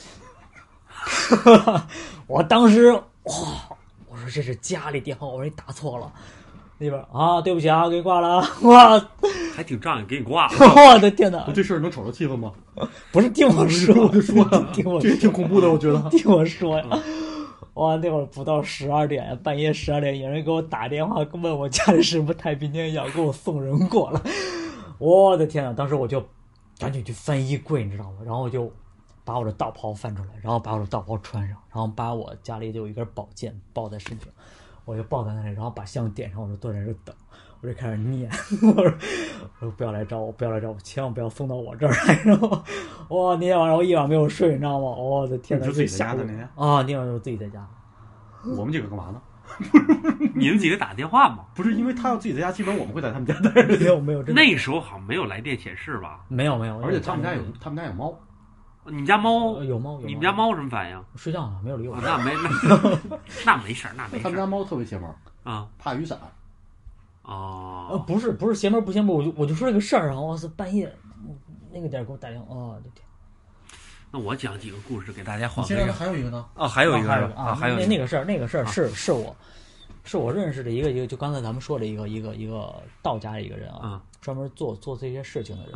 [SPEAKER 4] 我当时哇！我说这是家里电话，我说你打错了。那边啊，对不起啊，给你挂了啊！哇，
[SPEAKER 3] 还挺仗义，给你挂了。
[SPEAKER 4] 我的天哪！
[SPEAKER 2] 这事儿能炒热气氛吗？
[SPEAKER 4] 不是，听我说，
[SPEAKER 2] 我就说呀，
[SPEAKER 4] 听我，
[SPEAKER 2] 这挺恐怖的，我觉得。
[SPEAKER 4] 听我说呀，哇，那会儿不到十二点，半夜十二点，有人给我打电话问我家里是不是太平间要给我送人过来。我的天哪！当时我就赶紧去翻衣柜，你知道吗？然后我就把我的道袍翻出来，然后把我的道袍穿上，然后把我家里就有一根宝剑抱在身上，我就抱在那里，然后把香点上，我就坐在这等，我就开始念，我说我说不要来找我，不要来找我，千万不要送到我这儿来。然后哇，那天晚上我一晚没有睡，你知道吗？我的天哪！
[SPEAKER 2] 你自己在家的那天
[SPEAKER 4] 啊，那天晚上我自己在家。
[SPEAKER 2] 我们几个干嘛呢？
[SPEAKER 3] 你们几个打电话吗？
[SPEAKER 2] 不是，因为他要自己在家，基本我们会在他们家待着。
[SPEAKER 4] 没有没有，
[SPEAKER 3] 那时候好像没有来电显示吧？
[SPEAKER 4] 没有没有，
[SPEAKER 2] 而且他们家有他们家有猫。
[SPEAKER 3] 你们家猫
[SPEAKER 4] 有猫？
[SPEAKER 3] 你们家猫什么反应？
[SPEAKER 4] 睡觉呢，没有理我。
[SPEAKER 3] 那没那那没事儿，那没事。
[SPEAKER 2] 他们家猫特别邪门
[SPEAKER 3] 啊，
[SPEAKER 2] 怕雨伞。
[SPEAKER 3] 哦，
[SPEAKER 4] 呃，不是不是邪门不邪门，我就我就说这个事儿啊，哇塞，半夜那个点给我打电话，哦，我的天。
[SPEAKER 3] 那我讲几个故事给大家缓和。
[SPEAKER 2] 现在还有一个呢？
[SPEAKER 3] 啊，还有一个
[SPEAKER 4] 啊，
[SPEAKER 3] 还有
[SPEAKER 4] 那那个事儿，那个事儿是是我，是我认识的一个一个，就刚才咱们说的一个一个一个道家的一个人啊，专门做做这些事情的人。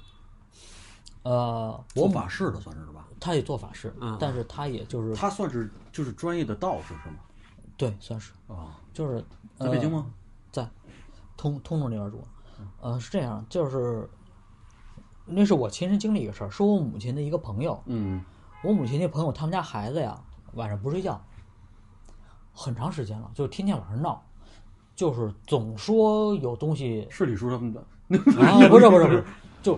[SPEAKER 4] 呃，
[SPEAKER 2] 做法事的算是吧？
[SPEAKER 4] 他也做法事，但是他也就是
[SPEAKER 2] 他算是就是专业的道士是吗？
[SPEAKER 4] 对，算是
[SPEAKER 2] 啊，
[SPEAKER 4] 就是
[SPEAKER 2] 在北京吗？
[SPEAKER 4] 在通通州那边住。呃，是这样，就是那是我亲身经历一个事儿，是我母亲的一个朋友。
[SPEAKER 2] 嗯，
[SPEAKER 4] 我母亲那朋友他们家孩子呀，晚上不睡觉，很长时间了，就天天晚上闹，就是总说有东西。
[SPEAKER 2] 是李叔他们的
[SPEAKER 4] 啊，不是不是不是，就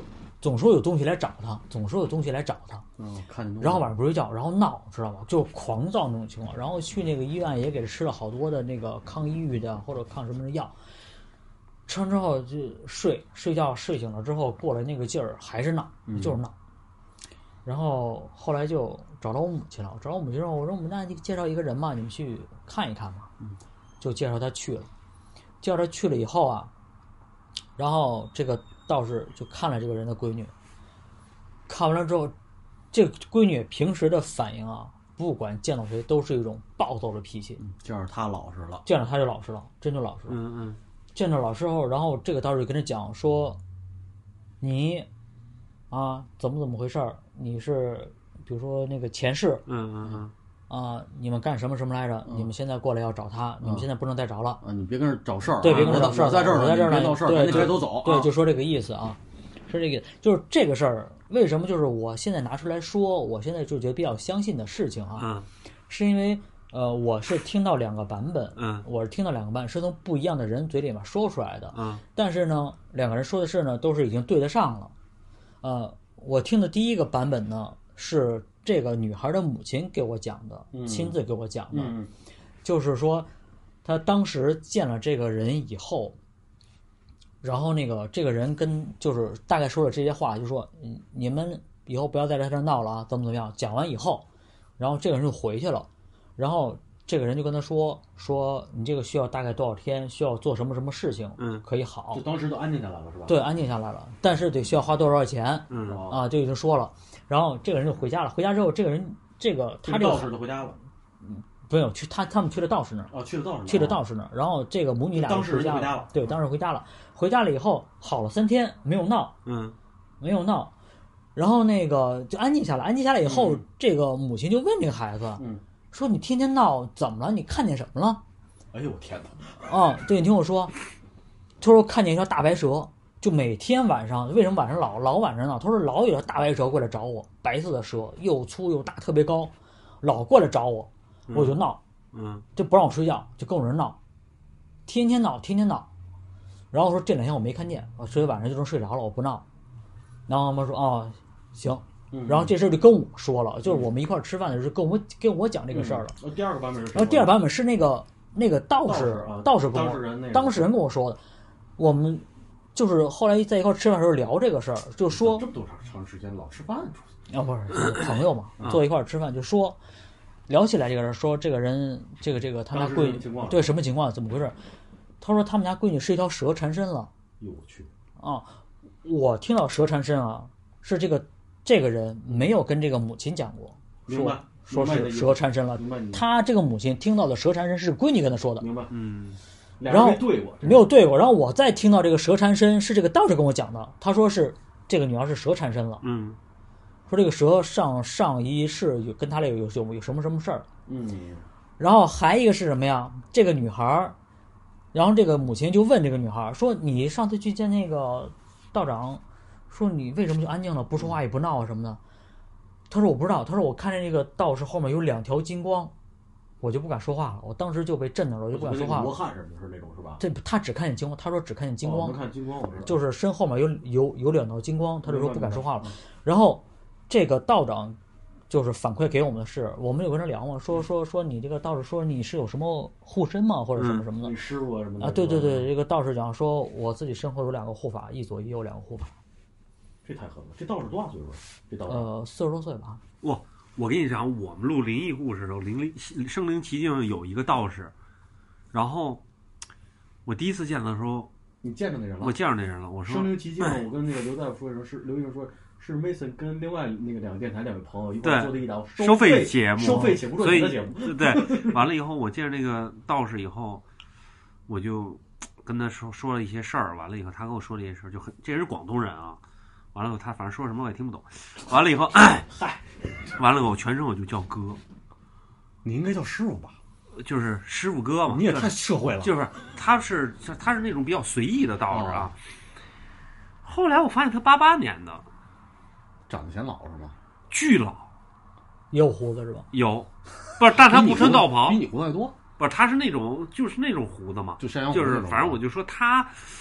[SPEAKER 4] 总说有东西来找他，总说有东西来找他。
[SPEAKER 2] 嗯，看见。
[SPEAKER 4] 然后晚上不睡觉，然后闹，知道吗？就是狂躁那种情况。然后去那个医院也给他吃了好多的那个抗抑郁的或者抗什么的药。吃完之后就睡，睡觉睡醒了之后，过了那个劲儿还是闹，就是闹。嗯、然后后来就找到我母亲了。我找到我母亲之后，我说：“我们那你介绍一个人嘛，你们去看一看嘛。”嗯，就介绍他去了。介绍他去了以后啊，然后这个道士就看了这个人的闺女。看完了之后，这个闺女平时的反应啊，不管见到谁都是一种暴躁的脾气。
[SPEAKER 2] 嗯、见着他老实了，
[SPEAKER 4] 见着他就老实了，真就老实了。
[SPEAKER 3] 嗯嗯。
[SPEAKER 4] 见着老师后，然后这个道士就跟他讲说：“你啊，怎么怎么回事儿？你是比如说那个前世，
[SPEAKER 3] 嗯嗯嗯，
[SPEAKER 4] 啊，你们干什么什么来着？嗯、你们现在过来要找他，嗯、你们现在不能再找了。
[SPEAKER 2] 啊，你别跟这找事儿，
[SPEAKER 4] 对，别跟这找事儿，
[SPEAKER 2] 我在这儿，
[SPEAKER 4] 我在这儿呢，
[SPEAKER 2] 别闹事儿，
[SPEAKER 4] 对，
[SPEAKER 2] 赶紧别都走。
[SPEAKER 4] 对，就说这个意思啊，说这个就是这个事儿，为什么就是我现在拿出来说，我现在就觉得比较相信的事情啊，
[SPEAKER 3] 嗯、
[SPEAKER 4] 是因为。”呃，我是听到两个版本，
[SPEAKER 3] 嗯，
[SPEAKER 4] 我是听到两个版本，是从不一样的人嘴里面说出来的，
[SPEAKER 3] 嗯，
[SPEAKER 4] 但是呢，两个人说的事呢，都是已经对得上了。呃，我听的第一个版本呢，是这个女孩的母亲给我讲的，
[SPEAKER 2] 嗯、
[SPEAKER 4] 亲自给我讲的，
[SPEAKER 2] 嗯、
[SPEAKER 4] 就是说，她当时见了这个人以后，然后那个这个人跟就是大概说了这些话，就说，嗯，你们以后不要在这儿闹了啊，怎么怎么样。讲完以后，然后这个人就回去了。然后这个人就跟他说说你这个需要大概多少天，需要做什么什么事情，
[SPEAKER 3] 嗯，
[SPEAKER 4] 可以好。
[SPEAKER 2] 就当时都安静下来了，是吧？
[SPEAKER 4] 对，安静下来了，但是得需要花多少钱，
[SPEAKER 3] 嗯
[SPEAKER 4] 啊，就已经说了。然后这个人就回家了。回家之后，这个人这个他这个
[SPEAKER 2] 道士就回家了，
[SPEAKER 4] 嗯，没有去他他们去了道士那儿，
[SPEAKER 2] 哦，去了道士，
[SPEAKER 4] 去了道士那儿。然后这个母女俩
[SPEAKER 2] 当时
[SPEAKER 4] 回家
[SPEAKER 2] 回家了，
[SPEAKER 4] 对，当时回家了。回家了以后好了三天，没有闹，
[SPEAKER 3] 嗯，
[SPEAKER 4] 没有闹。然后那个就安静下来，安静下来以后，
[SPEAKER 2] 嗯、
[SPEAKER 4] 这个母亲就问这个孩子，
[SPEAKER 2] 嗯。
[SPEAKER 4] 说你天天闹怎么了？你看见什么了？
[SPEAKER 2] 哎呦我天
[SPEAKER 4] 哪！啊，对，你听我说，他说看见一条大白蛇，就每天晚上，为什么晚上老老晚上闹？他说老有条大白蛇过来找我，白色的蛇，又粗又大，特别高，老过来找我，我就闹，
[SPEAKER 3] 嗯，
[SPEAKER 4] 就不让我睡觉，就跟我人闹，天天闹，天天闹。然后说这两天我没看见，所以晚上就能睡着了，我不闹。然后妈说哦，行。然后这事儿就跟我说了，就是我们一块儿吃饭的时候跟我跟我讲这个事儿了。
[SPEAKER 2] 嗯、第二个版本是，
[SPEAKER 4] 然后第二版本是那个那个道士，道士跟我，当事人跟我说的。我们就是后来在一块儿吃饭的时候聊这个事儿，就说
[SPEAKER 2] 这么多长长时间老吃饭
[SPEAKER 4] 啊，不是就是朋友嘛，坐一块儿吃饭就说聊起来这个人，说这个人这个这个他家闺女对什么情况怎么回事？他说他们家闺女是一条蛇缠身了。
[SPEAKER 2] 哟我去
[SPEAKER 4] 啊！我听到蛇缠身啊，是这个。这个人没有跟这个母亲讲过，说说是蛇缠身了。他这个母亲听到的蛇缠身是闺女跟他说的，
[SPEAKER 2] 明白？
[SPEAKER 3] 嗯。
[SPEAKER 4] 然后
[SPEAKER 2] 没对过，
[SPEAKER 4] 没有对过。然后我再听到这个蛇缠身是这个道士跟我讲的，他说是这个女儿是蛇缠身了。
[SPEAKER 3] 嗯。
[SPEAKER 4] 说这个蛇上上一世有跟他俩有有有有什么什么事儿。
[SPEAKER 2] 嗯。
[SPEAKER 4] 然后还一个是什么呀？这个女孩，然后这个母亲就问这个女孩说：“你上次去见那个道长。”说你为什么就安静了，不说话也不闹啊什么的？他说我不知道。他说我看见这个道士后面有两条金光，我就不敢说话了。我当时就被震到了，我就不敢说话了。
[SPEAKER 2] 罗汉似的是那种是吧？
[SPEAKER 4] 这他只看见金光，他说只看见金光，
[SPEAKER 2] 哦、看金光我知道，
[SPEAKER 4] 就是身后面有有有两道金光，他就说不敢说话了。然后这个道长就是反馈给我们的是，我们有跟他聊嘛，说说说你这个道士说你是有什么护身吗，或者什么什么的？
[SPEAKER 2] 你师傅啊什么的
[SPEAKER 4] 啊？对对对，这个道士讲说我自己身后有两个护法，一左一右两个护法。
[SPEAKER 2] 这太狠了！这道士多大岁数？这道士
[SPEAKER 4] 呃，四十多岁吧。
[SPEAKER 3] 哇！我跟你讲，我们录灵异故事的时候，灵灵身临其境有一个道士，然后我第一次见他的时候，
[SPEAKER 2] 你见着那人了？
[SPEAKER 3] 我见着那人了。我说
[SPEAKER 2] 身临其境，我跟那个刘大夫说的时候，是刘医生说是 Mason 跟另外那个两个电台两位朋友一块做的一档
[SPEAKER 3] 收
[SPEAKER 2] 费
[SPEAKER 3] 节目，
[SPEAKER 2] 收费请不赚钱的节目。
[SPEAKER 3] 对对，完了以后，我见着那个道士以后，我就跟他说说了一些事儿。完了以后，他跟我说这些事儿，就很这人是广东人啊。完了以后，他反正说什么我也听不懂。完了以后，
[SPEAKER 2] 嗨，
[SPEAKER 3] 完了以后，我全身我就叫哥。
[SPEAKER 2] 你应该叫师傅吧？
[SPEAKER 3] 就是师傅哥嘛。
[SPEAKER 2] 你也太社会了。
[SPEAKER 3] 就是他是他是那种比较随意的道士啊。哦、后来我发现他八八年的，
[SPEAKER 2] 长得显老是吗？
[SPEAKER 3] 巨老。
[SPEAKER 4] 有胡子是吧？
[SPEAKER 3] 有，不是，但他不穿道袍，
[SPEAKER 2] 比你胡子还多。
[SPEAKER 3] 不是，他是那种就是那种胡子嘛，
[SPEAKER 2] 就山羊胡
[SPEAKER 3] 就是反正我就说他。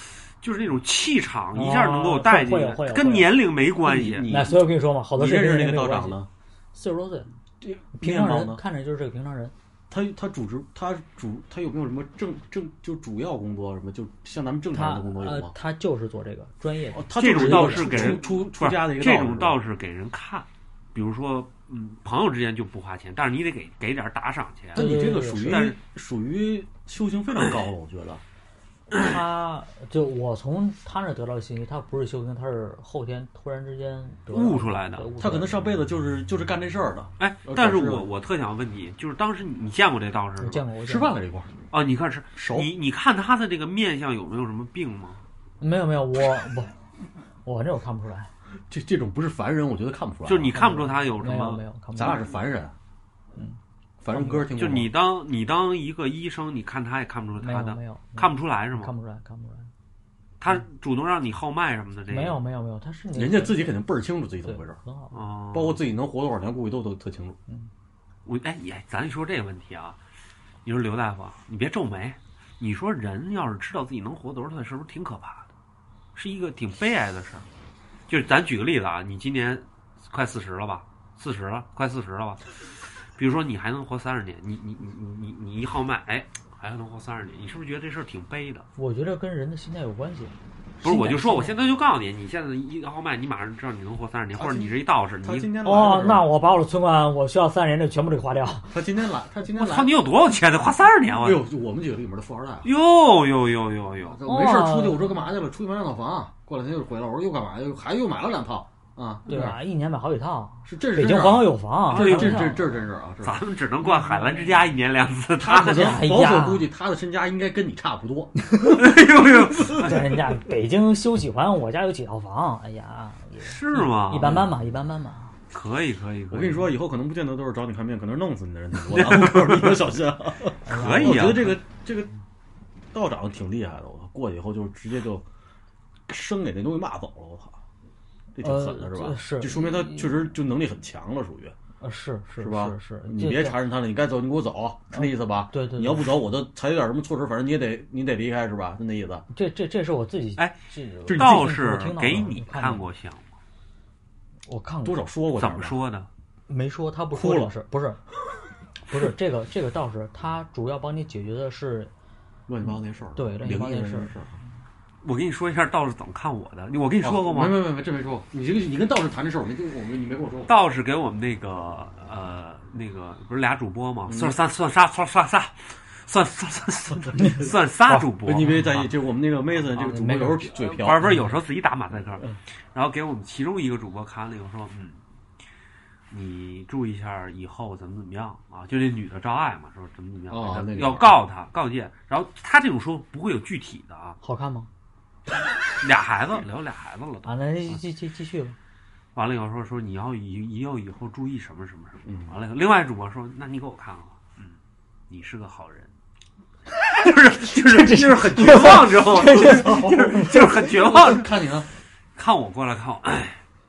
[SPEAKER 3] 就是那种气场一下能够带进去，跟年龄没关系。
[SPEAKER 4] 那所以我跟你说嘛，好多
[SPEAKER 2] 事情那个道长呢，
[SPEAKER 4] 四十多岁，平常人看着就是这个平常人。
[SPEAKER 2] 他他主职他主他有没有什么正正就主要工作什么？就像咱们正常的工作有吗？
[SPEAKER 4] 呃，他就是做这个专业的。
[SPEAKER 2] 哦、他
[SPEAKER 3] 这种倒是给人
[SPEAKER 2] 出出家的一个
[SPEAKER 3] 这种倒是给人看，比如说嗯，朋友之间就不花钱，但是你得给给点打赏钱。
[SPEAKER 2] 那你这个属于属于修行非常高了，我觉得。
[SPEAKER 4] 他就我从他那得到的信息，他不是修行，他是后天突然之间
[SPEAKER 3] 悟出来的。
[SPEAKER 2] 他可能上辈子就是就是干这事儿的。
[SPEAKER 3] 哎，但是我我特想问你，就是当时你见过这道士吗？
[SPEAKER 4] 见过，我
[SPEAKER 2] 吃饭了这块儿。
[SPEAKER 3] 哦，你看是
[SPEAKER 2] 熟。
[SPEAKER 3] 你你看他的这个面相有没有什么病吗？
[SPEAKER 4] 没有没有，我我我反正我看不出来。
[SPEAKER 2] 这这种不是凡人，我觉得看不出来。
[SPEAKER 3] 就是你看不出他有什么？
[SPEAKER 4] 没有没有，看不出来。
[SPEAKER 2] 咱俩是凡人。嗯。反正歌听
[SPEAKER 3] 就你当你当一个医生，你看他也看不出他的，
[SPEAKER 4] 没有
[SPEAKER 3] 看不出来是吗？
[SPEAKER 4] 看不出来，看不出来。
[SPEAKER 3] 他主动让你号脉什么的，这
[SPEAKER 4] 没有没有没有，他是
[SPEAKER 2] 人家自己肯定倍儿清楚自己怎么回事，
[SPEAKER 4] 很好
[SPEAKER 3] 啊，
[SPEAKER 2] 包括自己能活多少年，估计都都特清楚。
[SPEAKER 4] 嗯，
[SPEAKER 3] 我哎也，咱一说这个问题啊，你说刘大夫，你别皱眉，你说人要是知道自己能活多少岁，是不是挺可怕的？是一个挺悲哀的事儿。就是咱举个例子啊，你今年快四十了吧？四十了，快四十了吧？比如说你还能活三十年，你你你你你你一号脉，哎，还能活三十年，你是不是觉得这事儿挺悲的？
[SPEAKER 4] 我觉得跟人的心态有关系。
[SPEAKER 3] 不是，我就说，我现在就告诉你，你现在一号脉，你马上知道你能活三十年，或者你是一道士，你
[SPEAKER 4] 哦，那我把我的存款，我需要三十年就全部给花掉。
[SPEAKER 2] 他今天来，他今天来，
[SPEAKER 3] 我操，你有多少钱？得花三十年啊！
[SPEAKER 2] 哎呦，我们几个里面的富二代。
[SPEAKER 3] 哟哟哟哟哟！
[SPEAKER 2] 没事出去，我说干嘛去了？出去买两套房，过两天又回来。我说又干嘛？又还又买了两套。啊，
[SPEAKER 4] 对吧？一年买好几套，
[SPEAKER 2] 是这是
[SPEAKER 4] 北京黄河有房，
[SPEAKER 2] 这这这这真是啊！
[SPEAKER 3] 咱们只能逛海澜之家一年两次，
[SPEAKER 2] 他可能保守估计他的身家应该跟你差不多。
[SPEAKER 3] 哎呦呦，
[SPEAKER 4] 这人家北京修几环，我家有几套房，哎呀，
[SPEAKER 3] 是吗？
[SPEAKER 4] 一般般吧，一般般吧。
[SPEAKER 3] 可以可以，
[SPEAKER 2] 我跟你说，以后可能不见得都是找你看病，可能弄死你的人挺多的，我告诉你要小心啊！
[SPEAKER 3] 可以啊，
[SPEAKER 2] 我觉得这个这个道长挺厉害的，我过去以后就直接就生给那东西骂走了，我操！这挺狠的是吧？
[SPEAKER 4] 呃、是，
[SPEAKER 2] 就说明他确实就能力很强了，属于。
[SPEAKER 4] 呃，是是
[SPEAKER 2] 是吧？
[SPEAKER 4] 是是，
[SPEAKER 2] 你别缠着他了，你该走你给我走，是那意思吧？
[SPEAKER 4] 对对。
[SPEAKER 2] 你要不走，我都采取点什么措施，反正你也得你得离开，是吧？就那意思。
[SPEAKER 4] 这这这是我自己
[SPEAKER 3] 哎，
[SPEAKER 4] 这
[SPEAKER 3] 道士给你看过相吗？
[SPEAKER 4] 我看过，
[SPEAKER 2] 多少说过。
[SPEAKER 3] 怎么说的？
[SPEAKER 4] 没说，他不说这个事，不是，不是这个这个道士，他主要帮你解决的是
[SPEAKER 2] 乱七八糟那事儿，
[SPEAKER 4] 对乱七八糟那事儿。
[SPEAKER 3] 我跟你说一下道士怎么看我的，我跟你说过吗？
[SPEAKER 2] 没没没没，这没说过。你这个你跟道士谈这事儿，我没跟我没你没跟我说过。
[SPEAKER 3] 道士给我们那个呃那个不是俩主播吗？算算算仨算算仨，算算算算算仨主播。
[SPEAKER 2] 你别在意，就是我们那个梅森这个主播有时候嘴瓢，
[SPEAKER 3] 不是不是有时候自己打马赛克，然后给我们其中一个主播看了以后说，嗯，你注意一下以后怎么怎么样啊？就这女的赵爱嘛，说怎么怎么样，
[SPEAKER 2] 哦那个、
[SPEAKER 3] 要告他告诫。然后他这种说不会有具体的啊，
[SPEAKER 4] 好看吗？
[SPEAKER 3] 俩孩子聊俩孩子了都
[SPEAKER 4] 啊，那继继继续吧。
[SPEAKER 3] 完了以后说说你要以以后以后注意什么什么什么。完了以后，另外主播说，那你给我看看，嗯，你是个好人。就是就是就是很绝望，之后就是就是就是很绝望。
[SPEAKER 2] 看你呢，
[SPEAKER 3] 看我过来看我，哎，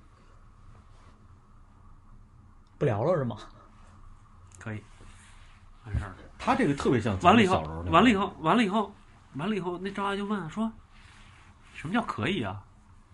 [SPEAKER 4] 不聊了是吗？
[SPEAKER 3] 可以，完事儿。
[SPEAKER 2] 他这个特别像
[SPEAKER 3] 完了以后，完了以后，完了以后，完了以后，那赵爱就问说。什么叫可以啊？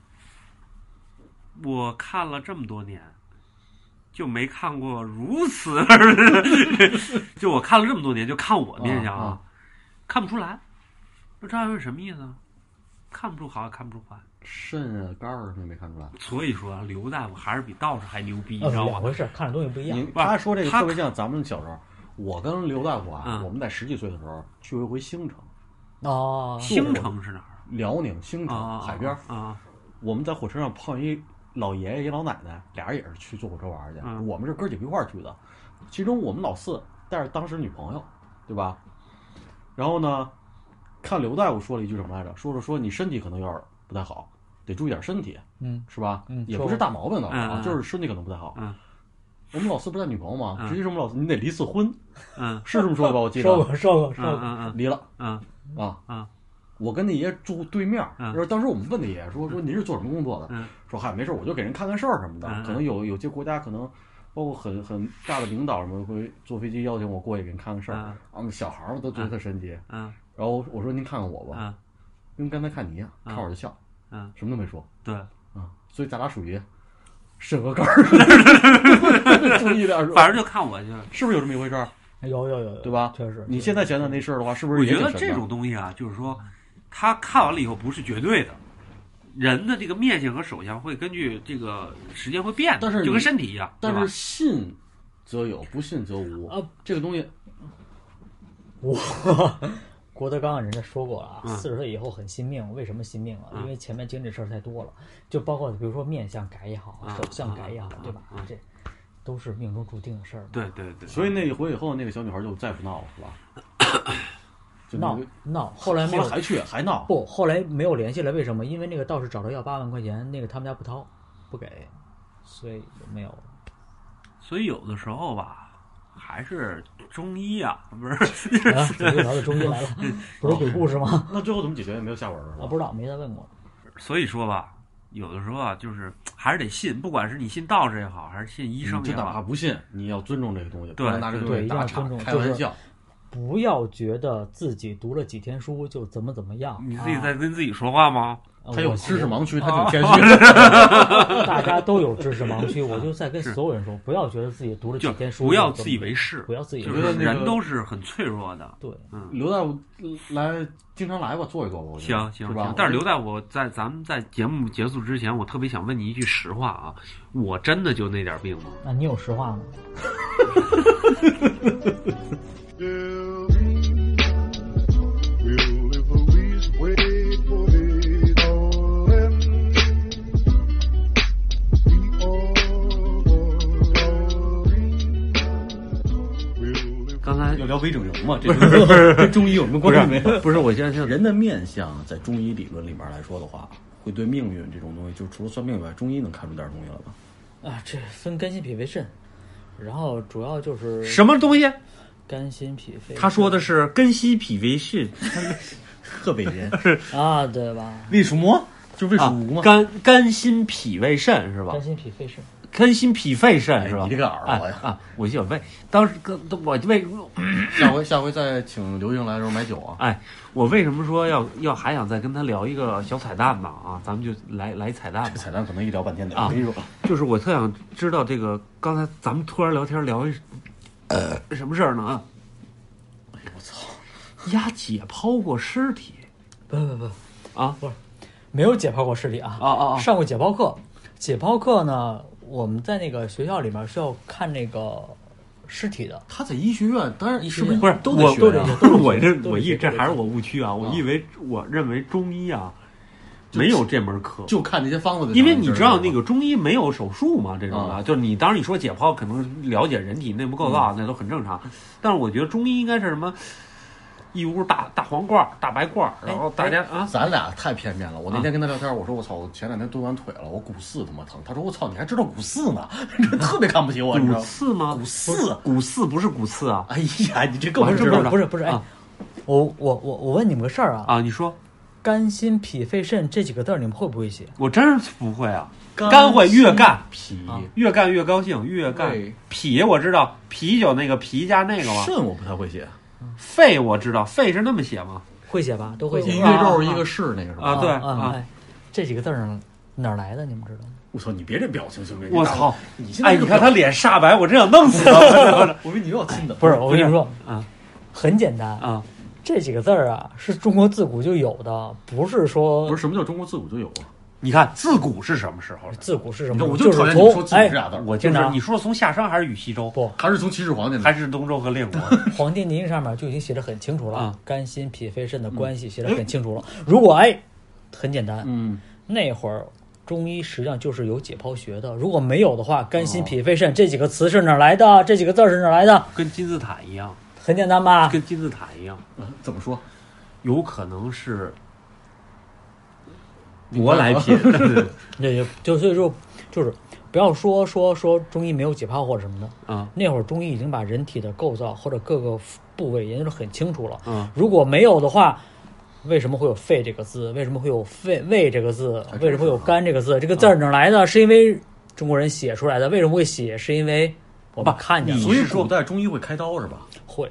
[SPEAKER 3] 我看了这么多年，就没看过如此，就我看了这么多年，就看我面相啊，啊看不出来。这赵爱问什么意思啊？看不出好，看不出坏。
[SPEAKER 2] 肾啊肝儿你没看出来。
[SPEAKER 3] 所以说，刘大夫还是比道士还牛逼，
[SPEAKER 4] 你
[SPEAKER 3] 知道吗？
[SPEAKER 4] 两回事，看的东西不一样。
[SPEAKER 2] 他说这个特别像咱们小时候，我跟刘大夫啊，嗯、我们在十几岁的时候去过一回兴城。
[SPEAKER 4] 哦，
[SPEAKER 3] 兴城是哪儿？
[SPEAKER 2] 辽宁兴城、
[SPEAKER 3] 啊、
[SPEAKER 2] 海边
[SPEAKER 3] 啊，
[SPEAKER 2] 我们在火车上碰一老爷爷一老奶奶，俩人也是去坐火车玩去。
[SPEAKER 3] 嗯、
[SPEAKER 2] 我们是哥几个一块儿去的，其中我们老四带着当时女朋友，对吧？然后呢，看刘大夫说了一句什么来着？说着说你身体可能有点不太好，得注意点身体，
[SPEAKER 4] 嗯，
[SPEAKER 2] 是吧？
[SPEAKER 4] 嗯，
[SPEAKER 2] 也不是大毛病的啊，
[SPEAKER 3] 嗯、
[SPEAKER 2] 就是身体可能不太好。
[SPEAKER 3] 嗯，
[SPEAKER 2] 我们老四不是带女朋友吗？
[SPEAKER 3] 嗯、
[SPEAKER 2] 实际上我们老四你得离次婚，
[SPEAKER 3] 嗯，
[SPEAKER 2] 是这么说的吧？我记得
[SPEAKER 4] 说过说过说过，
[SPEAKER 3] 嗯嗯，
[SPEAKER 2] 离了，
[SPEAKER 3] 嗯
[SPEAKER 2] 啊
[SPEAKER 3] 嗯。
[SPEAKER 2] 我跟那爷住对面，
[SPEAKER 3] 嗯、
[SPEAKER 2] 就是当时我们问那爷说说您是做什么工作的？
[SPEAKER 3] 嗯、
[SPEAKER 2] 说嗨没事，我就给人看看事儿什么的。
[SPEAKER 3] 嗯、
[SPEAKER 2] 可能有有些国家可能包括很很大的领导什么会坐飞机邀请我过去给人看看事儿。
[SPEAKER 3] 嗯、
[SPEAKER 2] 啊，小孩儿都觉得特神奇。
[SPEAKER 3] 嗯，
[SPEAKER 2] 然后我说您看看我吧。
[SPEAKER 3] 嗯，
[SPEAKER 2] 跟刚才看你一样，看我就笑，
[SPEAKER 3] 嗯，
[SPEAKER 2] 什么都没说，
[SPEAKER 3] 对，
[SPEAKER 2] 啊，所以咱俩属于肾和肝儿，注意点，
[SPEAKER 3] 反正就看我去，
[SPEAKER 2] 是不是有这么一回事儿？
[SPEAKER 4] 有有有，
[SPEAKER 2] 对吧？
[SPEAKER 4] 确实。
[SPEAKER 2] 你现在想想那事儿的话，是不是？
[SPEAKER 3] 我觉得这种东西啊，就是说，他看完了以后不是绝对的，人的这个面相和手相会根据这个时间会变的，
[SPEAKER 2] 但是
[SPEAKER 3] 就跟身体一样。
[SPEAKER 2] 但是信则有，不信则无
[SPEAKER 4] 啊。
[SPEAKER 2] 这个东西，
[SPEAKER 4] 我郭德纲人家说过啊，
[SPEAKER 3] 嗯、
[SPEAKER 4] 四十岁以后很信命。为什么信命啊？嗯、因为前面经历事儿太多了，就包括比如说面相改也好，
[SPEAKER 3] 嗯、
[SPEAKER 4] 手相改也好，
[SPEAKER 3] 嗯、
[SPEAKER 4] 对吧？
[SPEAKER 3] 嗯、
[SPEAKER 4] 这都是命中注定的事儿。
[SPEAKER 3] 对对对。
[SPEAKER 2] 所以那一回以后，那个小女孩就再不闹了，是吧？
[SPEAKER 4] 闹闹，后来没有，
[SPEAKER 2] 还去还闹。
[SPEAKER 4] 不，后来没有联系了。为什么？因为那个道士找他要八万块钱，那个他们家不掏，不给，所以没有。
[SPEAKER 3] 所以有的时候吧，还是中医啊，不是？
[SPEAKER 4] 啊，又聊到中医来了，不是鬼故事吗？
[SPEAKER 2] 那最后怎么解决？也没有下文是吧？
[SPEAKER 4] 啊，不知道，没再问过。
[SPEAKER 3] 所以说吧，有的时候啊，就是还是得信，不管是你信道士也好，还是信医生也好，
[SPEAKER 2] 哪怕不信，你要尊重这个东西，
[SPEAKER 3] 对，
[SPEAKER 2] 不能拿这个东西打岔、开玩笑。
[SPEAKER 4] 不要觉得自己读了几天书就怎么怎么样。
[SPEAKER 3] 你自己在跟自己说话吗？
[SPEAKER 2] 啊、他有知识盲区，他挺谦
[SPEAKER 3] 虚
[SPEAKER 2] 的。
[SPEAKER 4] 大家都有知识盲区，我就在跟所有人说，不要觉得自己读了几天书，
[SPEAKER 3] 不要自以为是，
[SPEAKER 4] 不要自以为
[SPEAKER 3] 是，就是人都是很脆弱的。
[SPEAKER 4] 对，
[SPEAKER 3] 嗯，
[SPEAKER 2] 刘大夫来，经常来吧，坐一坐吧。
[SPEAKER 3] 行行
[SPEAKER 2] 是吧？
[SPEAKER 3] 但是刘大夫在咱们在节目结束之前，我特别想问你一句实话啊，我真的就那点病吗？
[SPEAKER 4] 啊，你有实话吗？
[SPEAKER 2] 刚才要聊微整容嘛？这跟中医有什么关系没有？
[SPEAKER 3] 不是，我现在
[SPEAKER 2] 人的面相在中医理论里面来说的话，会对命运这种东西，就除了算命以外，中医能看出点东西了吧？
[SPEAKER 4] 啊，这分肝心脾肺肾，然后主要就是
[SPEAKER 3] 什么东西？
[SPEAKER 4] 肝心脾肺。
[SPEAKER 3] 他说的是肝心脾肺肾，
[SPEAKER 2] 河北人
[SPEAKER 4] 啊，对吧？
[SPEAKER 2] 魏蜀摸就是魏蜀吴嘛。
[SPEAKER 3] 肝肝心脾胃肾是吧？
[SPEAKER 4] 肝心脾肺肾。
[SPEAKER 3] 肝心脾肺肾是吧？
[SPEAKER 2] 你这个耳朵呀！
[SPEAKER 3] 啊，我就为当时跟我为
[SPEAKER 2] 下回下回再请刘英来的时候买酒啊！
[SPEAKER 3] 哎，我为什么说要要还想再跟他聊一个小彩蛋呢？啊，咱们就来来彩蛋吧。
[SPEAKER 2] 这彩蛋可能一聊半天的
[SPEAKER 3] 啊！就是我特想知道这个，刚才咱们突然聊天聊一呃什么事儿呢？啊！
[SPEAKER 2] 哎呦我操！
[SPEAKER 3] 丫解剖过尸体？
[SPEAKER 4] 不不不
[SPEAKER 3] 啊，
[SPEAKER 4] 不是，没有解剖过尸体啊！
[SPEAKER 3] 啊啊啊！
[SPEAKER 4] 上过解剖课，解剖课呢？我们在那个学校里面是要看那个尸体的。
[SPEAKER 2] 他在医学院，当然是不是
[SPEAKER 3] 不是
[SPEAKER 2] 都得学
[SPEAKER 4] 啊？
[SPEAKER 3] 不是我这我一这还是我误区啊！我以为我认为中医啊没有这门课，
[SPEAKER 2] 就看那些方子。
[SPEAKER 3] 因为你知道那个中医没有手术嘛，这种的，
[SPEAKER 2] 啊、
[SPEAKER 3] 就是你当然你说解剖可能了解人体内部构造、嗯、那都很正常，但是我觉得中医应该是什么？一屋大大黄罐大白罐，然后大家、
[SPEAKER 2] 哎、啊，咱俩太片面了。我那天跟他聊天，我说我操，我前两天蹲完腿了，我股四他妈疼。他说我操，你还知道股四呢？特别看不起我，你知道
[SPEAKER 3] 股四吗？
[SPEAKER 2] 股四，
[SPEAKER 3] 股四不是股四啊！
[SPEAKER 2] 哎呀，你这更
[SPEAKER 4] 不
[SPEAKER 2] 知道
[SPEAKER 4] 不是不是哎，我我我我问你们个事儿啊
[SPEAKER 3] 啊，你说
[SPEAKER 4] 肝心脾肺肾这几个字你们会不会写？
[SPEAKER 3] 我真是不会啊。肝会越干
[SPEAKER 2] 脾，
[SPEAKER 3] 越干越高兴，越干脾我知道，啤酒那个啤加那个吗？
[SPEAKER 2] 肾我不太会写。
[SPEAKER 3] 肺我知道，肺是那么写吗？
[SPEAKER 4] 会写吧，都会写。
[SPEAKER 2] 一个肉一个是那个是吧？
[SPEAKER 3] 啊，对
[SPEAKER 4] 啊，哎，这几个字儿哪儿来的？你们知道吗？
[SPEAKER 2] 我操，你别这表情行不行？
[SPEAKER 3] 我操，
[SPEAKER 2] 你现在
[SPEAKER 3] 哎，你看他脸煞白，我真想弄死他。
[SPEAKER 2] 我以为你又要亲的。
[SPEAKER 4] 不是，我跟你说
[SPEAKER 3] 啊，
[SPEAKER 4] 很简单
[SPEAKER 3] 啊，
[SPEAKER 4] 这几个字儿啊是中国自古就有的，不是说
[SPEAKER 2] 不是什么叫中国自古就有啊？
[SPEAKER 3] 你看自古是什么时候？
[SPEAKER 4] 自古是什么？
[SPEAKER 2] 我就讨厌你说自古这俩字。
[SPEAKER 3] 我就是你说从夏商还是禹西周？
[SPEAKER 4] 不，
[SPEAKER 2] 还是从秦始皇那，
[SPEAKER 3] 还是东周和列国？
[SPEAKER 4] 《黄帝内经》上面就已经写得很清楚了，
[SPEAKER 3] 啊、
[SPEAKER 4] 肝心脾肺肾的关系写得很清楚了。嗯、如果哎，很简单，
[SPEAKER 2] 嗯，
[SPEAKER 4] 那会儿中医实际上就是有解剖学的，如果没有的话，肝心脾肺肾这几个词是哪来的？这几个字是哪来的？
[SPEAKER 3] 跟金字塔一样，
[SPEAKER 4] 很简单吧？
[SPEAKER 3] 跟金字塔一样。
[SPEAKER 2] 嗯、怎么说？
[SPEAKER 3] 有可能是。舶来品，
[SPEAKER 4] 对，就所以说就是不要说说说中医没有解剖或者什么的
[SPEAKER 3] 啊、嗯。
[SPEAKER 4] 那会儿中医已经把人体的构造或者各个部位研究得很清楚了。
[SPEAKER 3] 嗯，
[SPEAKER 4] 如果没有的话，为什么会有肺这个字？为什么会有肺胃这个字？为什么会有肝这个字？这个字儿哪来的？是因为中国人写出来的。为什么会写？是因为我们看见了。
[SPEAKER 2] 所以古代中医会开刀是吧？
[SPEAKER 4] 会。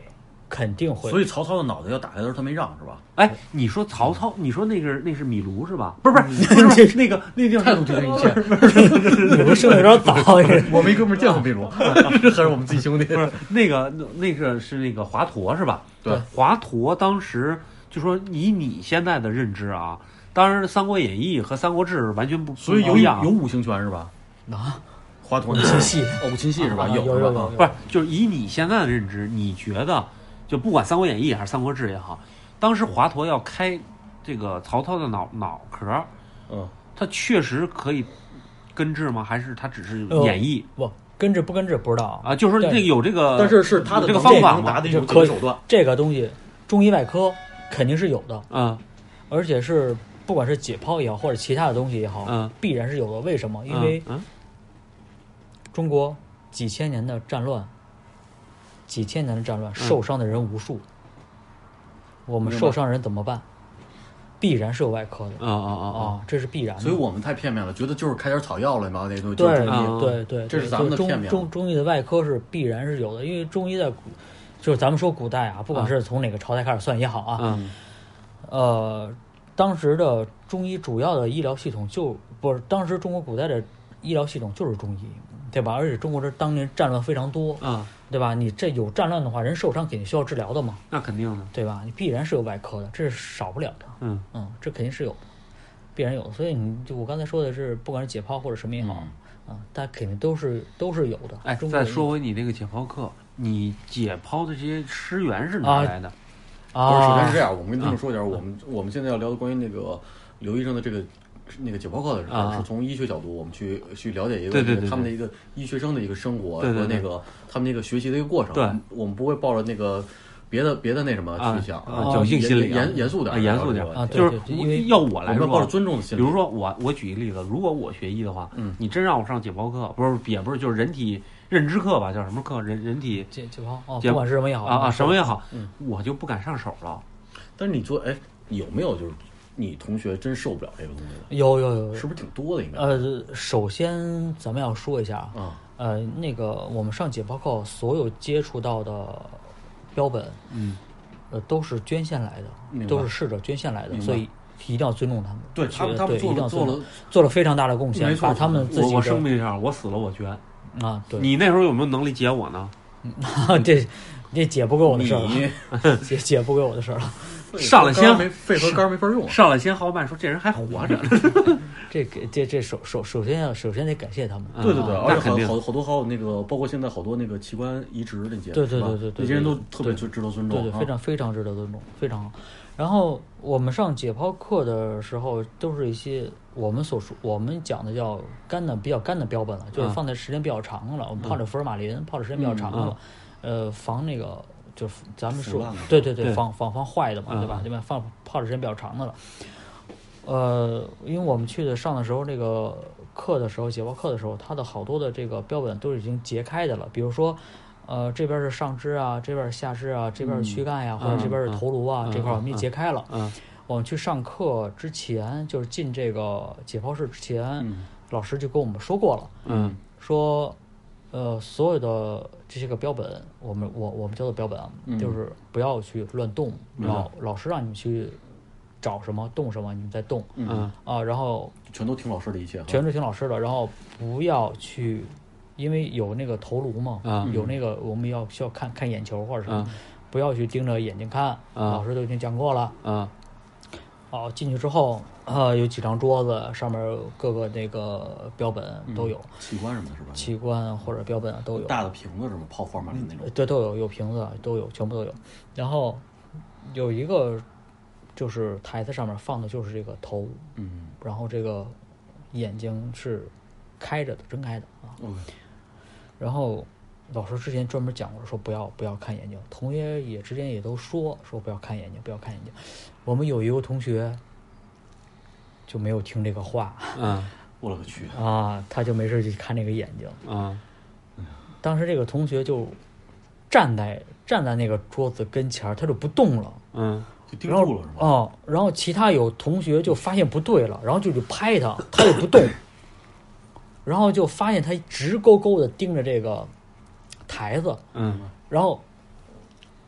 [SPEAKER 4] 肯定会。
[SPEAKER 2] 所以曹操的脑袋要打下的时候，他没让是吧？
[SPEAKER 3] 哎，你说曹操，你说那个那是米卢是吧？不是不是不是那个那叫
[SPEAKER 2] 态度决定一切。
[SPEAKER 4] 米卢生的有点早，
[SPEAKER 2] 我们一哥们见过米卢，这还是我们自己兄弟。
[SPEAKER 3] 不是那个那个是那个华佗是吧？
[SPEAKER 2] 对，
[SPEAKER 3] 华佗当时就说以你现在的认知啊，当然《三国演义》和《三国志》完全不
[SPEAKER 2] 所以有
[SPEAKER 3] 不一样，
[SPEAKER 2] 有五行拳是吧？
[SPEAKER 4] 啊，
[SPEAKER 2] 华佗
[SPEAKER 4] 五禽戏，
[SPEAKER 2] 哦，五禽戏是吧？
[SPEAKER 4] 啊有
[SPEAKER 2] 有
[SPEAKER 4] 有有
[SPEAKER 3] 不是就是以你现在的认知，你觉得就不管《三国演义》还是《三国志》也好，当时华佗要开这个曹操的脑脑壳，
[SPEAKER 2] 嗯，
[SPEAKER 3] 他确实可以根治吗？还是他只是演绎？
[SPEAKER 4] 不根治不根治不知道
[SPEAKER 3] 啊，就是说这个有这个，
[SPEAKER 2] 但是是他的
[SPEAKER 3] 这个方法吗？
[SPEAKER 2] 达的一种
[SPEAKER 4] 可以
[SPEAKER 2] 手段。
[SPEAKER 4] 这个东西，中医外科肯定是有的，
[SPEAKER 3] 嗯，
[SPEAKER 4] 而且是不管是解剖也好，或者其他的东西也好，
[SPEAKER 3] 嗯，
[SPEAKER 4] 必然是有的。为什么？因为
[SPEAKER 3] 嗯，
[SPEAKER 4] 中国几千年的战乱，几千年的战乱，受伤的人无数。我们受伤人怎么办？必然是有外科的。
[SPEAKER 3] 啊啊啊
[SPEAKER 4] 啊，这是必然的。
[SPEAKER 2] 所以我们太片面了，觉得就是开点草药了，把那东西
[SPEAKER 4] 对
[SPEAKER 3] 啊
[SPEAKER 4] 对对，
[SPEAKER 2] 这是咱们的
[SPEAKER 4] 中
[SPEAKER 2] 片面。
[SPEAKER 4] 中中医的外科是必然是有的，因为中医在古，就是咱们说古代啊，不管是从哪个朝代开始算也好啊，
[SPEAKER 3] 嗯，
[SPEAKER 4] 呃，当时的中医主要的医疗系统就不是当时中国古代的医疗系统就是中医，对吧？而且中国这当年战乱非常多，
[SPEAKER 3] 啊，
[SPEAKER 4] 对吧？你这有战乱的话，人受伤肯定需要治疗的嘛，
[SPEAKER 3] 那肯定的，
[SPEAKER 4] 对吧？你必然是有外科的，这是少不了的。
[SPEAKER 3] 嗯
[SPEAKER 4] 嗯，这肯定是有的，必然有的。所以你就我刚才说的是，不管是解剖或者什么也好，
[SPEAKER 2] 嗯、
[SPEAKER 4] 啊，它肯定都是都是有的。
[SPEAKER 3] 哎，再说回你那个解剖课，你解剖的这些尸源是哪来的？
[SPEAKER 4] 啊，
[SPEAKER 2] 不是，首先是这样，我们跟听众说一点，我们我们现在要聊的关于那个刘医生的这个。那个解剖课的时候，
[SPEAKER 3] 啊、
[SPEAKER 2] 是从医学角度，我们去去了解一个
[SPEAKER 3] 对对对对
[SPEAKER 2] 他们的一个医学生的一个生活
[SPEAKER 3] 对对对
[SPEAKER 2] 和那个他们那个学习的一个过程。
[SPEAKER 3] 对，
[SPEAKER 2] 我们不会抱着那个别的别的那什么去想
[SPEAKER 3] 啊，侥幸心理，
[SPEAKER 2] 严严肃点，
[SPEAKER 3] 严肃点
[SPEAKER 4] 啊，
[SPEAKER 3] 就是
[SPEAKER 4] 因为
[SPEAKER 3] 要我来说，
[SPEAKER 2] 抱着尊重的心理。
[SPEAKER 3] 比如说我我举一个例子，如果我学医的话，
[SPEAKER 2] 嗯，
[SPEAKER 3] 你真让我上解剖课，不是也不是就是人体认知课吧，叫什么课？人人体
[SPEAKER 4] 解解剖哦，不管是什么也好
[SPEAKER 3] 啊啊，什么也好，
[SPEAKER 2] 嗯，
[SPEAKER 3] 我就不敢上手了。
[SPEAKER 2] 但是你说，哎，有没有就是你同学真受不了这个东西的？
[SPEAKER 4] 有有有，
[SPEAKER 2] 是不是挺多的？应该。
[SPEAKER 4] 呃，首先咱们要说一下
[SPEAKER 2] 啊，
[SPEAKER 4] 呃，那个我们上解剖课所有接触到的标本，
[SPEAKER 3] 嗯，
[SPEAKER 4] 呃，都是捐献来的，都是逝者捐献来的，所以一定要尊重他们。
[SPEAKER 2] 对他们，他们做了做了
[SPEAKER 4] 做了非常大的贡献，把他们自己
[SPEAKER 3] 我我声明一下，我死了我捐
[SPEAKER 4] 啊。对，
[SPEAKER 3] 你那时候有没有能力解我呢？
[SPEAKER 4] 这这解不给我的事儿了，解解不给我的事儿了。
[SPEAKER 3] 上来先
[SPEAKER 2] 没肺和肝没法用，
[SPEAKER 3] 上来先豪迈说这人还活着。
[SPEAKER 4] 这给这这首首首先要首先得感谢他们。
[SPEAKER 2] 对对对，
[SPEAKER 3] 啊、
[SPEAKER 2] 而且好好好多还有那个，包括现在好多那个器官移植那些，
[SPEAKER 4] 对对对对对，
[SPEAKER 2] 那些人都特别值得尊重，
[SPEAKER 4] 对对，非常非常值得尊重，非常好。然后我们上解剖课的时候，都是一些我们所说我们讲的叫干的比较干的标本了，就是放在时间比较长的了，我们泡着福尔马林泡的时间比较长的了，呃，防那个。就是咱们说，对对对，防防防坏的嘛，对吧？对吧？放泡的时间比较长的了。呃，因为我们去的上的时候，那个课的时候，解剖课的时候，它的好多的这个标本都已经截开的了。比如说，呃，这边是上肢啊，这边是下肢啊，这边是躯干呀、啊，或者这边是头颅啊，
[SPEAKER 3] 嗯、
[SPEAKER 4] 这块我们也截开了。
[SPEAKER 3] 嗯，
[SPEAKER 4] 我们去上课之前，就是进这个解剖室之前，
[SPEAKER 2] 嗯、
[SPEAKER 4] 老师就跟我们说过了，
[SPEAKER 3] 嗯，
[SPEAKER 4] 说。呃，所有的这些个标本，我们我我们叫做标本啊，
[SPEAKER 2] 嗯、
[SPEAKER 4] 就是不要去乱动，老、嗯、老师让你们去找什么动什么，你们再动，
[SPEAKER 3] 嗯
[SPEAKER 4] 啊，然后
[SPEAKER 2] 全都听老师的一切，
[SPEAKER 4] 全都听老师的，然后不要去，因为有那个头颅嘛，
[SPEAKER 3] 嗯、
[SPEAKER 4] 有那个我们要需要看看眼球或者什么，
[SPEAKER 3] 嗯、
[SPEAKER 4] 不要去盯着眼睛看，
[SPEAKER 3] 嗯、
[SPEAKER 4] 老师都已经讲过了，
[SPEAKER 3] 嗯，
[SPEAKER 4] 好，进去之后。呃，有几张桌子，上面各个那个标本都有，
[SPEAKER 2] 嗯、器官什么的是吧？
[SPEAKER 4] 器官或者标本啊都有。
[SPEAKER 2] 大的瓶子什么泡福尔马林那种？
[SPEAKER 4] 对，都有，有瓶子都有，全部都有。然后有一个就是台子上面放的就是这个头，
[SPEAKER 2] 嗯，
[SPEAKER 4] 然后这个眼睛是开着的，睁开的啊。
[SPEAKER 2] 嗯。
[SPEAKER 4] 然后老师之前专门讲过，说不要不要看眼睛，同学也之前也都说说不要看眼睛，不要看眼睛。我们有一个同学。就没有听这个话，
[SPEAKER 3] 嗯，
[SPEAKER 2] 我勒个去
[SPEAKER 4] 啊！他就没事去看这个眼睛，
[SPEAKER 3] 嗯，
[SPEAKER 4] 当时这个同学就站在站在那个桌子跟前，他就不动了，
[SPEAKER 3] 嗯，
[SPEAKER 2] 就盯住了是吧？
[SPEAKER 4] 哦，然后其他有同学就发现不对了，然后就去拍他，他也不动，然后就发现他直勾勾的盯着这个台子，
[SPEAKER 3] 嗯，
[SPEAKER 4] 然后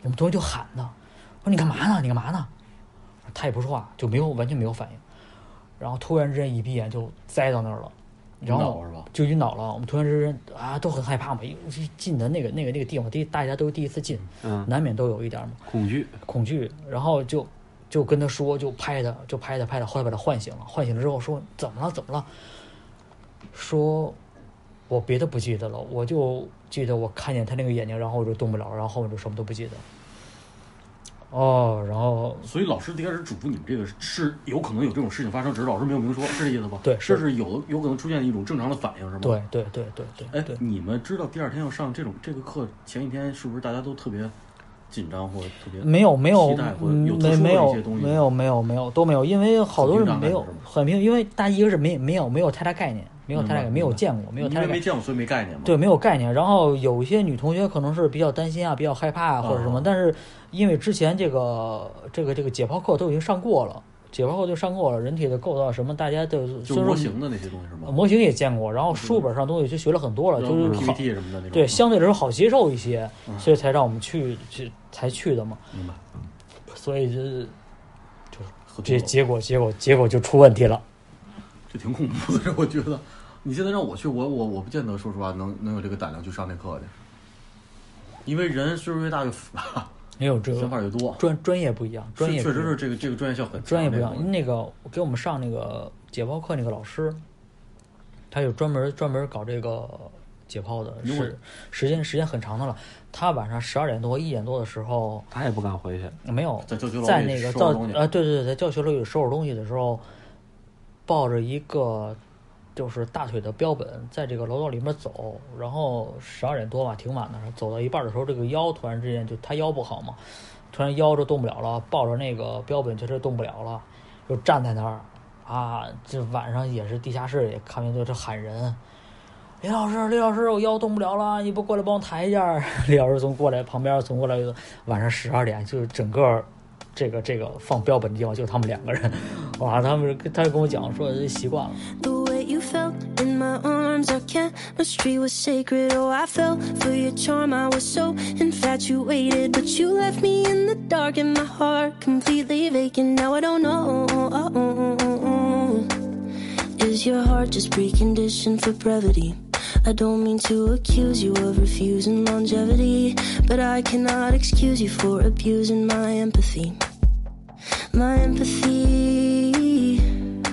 [SPEAKER 4] 我们同学就喊他，说你干嘛呢？你干嘛呢？他也不说话，就没有完全没有反应。然后突然之间一闭眼就栽到那儿了，然后就晕倒了。我们突然之间啊都很害怕嘛，因为进的那个那个那个地方，第大家都是第一次进，
[SPEAKER 3] 嗯，
[SPEAKER 4] 难免都有一点嘛
[SPEAKER 3] 恐惧
[SPEAKER 4] 恐惧。然后就就跟他说，就拍他，就拍他拍他，后来把他唤醒了。唤醒了之后说怎么了怎么了？说我别的不记得了，我就记得我看见他那个眼睛，然后我就动不了，然后后面就什么都不记得。哦，然后
[SPEAKER 2] 所以老师一开始嘱咐你们这个是有可能有这种事情发生，只是老师没有明说，是这意思吧？
[SPEAKER 4] 对，
[SPEAKER 2] 这是有有可能出现一种正常的反应，是吗？
[SPEAKER 4] 对对对对对。
[SPEAKER 2] 哎，你们知道第二天要上这种这个课，前一天是不是大家都特别紧张或者特别
[SPEAKER 4] 没有没有
[SPEAKER 2] 期待或者有
[SPEAKER 4] 没没有
[SPEAKER 2] 没
[SPEAKER 4] 有没有没有都没有，因为好多人没有很平，因为大一个是没没有没有太大概念。没有太大概念，没有见过，没有太大概念，
[SPEAKER 2] 因为没见过，所以没概念嘛。
[SPEAKER 4] 对，没有概念。然后有一些女同学可能是比较担心啊，比较害怕啊，或者什么。
[SPEAKER 2] 哦、
[SPEAKER 4] 但是因为之前这个这个这个解剖课都已经上过了，解剖课就上过了，人体的构造什么，大家都
[SPEAKER 2] 就模型的那些东西是吗？
[SPEAKER 4] 模型也见过，然后书本上东西就学了很多了，就是
[SPEAKER 2] P P T 什么的那种。
[SPEAKER 4] 对，相对来说好接受一些，嗯、所以才让我们去去才去的嘛。
[SPEAKER 2] 明白。
[SPEAKER 4] 所以就就这结果结果结果就出问题了，
[SPEAKER 2] 这挺恐怖的，我觉得。你现在让我去，我我我不见得，说实话能能有这个胆量去上那课去，因为人岁数越大越复杂，
[SPEAKER 4] 没有这个
[SPEAKER 2] 想法越多，
[SPEAKER 4] 专专业不一样，专业
[SPEAKER 2] 确实是这个这个专业性很
[SPEAKER 4] 专业不一样。那个给我们上那个解剖课那个老师，他有专门专门搞这个解剖的，是时间时间很长的了。他晚上十二点多一点多的时候，
[SPEAKER 3] 他也不敢回去，
[SPEAKER 4] 没有
[SPEAKER 2] 在教学楼
[SPEAKER 4] 在那个教啊对对对，在教学楼里收拾东西的时候，抱着一个。就是大腿的标本在这个楼道里面走，然后十二点多吧，挺晚的，走到一半的时候，这个腰突然之间就他腰不好嘛，突然腰就动不了了，抱着那个标本就是动不了了，就站在那儿啊，这晚上也是地下室也看见就是喊人，李老师李老师我腰动不了了，你不过来帮我抬一下。李老师从过来旁边从过来，晚上十二点就是整个这个这个放标本的地方就他们两个人，哇，他们他就跟我讲说习惯了。
[SPEAKER 5] You fell in my arms, our chemistry was sacred. Oh, I fell for your charm, I was so infatuated. But you left me in the dark and my heart completely vacant. Now I don't know. Is your heart just preconditioned for brevity? I don't mean to accuse you of refusing longevity, but I cannot excuse you for abusing my empathy. My empathy.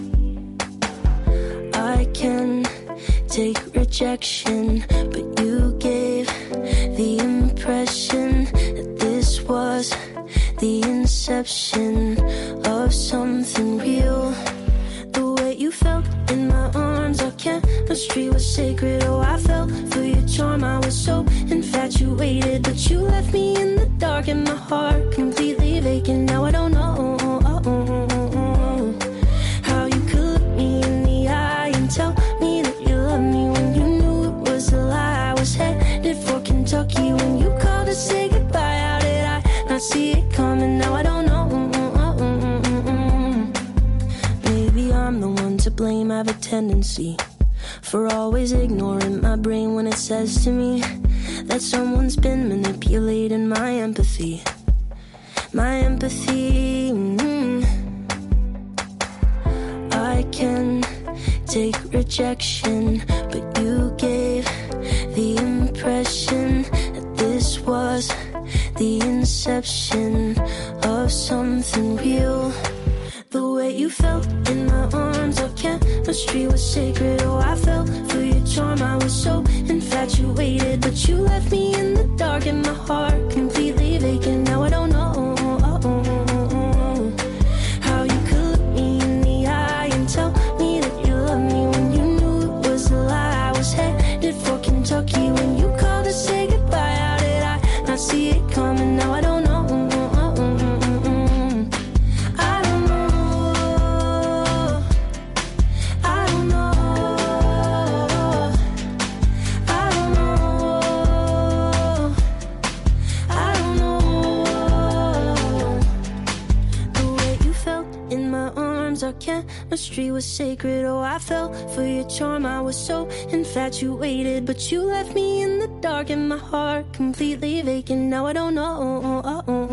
[SPEAKER 5] I can take rejection, but you gave the impression that this was the inception of something real. The way you felt in my arms, our chemistry was sacred. Oh, I fell for your charm, I was so infatuated. But you left me in the dark and my heart completely vacant. Now I don't know how you could look me in the eye and tell me that you love me when you knew it was a lie. I was headed for Kentucky when you called to say goodbye. How did I not see it coming? Now I don't know. Maybe I'm the one to blame. I have a tendency for always ignoring my brain when it says to me that someone's been manipulating my empathy. My empathy. Mm-hmm. I can take rejection, but you gave the impression that this was the inception of something real. The way you felt in my arms, our chemistry was sacred. Oh, I fell for your charm, I was so infatuated. But you left me in the dark and my heart completely vacant. Now I don't know how you could look me in the eye and tell me that you love me when you knew it was a lie. I was headed for Kentucky when you called to say goodbye. How did I not see it coming? Now I don't know. Our chemistry was sacred. Oh, I fell for your charm, I was so infatuated. But you left me in the dark and my heart completely vacant. Now I don't know.